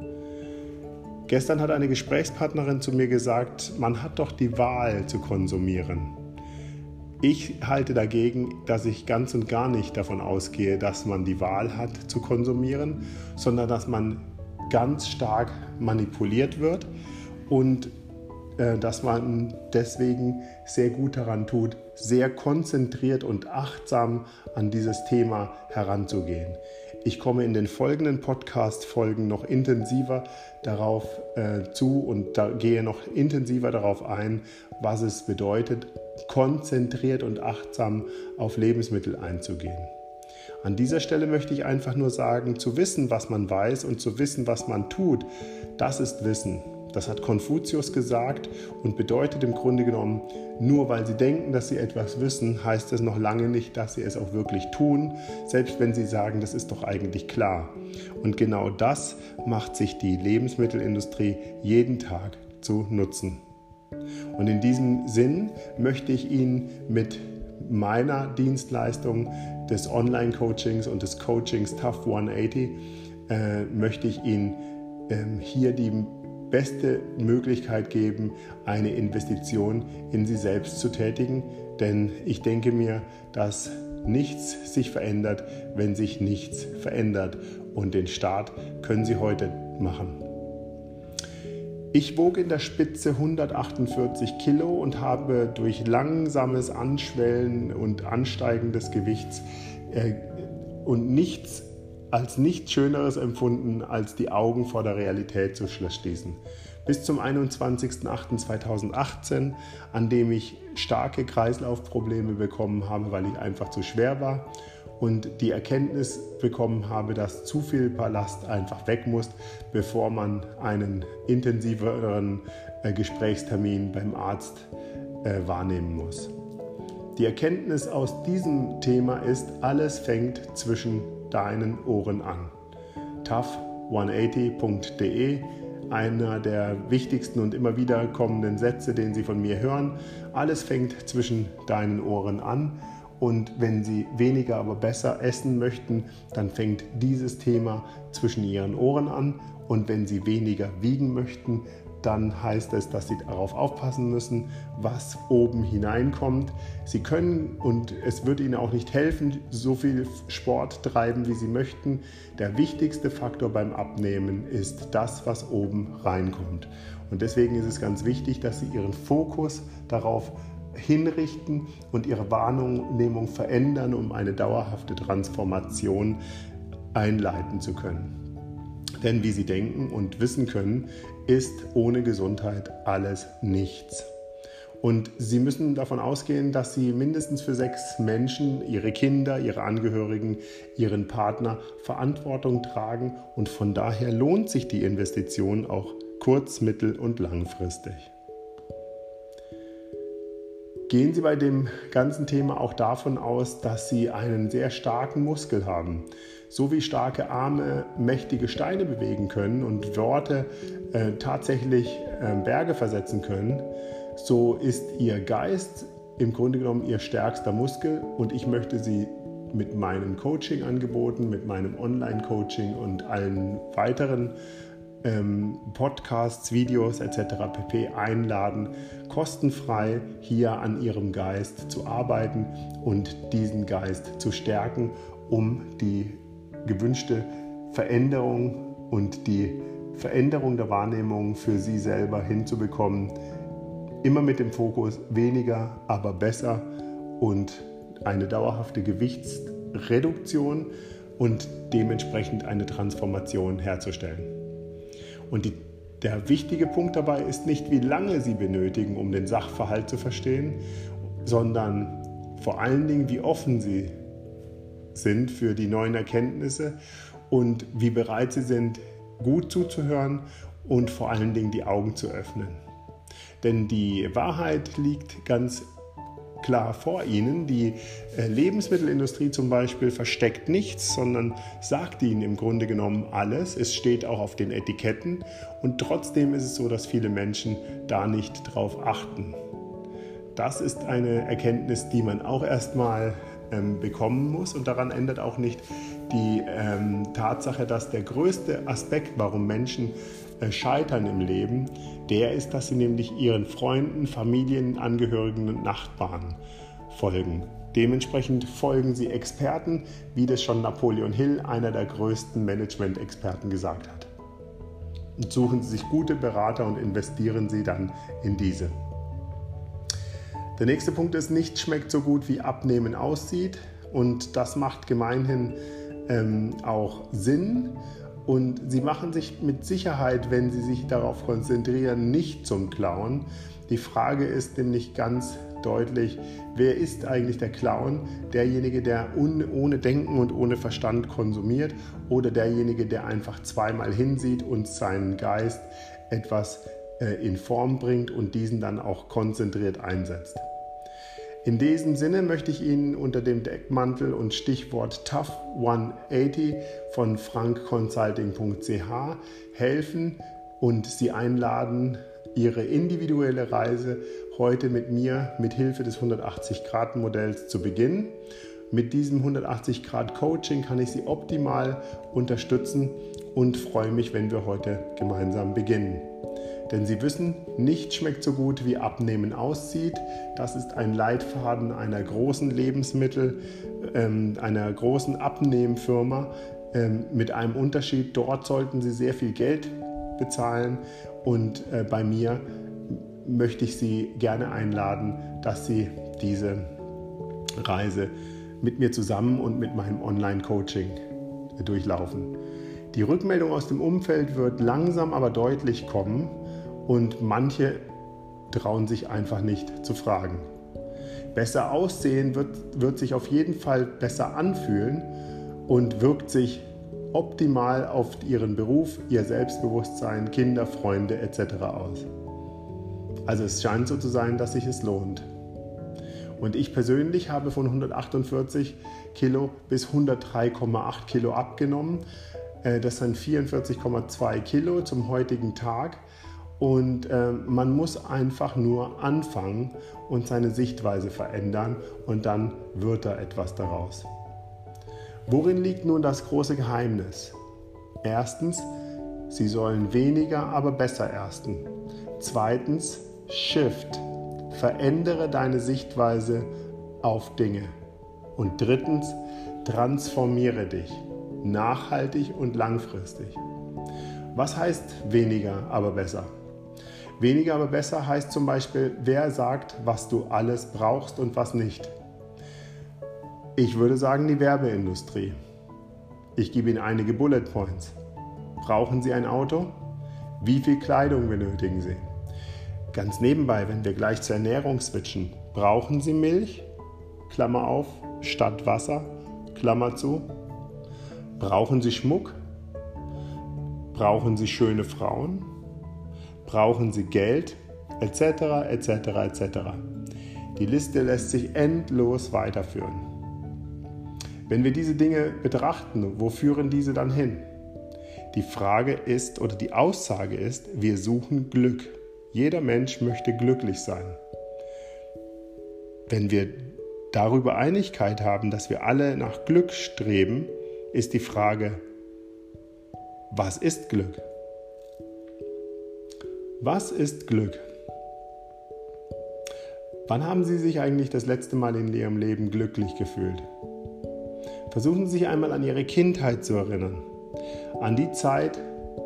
Gestern hat eine Gesprächspartnerin zu mir gesagt, man hat doch die Wahl zu konsumieren. Ich halte dagegen, dass ich ganz und gar nicht davon ausgehe, dass man die Wahl hat zu konsumieren, sondern dass man ganz stark manipuliert wird und dass man deswegen sehr gut daran tut, sehr konzentriert und achtsam an dieses Thema heranzugehen. Ich komme in den folgenden Podcast-Folgen noch intensiver darauf zu und gehe noch intensiver darauf ein, was es bedeutet, konzentriert und achtsam auf Lebensmittel einzugehen. An dieser Stelle möchte ich einfach nur sagen, zu wissen, was man weiß und zu wissen, was man tut, das ist Wissen. Das hat Konfuzius gesagt und bedeutet im Grunde genommen, nur weil sie denken, dass sie etwas wissen, heißt es noch lange nicht, dass sie es auch wirklich tun, selbst wenn sie sagen, das ist doch eigentlich klar. Und genau das macht sich die Lebensmittelindustrie jeden Tag zu nutzen. Und in diesem Sinn möchte ich Ihnen mit meiner Dienstleistung des Online-Coachings und des Coachings Tough 180 möchte ich Ihnen hier die beste Möglichkeit geben, eine Investition in Sie selbst zu tätigen, denn ich denke mir, dass nichts sich verändert, wenn sich nichts verändert und den Start können Sie heute machen. Ich wog in der Spitze 148 Kilo und habe durch langsames Anschwellen und Ansteigen des Gewichts und nichts Schöneres empfunden, als die Augen vor der Realität zu schließen. Bis zum 21.08.2018, an dem ich starke Kreislaufprobleme bekommen habe, weil ich einfach zu schwer war und die Erkenntnis bekommen habe, dass zu viel Ballast einfach weg muss, bevor man einen intensiveren Gesprächstermin beim Arzt wahrnehmen muss. Die Erkenntnis aus diesem Thema ist, alles fängt zwischen deinen Ohren an. tough180.de, einer der wichtigsten und immer wieder kommenden Sätze, den Sie von mir hören. Alles fängt zwischen deinen Ohren an und wenn Sie weniger, aber besser essen möchten, dann fängt dieses Thema zwischen Ihren Ohren an und wenn Sie weniger wiegen möchten, dann heißt es, dass Sie darauf aufpassen müssen, was oben hineinkommt. Sie können, und es wird Ihnen auch nicht helfen, so viel Sport treiben, wie Sie möchten. Der wichtigste Faktor beim Abnehmen ist das, was oben reinkommt. Und deswegen ist es ganz wichtig, dass Sie Ihren Fokus darauf hinrichten und Ihre Wahrnehmung verändern, um eine dauerhafte Transformation einleiten zu können. Denn wie Sie denken und wissen können, ist ohne Gesundheit alles nichts. Und Sie müssen davon ausgehen, dass Sie mindestens für 6 Menschen, Ihre Kinder, Ihre Angehörigen, Ihren Partner Verantwortung tragen. Und von daher lohnt sich die Investition auch kurz-, mittel- und langfristig. Gehen Sie bei dem ganzen Thema auch davon aus, dass Sie einen sehr starken Muskel haben. So wie starke Arme mächtige Steine bewegen können und Worte tatsächlich Berge versetzen können, so ist Ihr Geist im Grunde genommen Ihr stärkster Muskel und ich möchte Sie mit meinen Coaching-Angeboten, mit meinem Online-Coaching und allen weiteren Podcasts, Videos etc. pp. einladen, kostenfrei hier an Ihrem Geist zu arbeiten und diesen Geist zu stärken, um die gewünschte Veränderung und die Veränderung der Wahrnehmung für Sie selber hinzubekommen. Immer mit dem Fokus weniger, aber besser und eine dauerhafte Gewichtsreduktion und dementsprechend eine Transformation herzustellen. Und der wichtige Punkt dabei ist nicht, wie lange Sie benötigen, um den Sachverhalt zu verstehen, sondern vor allen Dingen, wie offen Sie sind für die neuen Erkenntnisse und wie bereit Sie sind, gut zuzuhören und vor allen Dingen die Augen zu öffnen. Denn die Wahrheit liegt ganz klar vor Ihnen. Die Lebensmittelindustrie zum Beispiel versteckt nichts, sondern sagt Ihnen im Grunde genommen alles. Es steht auch auf den Etiketten und trotzdem ist es so, dass viele Menschen da nicht drauf achten. Das ist eine Erkenntnis, die man auch erstmal bekommen muss und daran ändert auch nicht die Tatsache, dass der größte Aspekt, warum Menschen scheitern im Leben, der ist, dass sie nämlich ihren Freunden, Familienangehörigen und Nachbarn folgen. Dementsprechend folgen sie Experten, wie das schon Napoleon Hill, einer der größten Management-Experten, gesagt hat. Und suchen Sie sich gute Berater und investieren Sie dann in diese. Der nächste Punkt ist, nichts schmeckt so gut, wie Abnehmen aussieht. Und das macht gemeinhin auch Sinn. Und sie machen sich mit Sicherheit, wenn sie sich darauf konzentrieren, nicht zum Clown. Die Frage ist nämlich ganz deutlich, wer ist eigentlich der Clown? Derjenige, der ohne Denken und ohne Verstand konsumiert, oder derjenige, der einfach zweimal hinsieht und seinen Geist etwas in Form bringt und diesen dann auch konzentriert einsetzt. In diesem Sinne möchte ich Ihnen unter dem Deckmantel und Stichwort Tough 180 von frankconsulting.ch helfen und Sie einladen, Ihre individuelle Reise heute mit mir mit Hilfe des 180-Grad-Modells zu beginnen. Mit diesem 180-Grad-Coaching kann ich Sie optimal unterstützen und freue mich, wenn wir heute gemeinsam beginnen. Denn Sie wissen, nichts schmeckt so gut, wie Abnehmen aussieht. Das ist ein Leitfaden einer großen einer großen Abnehmfirma mit einem Unterschied. Dort sollten Sie sehr viel Geld bezahlen und bei mir möchte ich Sie gerne einladen, dass Sie diese Reise mit mir zusammen und mit meinem Online-Coaching durchlaufen. Die Rückmeldung aus dem Umfeld wird langsam, aber deutlich kommen und manche trauen sich einfach nicht zu fragen. Besser aussehen wird sich auf jeden Fall besser anfühlen und wirkt sich optimal auf Ihren Beruf, Ihr Selbstbewusstsein, Kinder, Freunde etc. aus. Also es scheint so zu sein, dass sich es lohnt. Und ich persönlich habe von 148 Kilo bis 103,8 Kilo abgenommen. Das sind 44,2 Kilo zum heutigen Tag. Und man muss einfach nur anfangen und seine Sichtweise verändern und dann wird da etwas daraus. Worin liegt nun das große Geheimnis? Erstens, Sie sollen weniger, aber besser ersten. Zweitens, Shift. Verändere deine Sichtweise auf Dinge. Und drittens, transformiere dich. Nachhaltig und langfristig. Was heißt weniger, aber besser? Weniger, aber besser heißt zum Beispiel, wer sagt, was du alles brauchst und was nicht. Ich würde sagen, die Werbeindustrie. Ich gebe Ihnen einige Bullet Points. Brauchen Sie ein Auto? Wie viel Kleidung benötigen Sie? Ganz nebenbei, wenn wir gleich zur Ernährung switchen, brauchen Sie Milch? Klammer auf, statt Wasser, Klammer zu. Brauchen Sie Schmuck? Brauchen Sie schöne Frauen? Brauchen Sie Geld? Etc., etc., etc. Die Liste lässt sich endlos weiterführen. Wenn wir diese Dinge betrachten, wo führen diese dann hin? Die Frage ist, oder die Aussage ist, wir suchen Glück. Jeder Mensch möchte glücklich sein. Wenn wir darüber Einigkeit haben, dass wir alle nach Glück streben, ist die Frage, was ist Glück? Was ist Glück? Wann haben Sie sich eigentlich das letzte Mal in Ihrem Leben glücklich gefühlt? Versuchen Sie sich einmal an Ihre Kindheit zu erinnern. An die Zeit,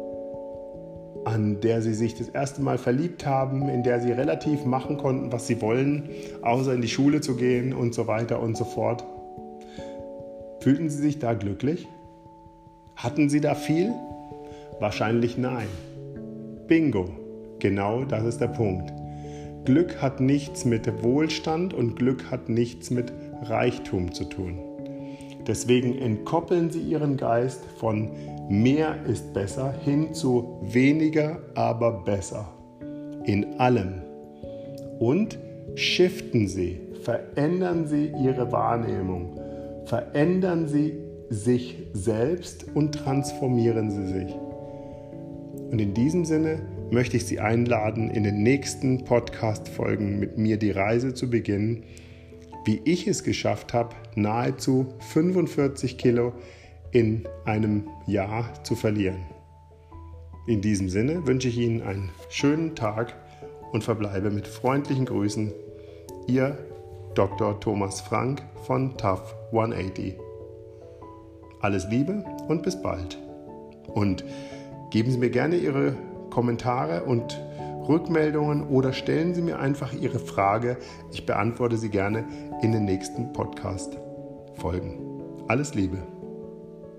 an der Sie sich das erste Mal verliebt haben, in der Sie relativ machen konnten, was Sie wollen, außer in die Schule zu gehen und so weiter und so fort. Fühlten Sie sich da glücklich? Hatten Sie da viel? Wahrscheinlich nein. Bingo, genau das ist der Punkt. Glück hat nichts mit Wohlstand und Glück hat nichts mit Reichtum zu tun. Deswegen entkoppeln Sie Ihren Geist von mehr ist besser hin zu weniger, aber besser. In allem. Und shiften Sie, verändern Sie Ihre Wahrnehmung, verändern Sie sich selbst und transformieren Sie sich. Und in diesem Sinne möchte ich Sie einladen, in den nächsten Podcast-Folgen mit mir die Reise zu beginnen, wie ich es geschafft habe, nahezu 45 Kilo in einem Jahr zu verlieren. In diesem Sinne wünsche ich Ihnen einen schönen Tag und verbleibe mit freundlichen Grüßen. Ihr Dr. Thomas Frank von Tough 180. Alles Liebe und bis bald. Und geben Sie mir gerne Ihre Kommentare und Rückmeldungen oder stellen Sie mir einfach Ihre Frage. Ich beantworte sie gerne in den nächsten Podcast-Folgen. Alles Liebe.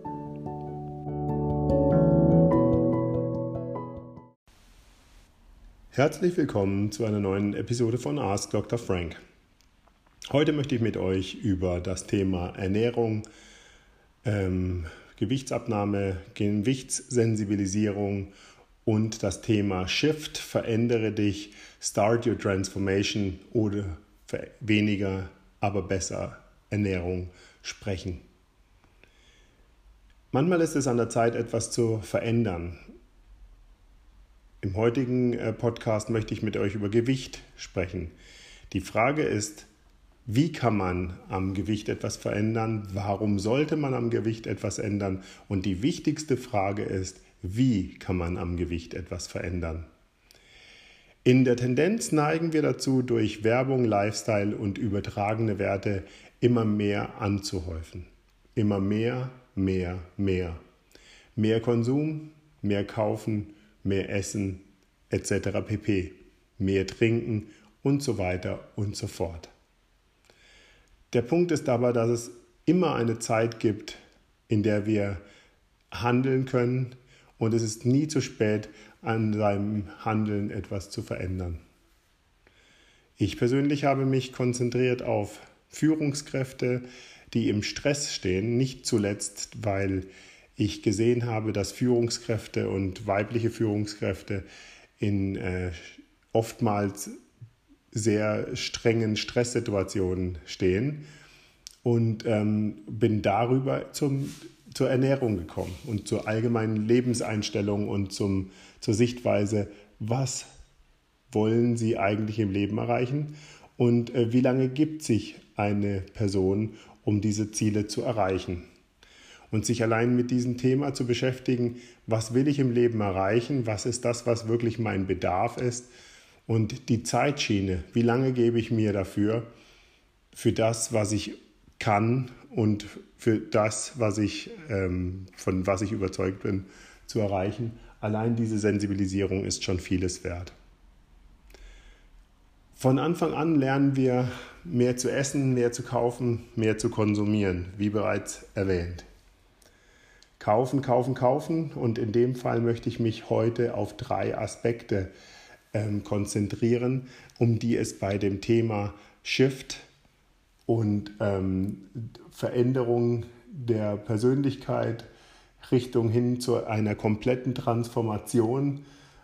Herzlich willkommen zu einer neuen Episode von Ask Dr. Frank. Heute möchte ich mit euch über das Thema Ernährung, Gewichtsabnahme, Gewichtssensibilisierung und das Thema Shift, verändere dich, Start Your Transformation oder weniger, aber besser Ernährung sprechen. Manchmal ist es an der Zeit, etwas zu verändern. Im heutigen Podcast möchte ich mit euch über Gewicht sprechen. Die Frage ist, wie kann man am Gewicht etwas verändern? Warum sollte man am Gewicht etwas ändern? Und die wichtigste Frage ist, wie kann man am Gewicht etwas verändern? In der Tendenz neigen wir dazu, durch Werbung, Lifestyle und übertragene Werte immer mehr anzuhäufen. Immer mehr, mehr, mehr. Mehr Konsum, mehr kaufen, mehr essen, etc. pp. Mehr trinken und so weiter und so fort. Der Punkt ist aber, dass es immer eine Zeit gibt, in der wir handeln können und es ist nie zu spät, an seinem Handeln etwas zu verändern. Ich persönlich habe mich konzentriert auf Führungskräfte, die im Stress stehen, nicht zuletzt, weil ich gesehen habe, dass Führungskräfte und weibliche Führungskräfte in oftmals sehr strengen Stresssituationen stehen und bin darüber zur Ernährung gekommen und zur allgemeinen Lebenseinstellung und zur Sichtweise, was wollen sie eigentlich im Leben erreichen und wie lange gibt sich eine Person, um diese Ziele zu erreichen. Und sich allein mit diesem Thema zu beschäftigen, was will ich im Leben erreichen, was ist das, was wirklich mein Bedarf ist und die Zeitschiene, wie lange gebe ich mir dafür, für das, was ich kann und für das, von was ich überzeugt bin, zu erreichen. Allein diese Sensibilisierung ist schon vieles wert. Von Anfang an lernen wir, mehr zu essen, mehr zu kaufen, mehr zu konsumieren, wie bereits erwähnt. Kaufen, kaufen, kaufen und in dem Fall möchte ich mich heute auf 3 Aspekte konzentrieren, um die es bei dem Thema Shift und Veränderung der Persönlichkeit Richtung hin zu einer kompletten Transformation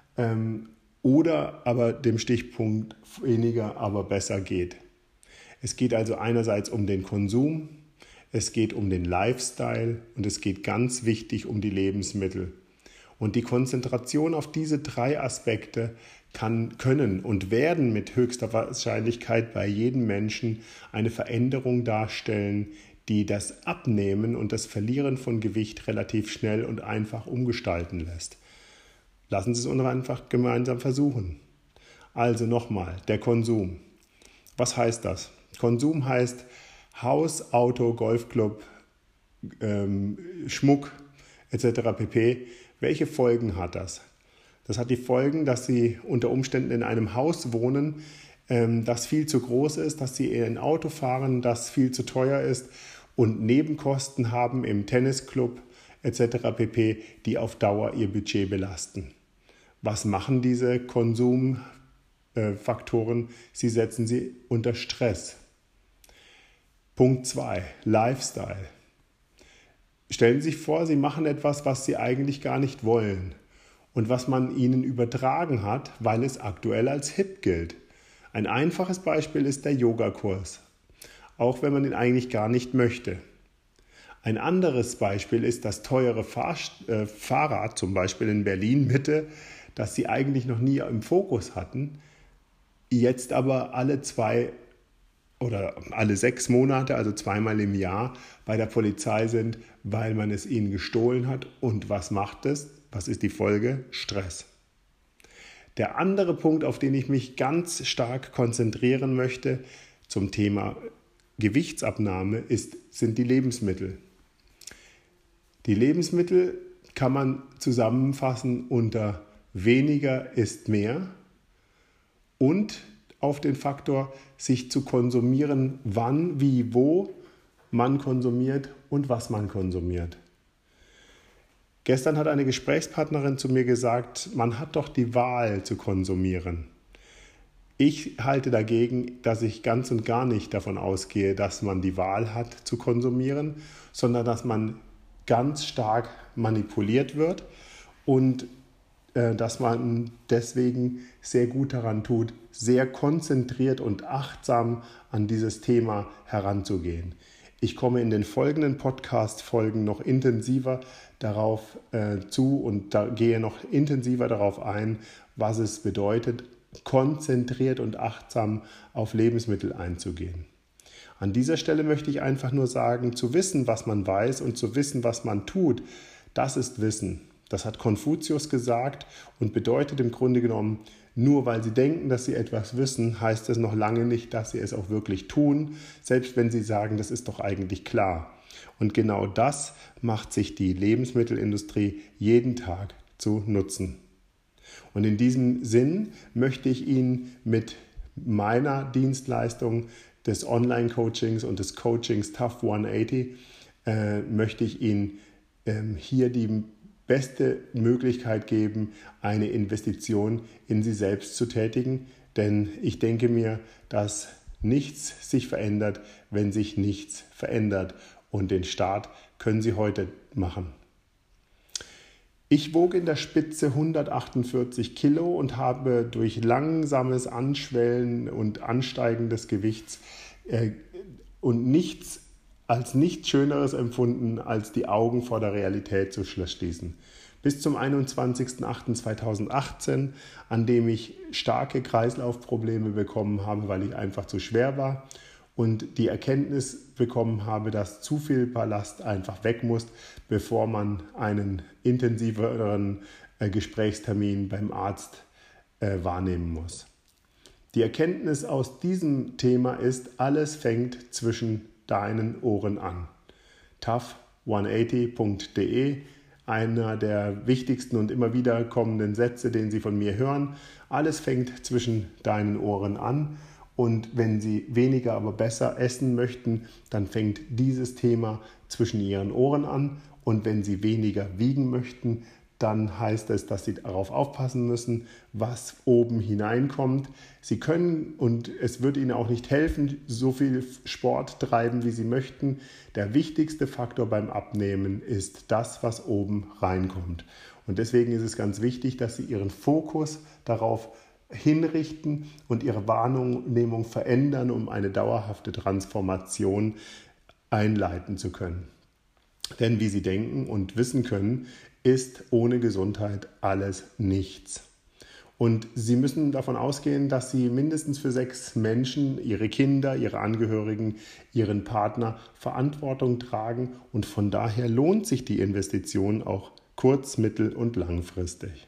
oder aber dem Stichpunkt weniger, aber besser geht. Es geht also einerseits um den Konsum, es geht um den Lifestyle und es geht ganz wichtig um die Lebensmittel. Und die Konzentration auf diese 3 Aspekte können und werden mit höchster Wahrscheinlichkeit bei jedem Menschen eine Veränderung darstellen, die das Abnehmen und das Verlieren von Gewicht relativ schnell und einfach umgestalten lässt. Lassen Sie es uns einfach gemeinsam versuchen. Also nochmal, der Konsum. Was heißt das? Konsum heißt Haus, Auto, Golfclub, Schmuck etc. pp. Welche Folgen hat das? Das hat die Folgen, dass Sie unter Umständen in einem Haus wohnen, das viel zu groß ist, dass Sie in ein Auto fahren, das viel zu teuer ist und Nebenkosten haben im Tennisclub etc. pp., die auf Dauer Ihr Budget belasten. Was machen diese Konsumfaktoren? Sie setzen sie unter Stress. Punkt 2, Lifestyle. Stellen Sie sich vor, Sie machen etwas, was Sie eigentlich gar nicht wollen und was man Ihnen übertragen hat, weil es aktuell als hip gilt. Ein einfaches Beispiel ist der Yogakurs, auch wenn man ihn eigentlich gar nicht möchte. Ein anderes Beispiel ist das teure Fahrrad, zum Beispiel in Berlin Mitte, das Sie eigentlich noch nie im Fokus hatten, jetzt aber alle 2 oder alle 6 Monate, also 2-mal im Jahr, bei der Polizei sind, weil man es ihnen gestohlen hat. Und was macht es? Was ist die Folge? Stress. Der andere Punkt, auf den ich mich ganz stark konzentrieren möchte zum Thema Gewichtsabnahme, sind die Lebensmittel. Die Lebensmittel kann man zusammenfassen unter weniger ist mehr und auf den Faktor, sich zu konsumieren, wann, wie, wo man konsumiert und was man konsumiert. Gestern hat eine Gesprächspartnerin zu mir gesagt, man hat doch die Wahl zu konsumieren. Ich halte dagegen, dass ich ganz und gar nicht davon ausgehe, dass man die Wahl hat zu konsumieren, sondern dass man ganz stark manipuliert wird und dass man deswegen sehr gut daran tut, sehr konzentriert und achtsam an dieses Thema heranzugehen. Ich komme in den folgenden Podcast-Folgen noch intensiver darauf zu und gehe noch intensiver darauf ein, was es bedeutet, konzentriert und achtsam auf Lebensmittel einzugehen. An dieser Stelle möchte ich einfach nur sagen, zu wissen, was man weiß und zu wissen, was man tut, das ist Wissen. Das hat Konfuzius gesagt und bedeutet im Grunde genommen, nur weil sie denken, dass sie etwas wissen, heißt es noch lange nicht, dass sie es auch wirklich tun, selbst wenn sie sagen, das ist doch eigentlich klar. Und genau das macht sich die Lebensmittelindustrie jeden Tag zu Nutzen. Und in diesem Sinn möchte ich Ihnen mit meiner Dienstleistung des Online-Coachings und des Coachings Tough 180 möchte ich Ihnen hier die beste Möglichkeit geben, eine Investition in Sie selbst zu tätigen. Denn ich denke mir, dass nichts sich verändert, wenn sich nichts verändert. Und den Start können Sie heute machen. Ich wog in der Spitze 148 Kilo und habe durch langsames Anschwellen und Ansteigen des Gewichts und nichts Schöneres empfunden, als die Augen vor der Realität zu schließen. Bis zum 21.08.2018, an dem ich starke Kreislaufprobleme bekommen habe, weil ich einfach zu schwer war und die Erkenntnis bekommen habe, dass zu viel Ballast einfach weg muss, bevor man einen intensiveren Gesprächstermin beim Arzt wahrnehmen muss. Die Erkenntnis aus diesem Thema ist, alles fängt zwischen deinen Ohren an. tough180.de, einer der wichtigsten und immer wieder kommenden Sätze, den Sie von mir hören. Alles fängt zwischen deinen Ohren an. Und wenn Sie weniger, aber besser essen möchten, dann fängt dieses Thema zwischen Ihren Ohren an. Und wenn Sie weniger wiegen möchten, dann heißt es, dass Sie darauf aufpassen müssen, was oben hineinkommt. Sie können, und es wird Ihnen auch nicht helfen, so viel Sport treiben, wie Sie möchten. Der wichtigste Faktor beim Abnehmen ist das, was oben reinkommt. Und deswegen ist es ganz wichtig, dass Sie Ihren Fokus darauf hinrichten und Ihre Wahrnehmung verändern, um eine dauerhafte Transformation einleiten zu können. Denn wie Sie denken und wissen können, ist ohne Gesundheit alles nichts. Und Sie müssen davon ausgehen, dass Sie mindestens für 6 Menschen, Ihre Kinder, Ihre Angehörigen, Ihren Partner Verantwortung tragen. Und von daher lohnt sich die Investition auch kurz-, mittel- und langfristig.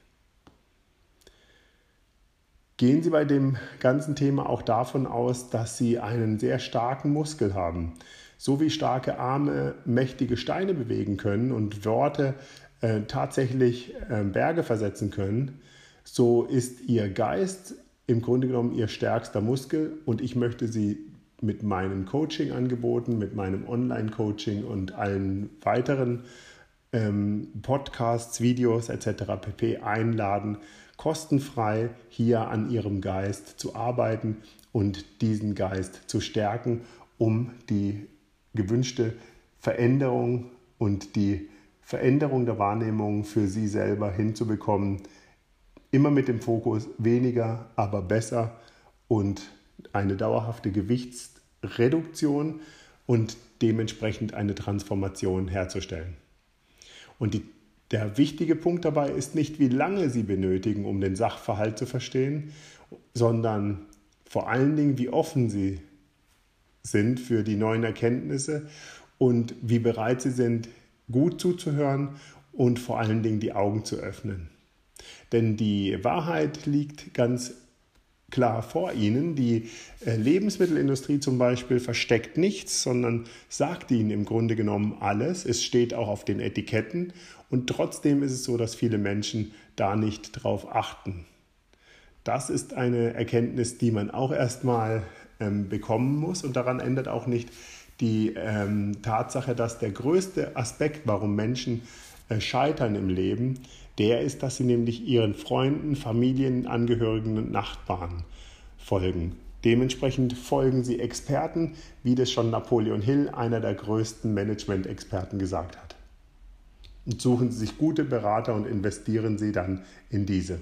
Gehen Sie bei dem ganzen Thema auch davon aus, dass Sie einen sehr starken Muskel haben. So wie starke Arme mächtige Steine bewegen können und Worte tatsächlich Berge versetzen können, so ist Ihr Geist im Grunde genommen Ihr stärkster Muskel und ich möchte Sie mit meinen Coaching-Angeboten, mit meinem Online-Coaching und allen weiteren Podcasts, Videos etc. pp. Einladen, kostenfrei hier an Ihrem Geist zu arbeiten und diesen Geist zu stärken, um die gewünschte Veränderung und die Veränderung der Wahrnehmung für Sie selber hinzubekommen. Immer mit dem Fokus weniger, aber besser und eine dauerhafte Gewichtsreduktion und dementsprechend eine Transformation herzustellen. Und der wichtige Punkt dabei ist nicht, wie lange Sie benötigen, um den Sachverhalt zu verstehen, sondern vor allen Dingen, wie offen Sie sind für die neuen Erkenntnisse und wie bereit Sie sind, gut zuzuhören und vor allen Dingen die Augen zu öffnen. Denn die Wahrheit liegt ganz klar vor Ihnen. Die Lebensmittelindustrie zum Beispiel versteckt nichts, sondern sagt Ihnen im Grunde genommen alles. Es steht auch auf den Etiketten und trotzdem ist es so, dass viele Menschen da nicht drauf achten. Das ist eine Erkenntnis, die man auch erstmal bekommen muss und daran ändert auch nicht die Tatsache, dass der größte Aspekt, warum Menschen scheitern im Leben, der ist, dass sie nämlich ihren Freunden, Familienangehörigen und Nachbarn folgen. Dementsprechend folgen sie Experten, wie das schon Napoleon Hill, einer der größten Management-Experten, gesagt hat. Und suchen sie sich gute Berater und investieren sie dann in diese.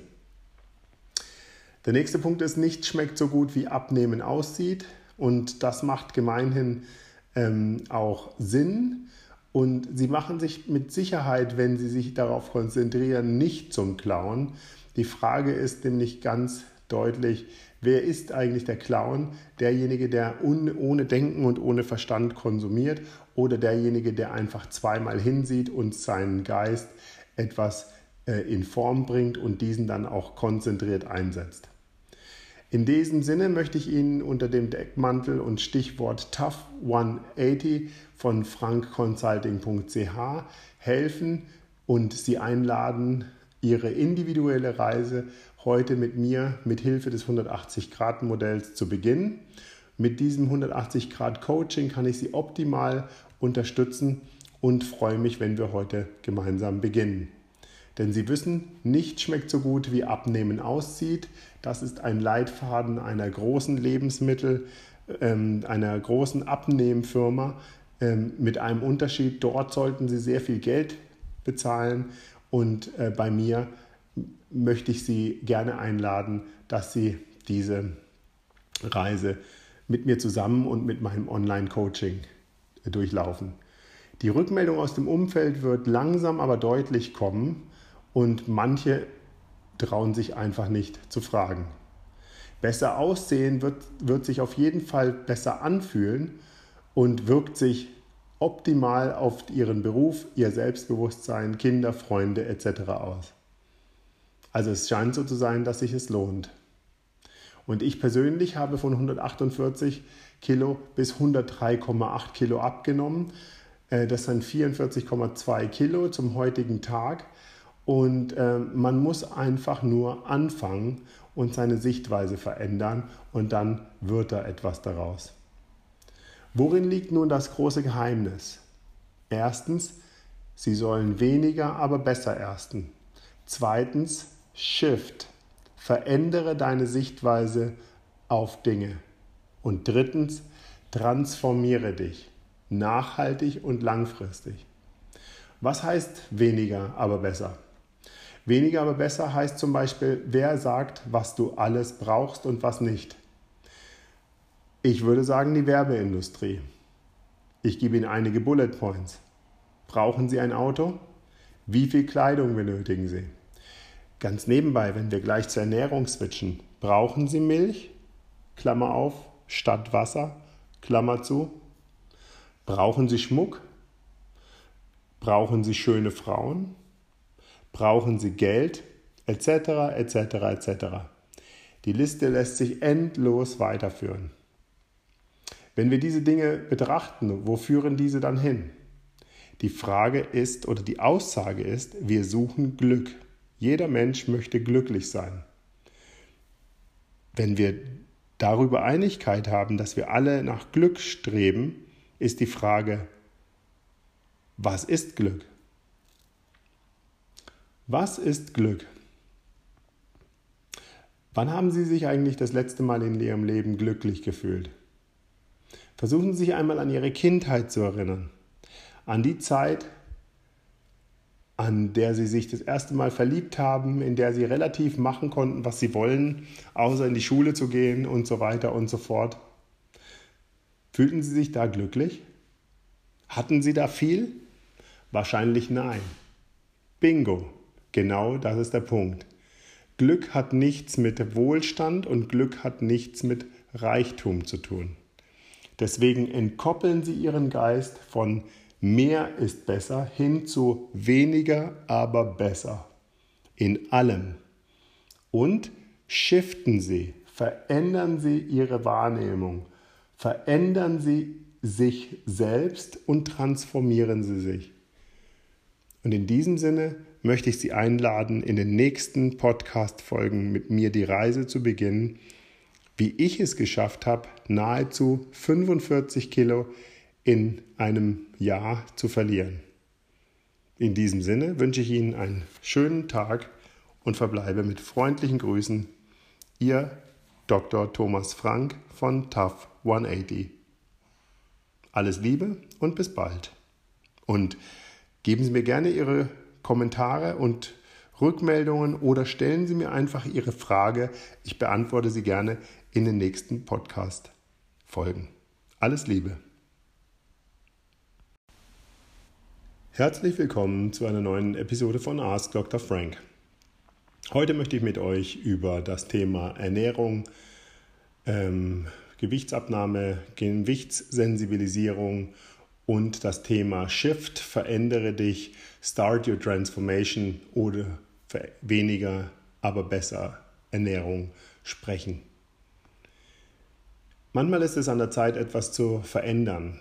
Der nächste Punkt ist, nichts schmeckt so gut, wie Abnehmen aussieht. Und das macht gemeinhin auch Sinn. Und sie machen sich mit Sicherheit, wenn sie sich darauf konzentrieren, nicht zum Clown. Die Frage ist nämlich ganz deutlich, wer ist eigentlich der Clown? Derjenige, der ohne Denken und ohne Verstand konsumiert, oder derjenige, der einfach zweimal hinsieht und seinen Geist etwas in Form bringt und diesen dann auch konzentriert einsetzt. In diesem Sinne möchte ich Ihnen unter dem Deckmantel und Stichwort Tough 180 von frankconsulting.ch helfen und Sie einladen, Ihre individuelle Reise heute mit mir mit Hilfe des 180-Grad-Modells zu beginnen. Mit diesem 180-Grad-Coaching kann ich Sie optimal unterstützen und freue mich, wenn wir heute gemeinsam beginnen. Denn Sie wissen, nichts schmeckt so gut, wie Abnehmen aussieht. Das ist ein Leitfaden einer großen einer großen Abnehmfirma mit einem Unterschied. Dort sollten Sie sehr viel Geld bezahlen und bei mir möchte ich Sie gerne einladen, dass Sie diese Reise mit mir zusammen und mit meinem Online-Coaching durchlaufen. Die Rückmeldung aus dem Umfeld wird langsam, aber deutlich kommen. Und manche trauen sich einfach nicht zu fragen. Besser aussehen wird sich auf jeden Fall besser anfühlen und wirkt sich optimal auf Ihren Beruf, Ihr Selbstbewusstsein, Kinder, Freunde etc. aus. Also es scheint so zu sein, dass sich es lohnt. Und ich persönlich habe von 148 Kilo bis 103,8 Kilo abgenommen. Das sind 44,2 Kilo zum heutigen Tag. Und man muss einfach nur anfangen und seine Sichtweise verändern und dann wird da etwas daraus. Worin liegt nun das große Geheimnis? Erstens, Sie sollen weniger, aber besser ersten. Zweitens, Shift. Verändere deine Sichtweise auf Dinge. Und drittens, transformiere dich. Nachhaltig und langfristig. Was heißt weniger, aber besser? Weniger, aber besser heißt zum Beispiel, wer sagt, was du alles brauchst und was nicht. Ich würde sagen, die Werbeindustrie. Ich gebe Ihnen einige Bullet Points. Brauchen Sie ein Auto? Wie viel Kleidung benötigen Sie? Ganz nebenbei, wenn wir gleich zur Ernährung switchen, brauchen Sie Milch? Klammer auf, statt Wasser, Klammer zu. Brauchen Sie Schmuck? Brauchen Sie schöne Frauen? Brauchen Sie Geld? Etc., etc., etc. Die Liste lässt sich endlos weiterführen. Wenn wir diese Dinge betrachten, wo führen diese dann hin? Die Frage ist oder die Aussage ist, wir suchen Glück. Jeder Mensch möchte glücklich sein. Wenn wir darüber Einigkeit haben, dass wir alle nach Glück streben, ist die Frage, was ist Glück? Was ist Glück? Wann haben Sie sich eigentlich das letzte Mal in Ihrem Leben glücklich gefühlt? Versuchen Sie sich einmal an Ihre Kindheit zu erinnern. An die Zeit, an der Sie sich das erste Mal verliebt haben, in der Sie relativ machen konnten, was Sie wollen, außer in die Schule zu gehen und so weiter und so fort. Fühlten Sie sich da glücklich? Hatten Sie da viel? Wahrscheinlich nein. Bingo, genau das ist der Punkt. Glück hat nichts mit Wohlstand und Glück hat nichts mit Reichtum zu tun. Deswegen entkoppeln Sie Ihren Geist von mehr ist besser hin zu weniger, aber besser. In allem. Und shiften Sie, verändern Sie Ihre Wahrnehmung, verändern Sie sich selbst und transformieren Sie sich. Und in diesem Sinne möchte ich Sie einladen, in den nächsten Podcast-Folgen mit mir die Reise zu beginnen, wie ich es geschafft habe, nahezu 45 Kilo in einem Jahr zu verlieren. In diesem Sinne wünsche ich Ihnen einen schönen Tag und verbleibe mit freundlichen Grüßen. Ihr Dr. Thomas Frank von TAF 180. Alles Liebe und bis bald. Und geben Sie mir gerne Ihre Kommentare und Rückmeldungen oder stellen Sie mir einfach Ihre Frage. Ich beantworte sie gerne in den nächsten Podcast-Folgen. Alles Liebe. Herzlich willkommen zu einer neuen Episode von Ask Dr. Frank. Heute möchte ich mit euch über das Thema Ernährung, Gewichtsabnahme, Gewichtssensibilisierung und das Thema Shift, verändere dich, Start Your Transformation oder weniger, aber besser Ernährung sprechen. Manchmal ist es an der Zeit, etwas zu verändern.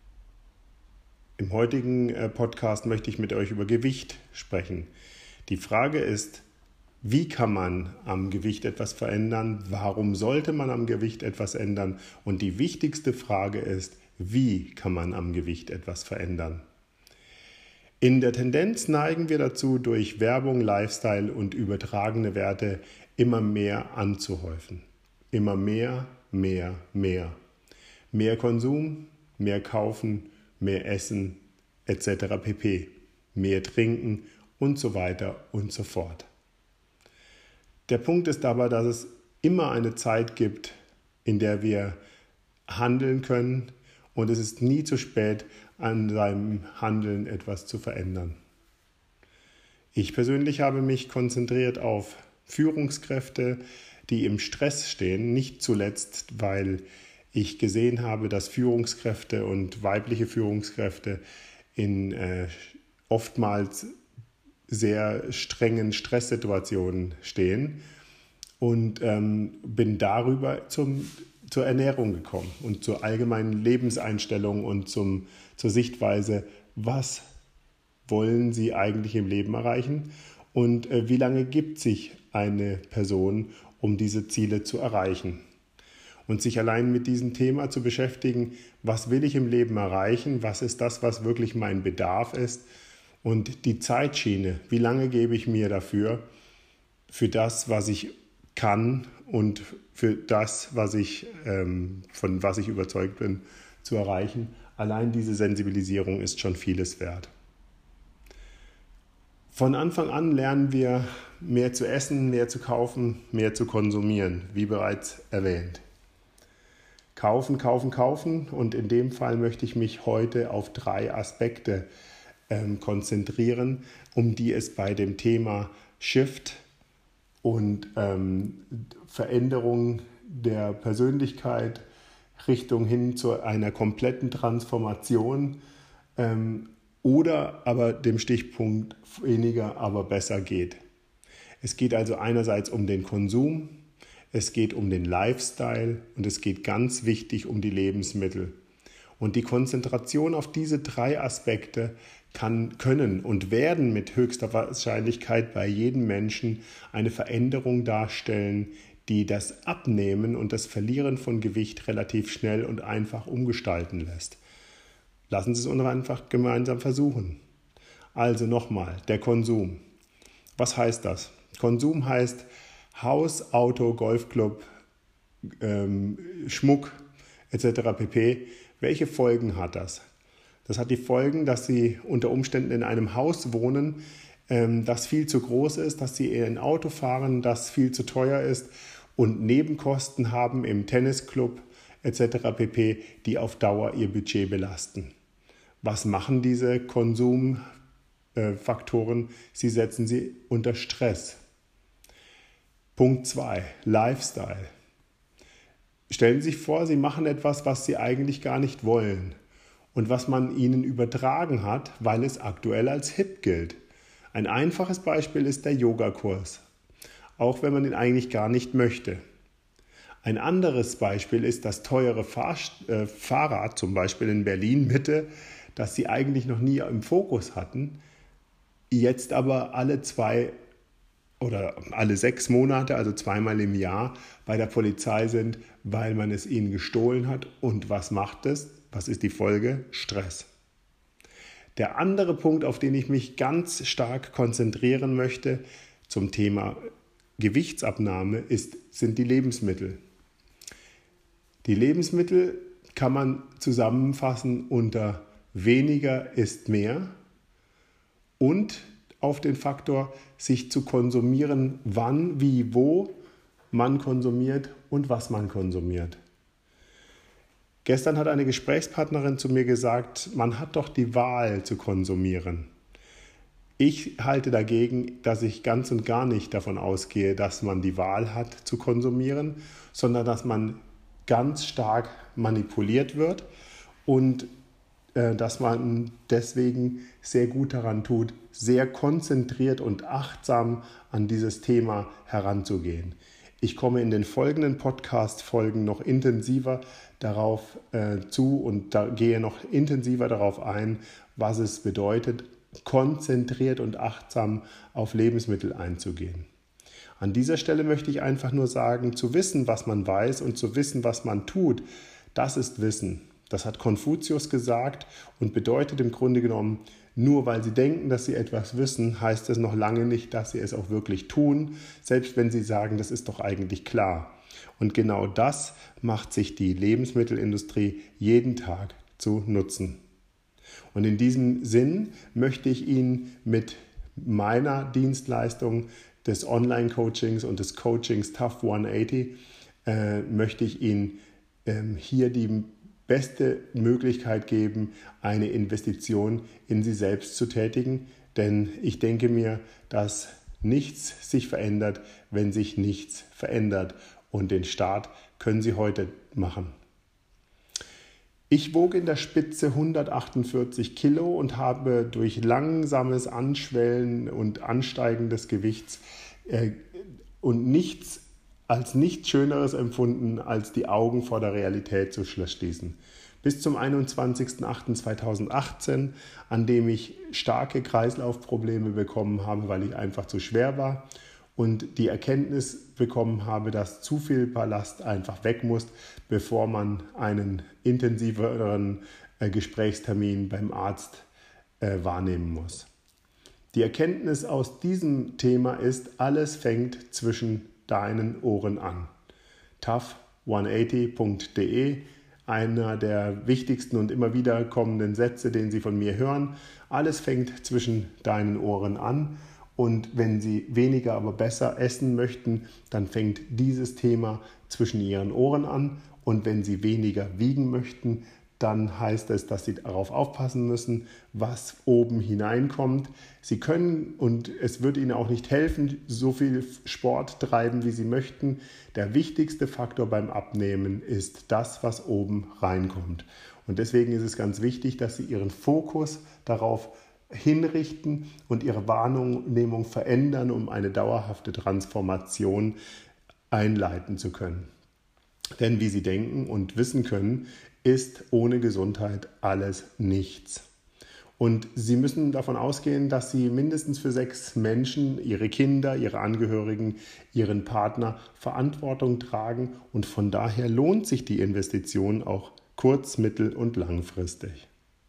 Im heutigen Podcast möchte ich mit euch über Gewicht sprechen. Die Frage ist, wie kann man am Gewicht etwas verändern? Warum sollte man am Gewicht etwas ändern? Und die wichtigste Frage ist, wie kann man am Gewicht etwas verändern? In der Tendenz neigen wir dazu, durch Werbung, Lifestyle und übertragene Werte immer mehr anzuhäufen. Immer mehr, mehr, mehr. Mehr Konsum, mehr kaufen, mehr essen, etc. pp. Mehr trinken und so weiter und so fort. Der Punkt ist aber, dass es immer eine Zeit gibt, in der wir handeln können und es ist nie zu spät, an seinem Handeln etwas zu verändern. Ich persönlich habe mich konzentriert auf Führungskräfte, die im Stress stehen, nicht zuletzt, weil ich gesehen habe, dass Führungskräfte und weibliche Führungskräfte in oftmals sehr strengen Stresssituationen stehen und bin darüber zur Ernährung gekommen und zur allgemeinen Lebenseinstellung und zur Sichtweise, was wollen Sie eigentlich im Leben erreichen und wie lange gibt sich eine Person, um diese Ziele zu erreichen. Und sich allein mit diesem Thema zu beschäftigen, was will ich im Leben erreichen, was ist das, was wirklich mein Bedarf ist und die Zeitschiene, wie lange gebe ich mir dafür, für das, was ich kann und für das, von was ich überzeugt bin, zu erreichen. Allein diese Sensibilisierung ist schon vieles wert. Von Anfang an lernen wir, mehr zu essen, mehr zu kaufen, mehr zu konsumieren, wie bereits erwähnt. Kaufen, kaufen, kaufen und in dem Fall möchte ich mich heute auf 3 Aspekte konzentrieren, um die es bei dem Thema Shift und Veränderung der Persönlichkeit Richtung hin zu einer kompletten Transformation oder aber dem Stichpunkt weniger, aber besser geht. Es geht also einerseits um den Konsum, es geht um den Lifestyle und es geht ganz wichtig um die Lebensmittel. Und die Konzentration auf diese 3 Aspekte können und werden mit höchster Wahrscheinlichkeit bei jedem Menschen eine Veränderung darstellen, die das Abnehmen und das Verlieren von Gewicht relativ schnell und einfach umgestalten lässt. Lassen Sie es uns einfach gemeinsam versuchen. Also nochmal, der Konsum. Was heißt das? Konsum heißt Haus, Auto, Golfclub, Schmuck etc. pp. Welche Folgen hat das? Das hat die Folgen, dass Sie unter Umständen in einem Haus wohnen, das viel zu groß ist, dass Sie in ein Auto fahren, das viel zu teuer ist und Nebenkosten haben im Tennisclub etc. pp., die auf Dauer Ihr Budget belasten. Was machen diese Konsumfaktoren? Sie setzen sie unter Stress. Punkt 2, Lifestyle. Stellen Sie sich vor, Sie machen etwas, was Sie eigentlich gar nicht wollen und was man Ihnen übertragen hat, weil es aktuell als hip gilt. Ein einfaches Beispiel ist der Yogakurs, auch wenn man ihn eigentlich gar nicht möchte. Ein anderes Beispiel ist das teure Fahrrad, zum Beispiel in Berlin-Mitte, das Sie eigentlich noch nie im Fokus hatten, jetzt aber alle 2 oder alle 6 Monate, also 2-mal im Jahr, bei der Polizei sind, weil man es ihnen gestohlen hat. Und was macht es? Was ist die Folge? Stress. Der andere Punkt, auf den ich mich ganz stark konzentrieren möchte zum Thema Gewichtsabnahme, sind die Lebensmittel. Die Lebensmittel kann man zusammenfassen unter weniger ist mehr und auf den Faktor, sich zu konsumieren, wann, wie, wo man konsumiert und was man konsumiert. Gestern hat eine Gesprächspartnerin zu mir gesagt, man hat doch die Wahl zu konsumieren. Ich halte dagegen, dass ich ganz und gar nicht davon ausgehe, dass man die Wahl hat zu konsumieren, sondern dass man ganz stark manipuliert wird und dass man deswegen sehr gut daran tut, sehr konzentriert und achtsam an dieses Thema heranzugehen. Ich komme in den folgenden Podcast-Folgen noch intensiver darauf zu und gehe noch intensiver darauf ein, was es bedeutet, konzentriert und achtsam auf Lebensmittel einzugehen. An dieser Stelle möchte ich einfach nur sagen, zu wissen, was man weiß und zu wissen, was man tut, das ist Wissen. Das hat Konfuzius gesagt und bedeutet im Grunde genommen, nur weil sie denken, dass sie etwas wissen, heißt es noch lange nicht, dass sie es auch wirklich tun, selbst wenn sie sagen, das ist doch eigentlich klar. Und genau das macht sich die Lebensmittelindustrie jeden Tag zu nutzen. Und in diesem Sinn möchte ich Ihnen mit meiner Dienstleistung des Online-Coachings und des Coachings Tough 180 möchte ich Ihnen hier die beste Möglichkeit geben, eine Investition in Sie selbst zu tätigen. Denn ich denke mir, dass nichts sich verändert, wenn sich nichts verändert. Und den Start können Sie heute machen. Ich wog in der Spitze 148 Kilo und habe durch langsames Anschwellen und Ansteigen des Gewichts und nichts Schöneres empfunden, als die Augen vor der Realität zu schließen. Bis zum 21.08.2018, an dem ich starke Kreislaufprobleme bekommen habe, weil ich einfach zu schwer war und die Erkenntnis bekommen habe, dass zu viel Ballast einfach weg muss, bevor man einen intensiveren Gesprächstermin beim Arzt wahrnehmen muss. Die Erkenntnis aus diesem Thema ist, alles fängt zwischen deinen Ohren an. tough180.de, einer der wichtigsten und immer wieder kommenden Sätze, den Sie von mir hören. Alles fängt zwischen deinen Ohren an. Und wenn Sie weniger, aber besser essen möchten, dann fängt dieses Thema zwischen Ihren Ohren an. Und wenn Sie weniger wiegen möchten, dann heißt es, dass Sie darauf aufpassen müssen, was oben hineinkommt. Sie können, und es wird Ihnen auch nicht helfen, so viel Sport treiben, wie Sie möchten. Der wichtigste Faktor beim Abnehmen ist das, was oben reinkommt. Und deswegen ist es ganz wichtig, dass Sie Ihren Fokus darauf hinrichten und Ihre Wahrnehmung verändern, um eine dauerhafte Transformation einleiten zu können. Denn wie Sie denken und wissen können, ist ohne Gesundheit alles nichts. Und Sie müssen davon ausgehen, dass Sie mindestens für 6 Menschen, Ihre Kinder, Ihre Angehörigen, Ihren Partner Verantwortung tragen. Und von daher lohnt sich die Investition auch kurz-, mittel- und langfristig.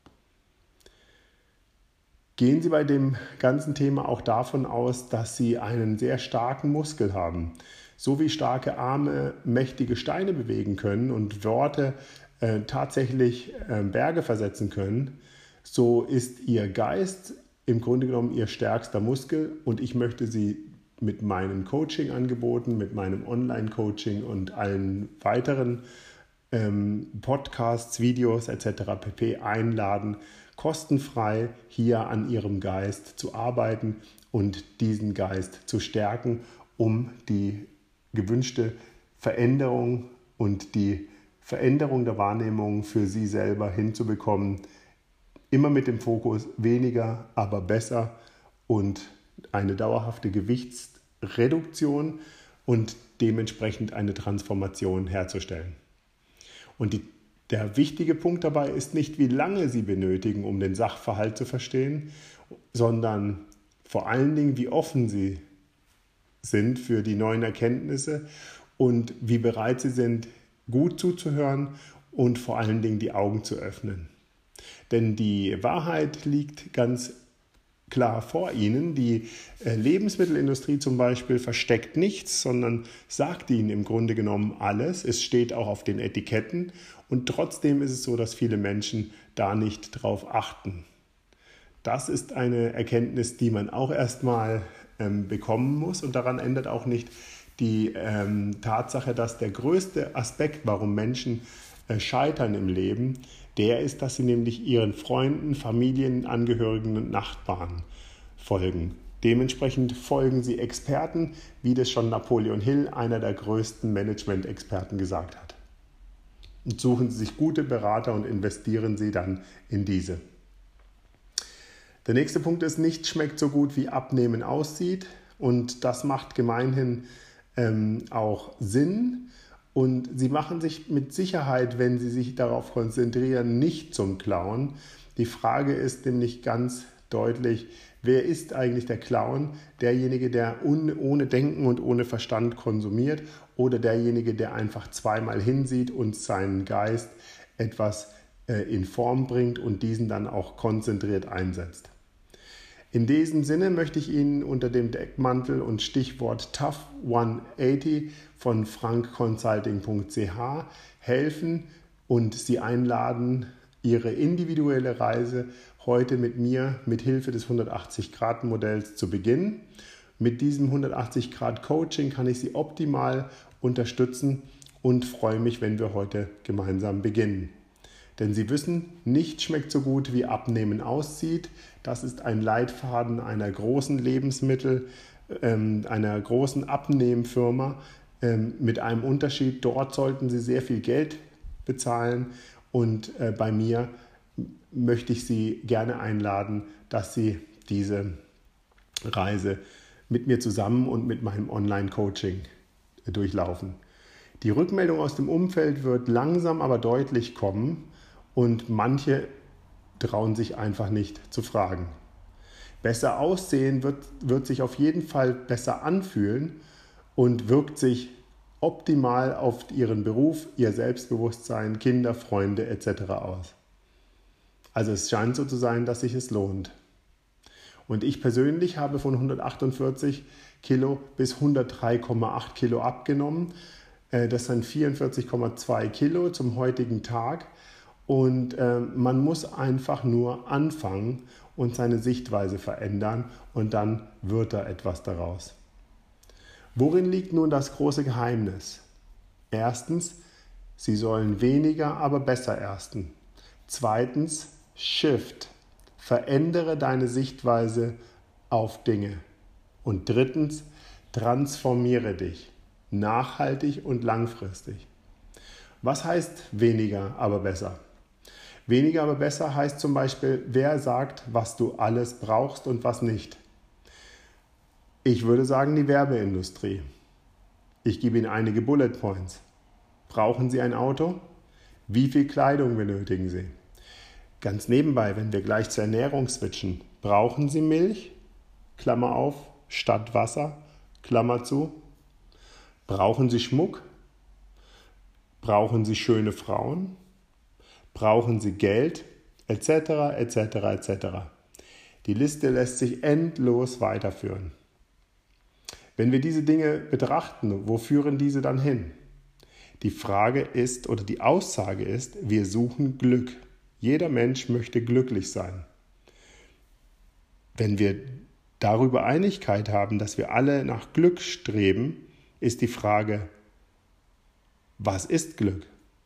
Gehen Sie bei dem ganzen Thema auch davon aus, dass Sie einen sehr starken Muskel haben. So wie starke Arme mächtige Steine bewegen können und Worte tatsächlich Berge versetzen können, so ist Ihr Geist im Grunde genommen Ihr stärkster Muskel und ich möchte Sie mit meinen Coaching-Angeboten, mit meinem Online-Coaching und allen weiteren Podcasts, Videos etc. pp. Einladen, kostenfrei hier an Ihrem Geist zu arbeiten und diesen Geist zu stärken, um die gewünschte Veränderung und die Veränderung der Wahrnehmung für Sie selber hinzubekommen. Immer mit dem Fokus weniger, aber besser und eine dauerhafte Gewichtsreduktion und dementsprechend eine Transformation herzustellen. Und der wichtige Punkt dabei ist nicht, wie lange Sie benötigen, um den Sachverhalt zu verstehen, sondern vor allen Dingen, wie offen Sie sind für die neuen Erkenntnisse und wie bereit Sie sind, gut zuzuhören und vor allen Dingen die Augen zu öffnen. Denn die Wahrheit liegt ganz klar vor Ihnen. Die Lebensmittelindustrie zum Beispiel versteckt nichts, sondern sagt Ihnen im Grunde genommen alles. Es steht auch auf den Etiketten und trotzdem ist es so, dass viele Menschen da nicht drauf achten. Das ist eine Erkenntnis, die man auch erstmal bekommen muss und daran ändert auch nicht die Tatsache, dass der größte Aspekt, warum Menschen scheitern im Leben, der ist, dass sie nämlich ihren Freunden, Familienangehörigen und Nachbarn folgen. Dementsprechend folgen sie Experten, wie das schon Napoleon Hill, einer der größten Management-Experten, gesagt hat. Und suchen sie sich gute Berater und investieren sie dann in diese. Der nächste Punkt ist, nichts schmeckt so gut wie Abnehmen aussieht. Und das macht gemeinhin auch Sinn. Und sie machen sich mit Sicherheit, wenn sie sich darauf konzentrieren, nicht zum Clown. Die Frage ist nämlich ganz deutlich, wer ist eigentlich der Clown? Derjenige, der ohne Denken und ohne Verstand konsumiert oder derjenige, der einfach zweimal hinsieht und seinen Geist etwas in Form bringt und diesen dann auch konzentriert einsetzt. In diesem Sinne möchte ich Ihnen unter dem Deckmantel und Stichwort Tough 180 von frankconsulting.ch helfen und Sie einladen, Ihre individuelle Reise heute mit mir mit Hilfe des 180-Grad-Modells zu beginnen. Mit diesem 180-Grad-Coaching kann ich Sie optimal unterstützen und freue mich, wenn wir heute gemeinsam beginnen. Denn Sie wissen, nichts schmeckt so gut, wie Abnehmen aussieht. Das ist ein Leitfaden einer großen einer großen Abnehmfirma mit einem Unterschied. Dort sollten Sie sehr viel Geld bezahlen und bei mir möchte ich Sie gerne einladen, dass Sie diese Reise mit mir zusammen und mit meinem Online-Coaching durchlaufen. Die Rückmeldung aus dem Umfeld wird langsam, aber deutlich kommen. Und manche trauen sich einfach nicht zu fragen. Besser aussehen wird sich auf jeden Fall besser anfühlen und wirkt sich optimal auf Ihren Beruf, Ihr Selbstbewusstsein, Kinder, Freunde etc. aus. Also es scheint so zu sein, dass sich es lohnt. Und ich persönlich habe von 148 Kilo bis 103,8 Kilo abgenommen. Das sind 44,2 Kilo zum heutigen Tag. Und man muss einfach nur anfangen und seine Sichtweise verändern und dann wird da etwas daraus. Worin liegt nun das große Geheimnis? Erstens, Sie sollen weniger, aber besser ersten. Zweitens, Shift. Verändere deine Sichtweise auf Dinge. Und drittens, transformiere dich. Nachhaltig und langfristig. Was heißt weniger, aber besser? Weniger, aber besser heißt zum Beispiel, wer sagt, was du alles brauchst und was nicht. Ich würde sagen, die Werbeindustrie. Ich gebe Ihnen einige Bullet Points. Brauchen Sie ein Auto? Wie viel Kleidung benötigen Sie? Ganz nebenbei, wenn wir gleich zur Ernährung switchen, brauchen Sie Milch? Klammer auf, statt Wasser, Klammer zu. Brauchen Sie Schmuck? Brauchen Sie schöne Frauen? Brauchen Sie Geld? Etc., etc., etc. Die Liste lässt sich endlos weiterführen. Wenn wir diese Dinge betrachten, wo führen diese dann hin? Die Frage ist, oder die Aussage ist, wir suchen Glück. Jeder Mensch möchte glücklich sein. Wenn wir darüber Einigkeit haben, dass wir alle nach Glück streben, ist die Frage, was ist Glück?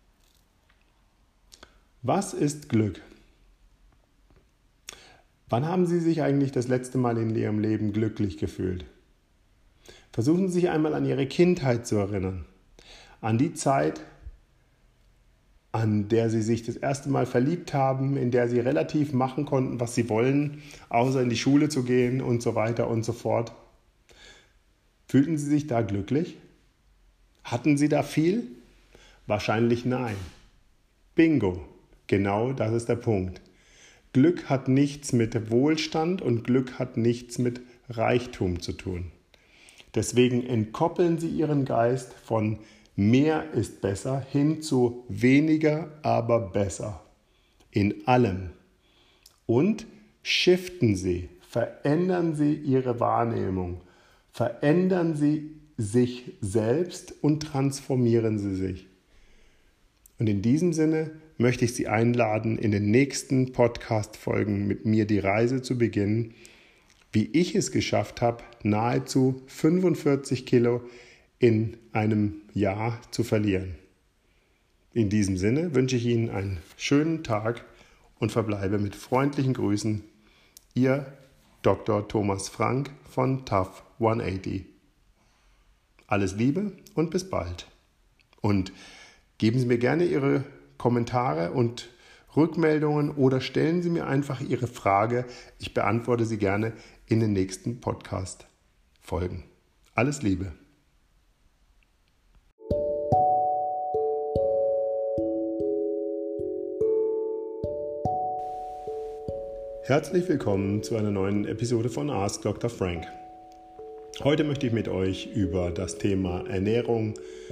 Was ist Glück? Wann haben Sie sich eigentlich das letzte Mal in Ihrem Leben glücklich gefühlt? Versuchen Sie sich einmal an Ihre Kindheit zu erinnern. An die Zeit, an der Sie sich das erste Mal verliebt haben, in der Sie relativ machen konnten, was Sie wollen, außer in die Schule zu gehen und so weiter und so fort. Fühlten Sie sich da glücklich? Hatten Sie da viel? Wahrscheinlich nein. Bingo, genau das ist der Punkt. Glück hat nichts mit Wohlstand und Glück hat nichts mit Reichtum zu tun. Deswegen entkoppeln Sie Ihren Geist von mehr ist besser hin zu weniger, aber besser. In allem. Und shiften Sie, verändern Sie Ihre Wahrnehmung, verändern Sie sich selbst und transformieren Sie sich. Und in diesem Sinne möchte ich Sie einladen, in den nächsten Podcast-Folgen mit mir die Reise zu beginnen, wie ich es geschafft habe, nahezu 45 Kilo in einem Jahr zu verlieren. In diesem Sinne wünsche ich Ihnen einen schönen Tag und verbleibe mit freundlichen Grüßen. Ihr Dr. Thomas Frank von Tough 180. Alles Liebe und bis bald. Und geben Sie mir gerne Ihre Kommentare und Rückmeldungen oder stellen Sie mir einfach Ihre Frage. Ich beantworte sie gerne in den nächsten Podcast-Folgen. Alles Liebe. Herzlich willkommen zu einer neuen Episode von Ask Dr. Frank. Heute möchte ich mit euch über das Thema Ernährung,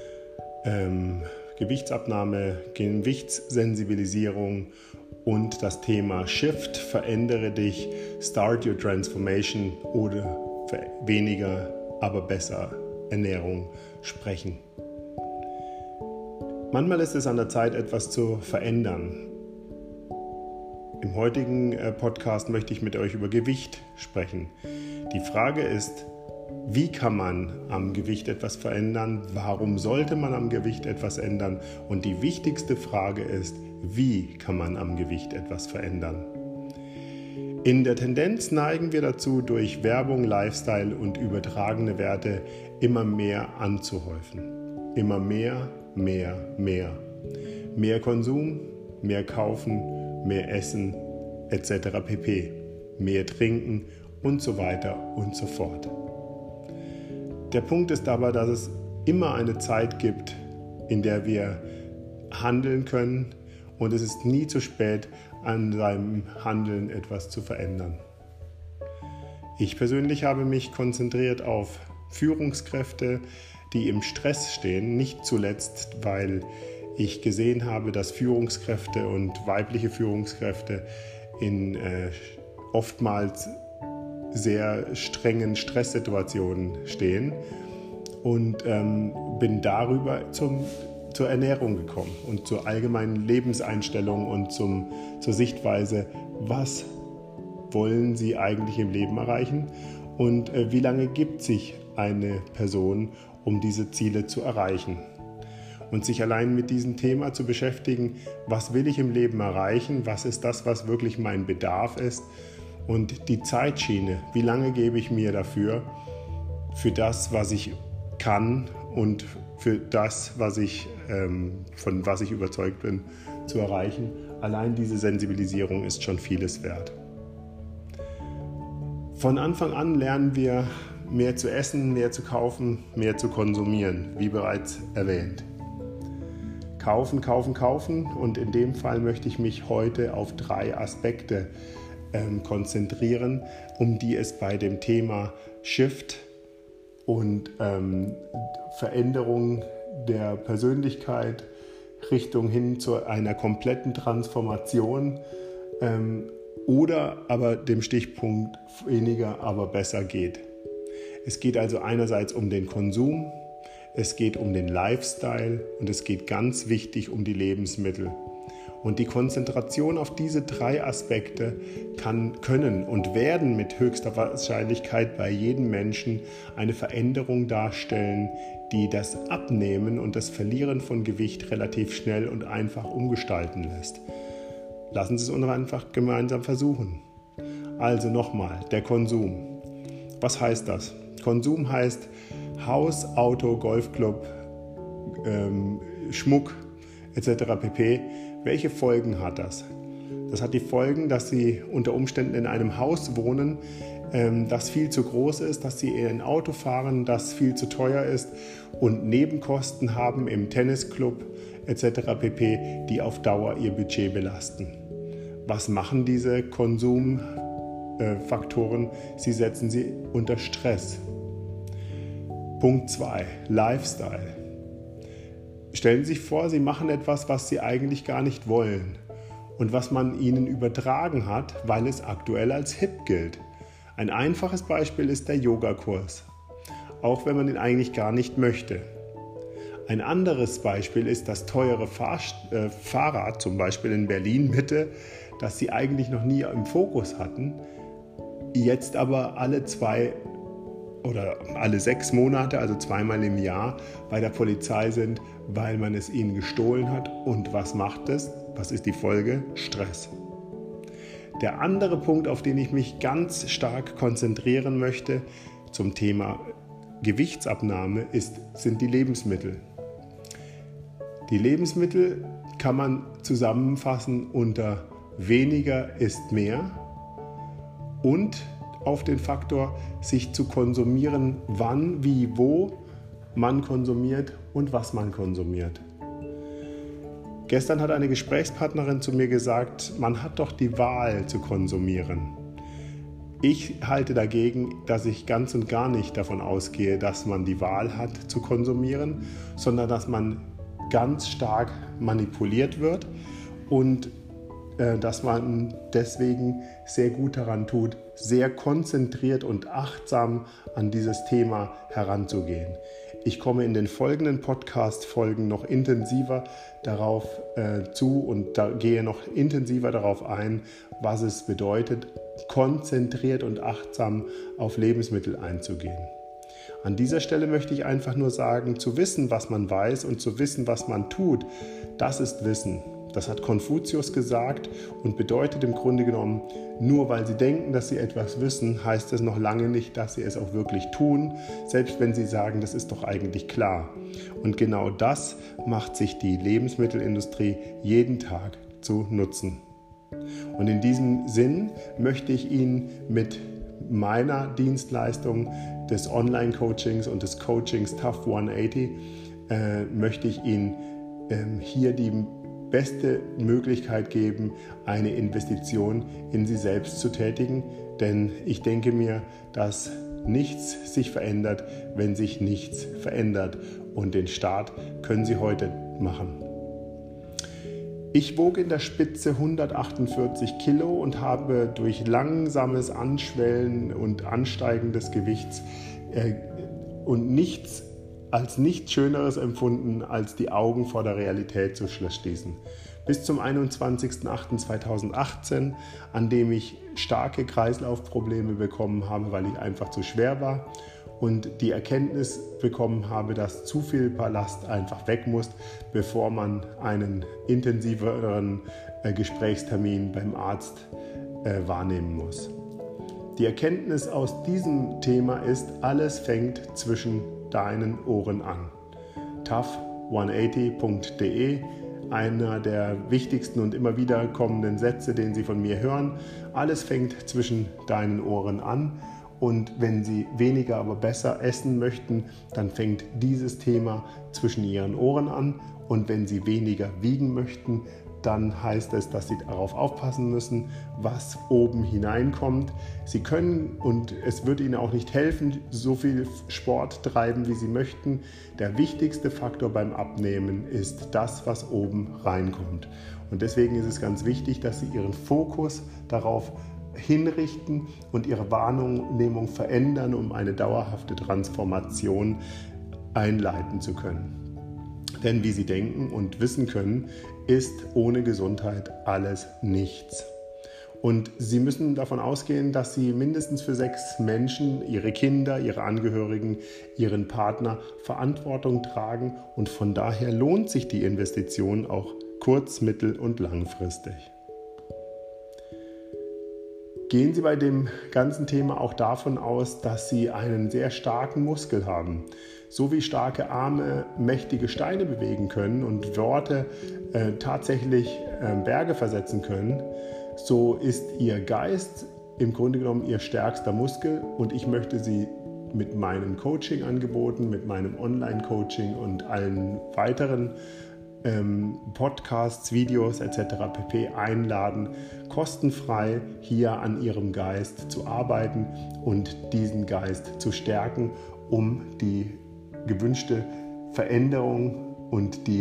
Gewichtsabnahme, Gewichtssensibilisierung und das Thema Shift, verändere dich, Start Your Transformation oder weniger, aber besser Ernährung sprechen. Manchmal ist es an der Zeit, etwas zu verändern. Im heutigen Podcast möchte ich mit euch über Gewicht sprechen. Die Frage ist, wie kann man am Gewicht etwas verändern? Warum sollte man am Gewicht etwas ändern? Und die wichtigste Frage ist, wie kann man am Gewicht etwas verändern? In der Tendenz neigen wir dazu, durch Werbung, Lifestyle und übertragene Werte immer mehr anzuhäufen. Immer mehr, mehr, mehr. Mehr Konsum, mehr kaufen, mehr essen, etc. pp. Mehr trinken und so weiter und so fort. Der Punkt ist aber, dass es immer eine Zeit gibt, in der wir handeln können und es ist nie zu spät, an seinem Handeln etwas zu verändern. Ich persönlich habe mich konzentriert auf Führungskräfte, die im Stress stehen, nicht zuletzt, weil ich gesehen habe, dass Führungskräfte und weibliche Führungskräfte in oftmals sehr strengen Stresssituationen stehen und bin darüber zur Ernährung gekommen und zur allgemeinen Lebenseinstellung und zur Sichtweise, was wollen Sie eigentlich im Leben erreichen und wie lange gibt sich eine Person, um diese Ziele zu erreichen. Und sich allein mit diesem Thema zu beschäftigen, was will ich im Leben erreichen, was ist das, was wirklich mein Bedarf ist und die Zeitschiene, wie lange gebe ich mir dafür, für das, was ich kann und für das, von was ich überzeugt bin, zu erreichen. Allein diese Sensibilisierung ist schon vieles wert. Von Anfang an lernen wir, mehr zu essen, mehr zu kaufen, mehr zu konsumieren, wie bereits erwähnt. Kaufen, kaufen, kaufen und in dem Fall möchte ich mich heute auf 3 Aspekte konzentrieren, um die es bei dem Thema Shift und Veränderung der Persönlichkeit Richtung hin zu einer kompletten Transformation oder aber dem Stichpunkt weniger, aber besser geht. Es geht also einerseits um den Konsum, es geht um den Lifestyle und es geht ganz wichtig um die Lebensmittel. Und die Konzentration auf diese 3 Aspekte können und werden mit höchster Wahrscheinlichkeit bei jedem Menschen eine Veränderung darstellen, die das Abnehmen und das Verlieren von Gewicht relativ schnell und einfach umgestalten lässt. Lassen Sie es uns einfach gemeinsam versuchen. Also nochmal, der Konsum. Was heißt das? Konsum heißt Haus, Auto, Golfclub, Schmuck etc. pp. Welche Folgen hat das? Das hat die Folgen, dass Sie unter Umständen in einem Haus wohnen, das viel zu groß ist, dass Sie ein Auto fahren, das viel zu teuer ist und Nebenkosten haben im Tennisclub etc. pp., die auf Dauer Ihr Budget belasten. Was machen diese Konsumfaktoren? Sie setzen sie unter Stress. Punkt 2, Lifestyle. Stellen Sie sich vor, Sie machen etwas, was Sie eigentlich gar nicht wollen. und was man ihnen übertragen hat, weil es aktuell als hip gilt. Ein einfaches Beispiel ist der Yogakurs, auch wenn man ihn eigentlich gar nicht möchte. Ein anderes Beispiel ist das teure Fahrrad, zum Beispiel in Berlin-Mitte, das sie eigentlich noch nie im Fokus hatten, jetzt aber alle 2 oder alle 6 Monate, also 2-mal im Jahr, bei der Polizei sind, weil man es ihnen gestohlen hat. Und was macht es? Was ist die Folge? Stress. Der andere Punkt, auf den ich mich ganz stark konzentrieren möchte zum Thema Gewichtsabnahme, sind die Lebensmittel. Die Lebensmittel kann man zusammenfassen unter weniger ist mehr und auf den Faktor, sich zu konsumieren, wann, wie, wo man konsumiert und was man konsumiert. Gestern hat eine Gesprächspartnerin zu mir gesagt, man hat doch die Wahl zu konsumieren. Ich halte dagegen, dass ich ganz und gar nicht davon ausgehe, dass man die Wahl hat zu konsumieren, sondern dass man ganz stark manipuliert wird und dass man deswegen sehr gut daran tut, sehr konzentriert und achtsam an dieses Thema heranzugehen. Ich komme in den folgenden Podcast-Folgen noch intensiver darauf zu und gehe noch intensiver darauf ein, was es bedeutet, konzentriert und achtsam auf Lebensmittel einzugehen. An dieser Stelle möchte ich einfach nur sagen, zu wissen, was man weiß und zu wissen, was man tut, das ist Wissen. Das hat Konfuzius gesagt und bedeutet im Grunde genommen, nur weil sie denken, dass sie etwas wissen, heißt es noch lange nicht, dass sie es auch wirklich tun, selbst wenn sie sagen, das ist doch eigentlich klar. Und genau das macht sich die Lebensmittelindustrie jeden Tag zu nutzen. Und in diesem Sinn möchte ich Ihnen mit meiner Dienstleistung des Online-Coachings und des Coachings Tough 180 möchte ich Ihnen hier die beste Möglichkeit geben, eine Investition in Sie selbst zu tätigen, denn ich denke mir, dass nichts sich verändert, wenn sich nichts verändert und den Start können Sie heute machen. Ich wog in der Spitze 148 Kilo und habe durch langsames Anschwellen und Ansteigen des Gewichts und nichts Schöneres empfunden, als die Augen vor der Realität zu schließen. Bis zum 21.08.2018, an dem ich starke Kreislaufprobleme bekommen habe, weil ich einfach zu schwer war und die Erkenntnis bekommen habe, dass zu viel Ballast einfach weg muss, bevor man einen intensiveren Gesprächstermin beim Arzt wahrnehmen muss. Die Erkenntnis aus diesem Thema ist, alles fängt zwischen deinen Ohren an. tough180.de, einer der wichtigsten und immer wieder kommenden Sätze, den Sie von mir hören. Alles fängt zwischen deinen Ohren an und wenn Sie weniger, aber besser essen möchten, dann fängt dieses Thema zwischen Ihren Ohren an und wenn Sie weniger wiegen möchten, dann heißt es, dass Sie darauf aufpassen müssen, was oben hineinkommt. Sie können, und es wird Ihnen auch nicht helfen, so viel Sport treiben, wie Sie möchten. Der wichtigste Faktor beim Abnehmen ist das, was oben reinkommt. Und deswegen ist es ganz wichtig, dass Sie Ihren Fokus darauf hinrichten und Ihre Wahrnehmung verändern, um eine dauerhafte Transformation einleiten zu können. Denn wie Sie denken und wissen können, ist ohne Gesundheit alles nichts. Und Sie müssen davon ausgehen, dass Sie mindestens für 6 Menschen, Ihre Kinder, Ihre Angehörigen, Ihren Partner Verantwortung tragen. Und von daher lohnt sich die Investition auch kurz-, mittel- und langfristig. Gehen Sie bei dem ganzen Thema auch davon aus, dass Sie einen sehr starken Muskel haben. So wie starke Arme mächtige Steine bewegen können und Worte tatsächlich Berge versetzen können, so ist Ihr Geist im Grunde genommen Ihr stärkster Muskel und ich möchte Sie mit meinen Coaching-Angeboten, mit meinem Online-Coaching und allen weiteren Podcasts, Videos etc. pp. einladen, kostenfrei hier an Ihrem Geist zu arbeiten und diesen Geist zu stärken, um die gewünschte Veränderung und die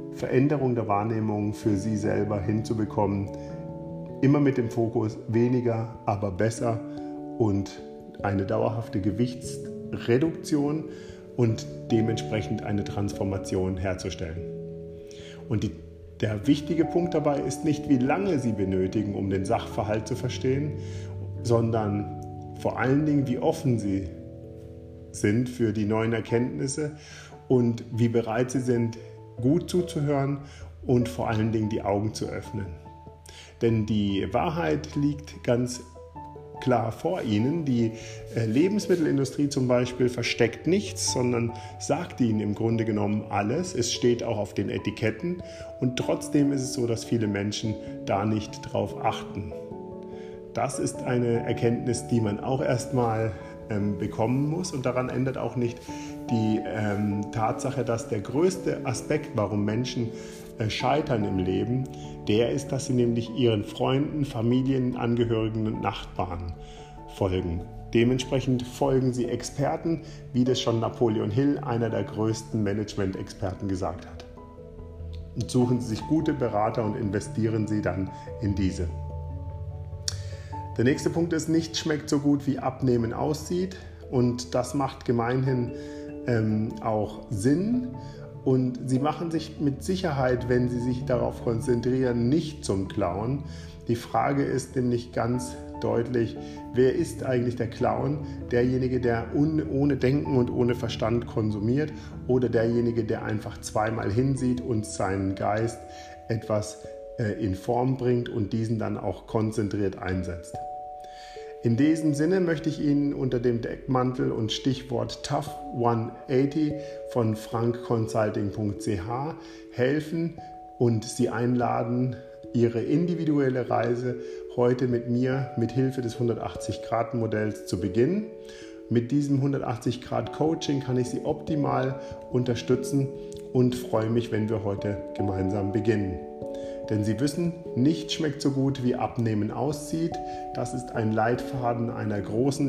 Veränderung der Wahrnehmung für Sie selber hinzubekommen. Immer mit dem Fokus weniger, aber besser und eine dauerhafte Gewichtsreduktion und dementsprechend eine Transformation herzustellen. Und der wichtige Punkt dabei ist nicht, wie lange Sie benötigen, um den Sachverhalt zu verstehen, sondern vor allen Dingen, wie offen Sie sind für die neuen Erkenntnisse und wie bereit Sie sind, gut zuzuhören und vor allen Dingen die Augen zu öffnen. Denn die Wahrheit liegt ganz klar vor Ihnen. Die Lebensmittelindustrie zum Beispiel versteckt nichts, sondern sagt Ihnen im Grunde genommen alles. Es steht auch auf den Etiketten und trotzdem ist es so, dass viele Menschen da nicht drauf achten. Das ist eine Erkenntnis, die man auch erstmal bekommen muss und daran ändert auch nicht die Tatsache, dass der größte Aspekt, warum Menschen scheitern im Leben, der ist, dass sie nämlich ihren Freunden, Familienangehörigen und Nachbarn folgen. Dementsprechend folgen sie Experten, wie das schon Napoleon Hill, einer der größten Management-Experten, gesagt hat. Und suchen Sie sich gute Berater und investieren Sie dann in diese. Der nächste Punkt ist, nichts schmeckt so gut wie Abnehmen aussieht und das macht gemeinhin auch Sinn. Und Sie machen sich mit Sicherheit, wenn Sie sich darauf konzentrieren, nicht zum Clown. Die Frage ist nämlich ganz deutlich, wer ist eigentlich der Clown? Derjenige, der ohne Denken und ohne Verstand konsumiert oder derjenige, der einfach zweimal hinsieht und seinen Geist etwas in Form bringt und diesen dann auch konzentriert einsetzt. In diesem Sinne möchte ich Ihnen unter dem Deckmantel und Stichwort Tough 180 von frankconsulting.ch helfen und Sie einladen, Ihre individuelle Reise heute mit mir mit Hilfe des 180-Grad-Modells zu beginnen. Mit diesem 180-Grad-Coaching kann ich Sie optimal unterstützen und freue mich, wenn wir heute gemeinsam beginnen. Denn Sie wissen, nichts schmeckt so gut, wie Abnehmen aussieht. Das ist ein Leitfaden einer großen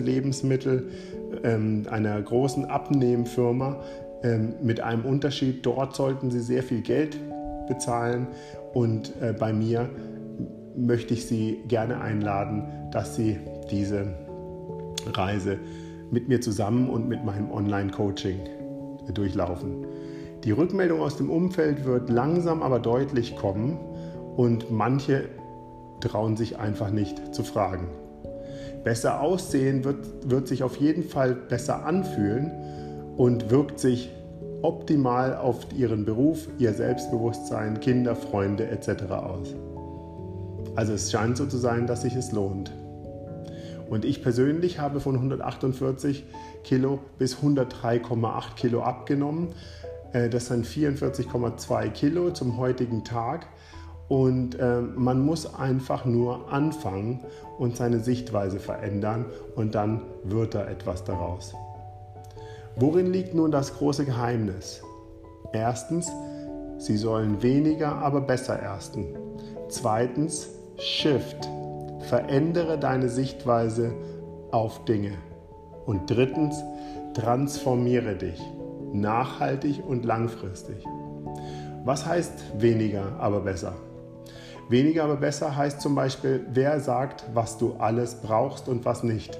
einer großen Abnehmfirma mit einem Unterschied. Dort sollten Sie sehr viel Geld bezahlen und bei mir möchte ich Sie gerne einladen, dass Sie diese Reise mit mir zusammen und mit meinem Online-Coaching durchlaufen. Die Rückmeldung aus dem Umfeld wird langsam, aber deutlich kommen. Und manche trauen sich einfach nicht zu fragen. Besser aussehen wird sich auf jeden Fall besser anfühlen und wirkt sich optimal auf Ihren Beruf, Ihr Selbstbewusstsein, Kinder, Freunde etc. aus. Also es scheint so zu sein, dass sich es lohnt. Und ich persönlich habe von 148 Kilo bis 103,8 Kilo abgenommen. Das sind 44,2 Kilo zum heutigen Tag. Und man muss einfach nur anfangen und seine Sichtweise verändern und dann wird da etwas daraus. Worin liegt nun das große Geheimnis? Erstens, Sie sollen weniger, aber besser ersten. Zweitens, Shift. Verändere deine Sichtweise auf Dinge. Und drittens, transformiere dich. Nachhaltig und langfristig. Was heißt weniger, aber besser? Weniger, aber besser heißt zum Beispiel, wer sagt, was du alles brauchst und was nicht.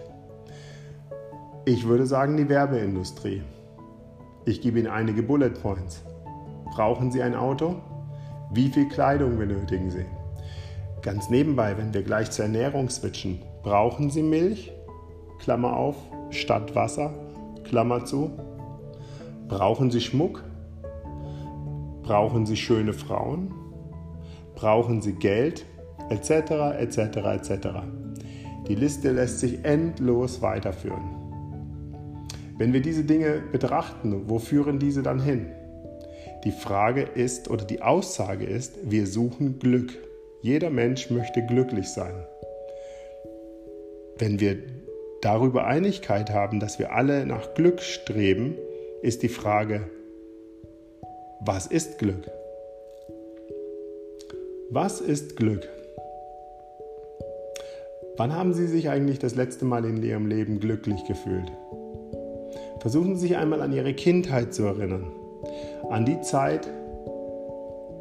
Ich würde sagen, die Werbeindustrie. Ich gebe Ihnen einige Bullet Points. Brauchen Sie ein Auto? Wie viel Kleidung benötigen Sie? Ganz nebenbei, wenn wir gleich zur Ernährung switchen, brauchen Sie Milch? Klammer auf, statt Wasser, Klammer zu. Brauchen Sie Schmuck? Brauchen Sie schöne Frauen? Brauchen Sie Geld? Etc., etc., etc. Die Liste lässt sich endlos weiterführen. Wenn wir diese Dinge betrachten, wo führen diese dann hin? Die Frage ist, oder die Aussage ist, wir suchen Glück. Jeder Mensch möchte glücklich sein. Wenn wir darüber Einigkeit haben, dass wir alle nach Glück streben, ist die Frage, was ist Glück? Was ist Glück? Wann haben Sie sich eigentlich das letzte Mal in Ihrem Leben glücklich gefühlt? Versuchen Sie sich einmal an Ihre Kindheit zu erinnern. An die Zeit,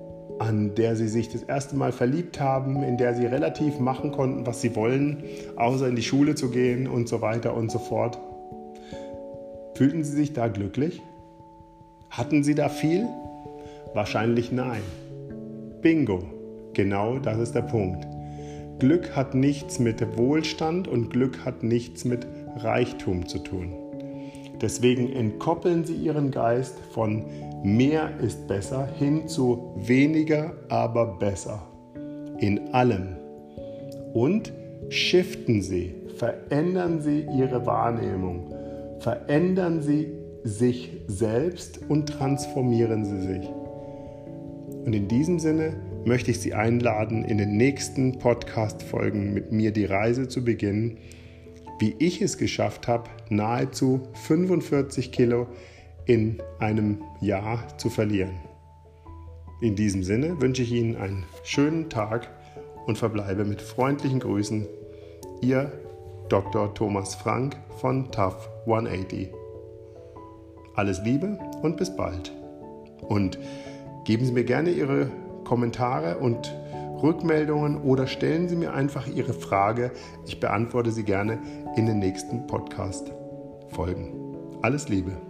an der sie sich das erste Mal verliebt haben, in der sie relativ machen konnten, was sie wollen, außer in die Schule zu gehen und so weiter und so fort. Fühlten sie sich da glücklich? Hatten sie da viel? Wahrscheinlich nein. Bingo, genau das ist der Punkt. Glück hat nichts mit Wohlstand und Glück hat nichts mit Reichtum zu tun. Deswegen entkoppeln Sie Ihren Geist von mehr ist besser hin zu weniger, aber besser. In allem. Und shiften Sie, verändern Sie Ihre Wahrnehmung, verändern Sie sich selbst und transformieren Sie sich. Und in diesem Sinne möchte ich Sie einladen, in den nächsten Podcast-Folgen mit mir die Reise zu beginnen, wie ich es geschafft habe, nahezu 45 Kilo in einem Jahr zu verlieren. In diesem Sinne wünsche ich Ihnen einen schönen Tag und verbleibe mit freundlichen Grüßen. Ihr Dr. Thomas Frank von Tough 180. Alles Liebe und bis bald. Und geben Sie mir gerne Ihre Kommentare und Rückmeldungen oder stellen Sie mir einfach Ihre Frage. Ich beantworte sie gerne in den nächsten Podcast-Folgen. Alles Liebe.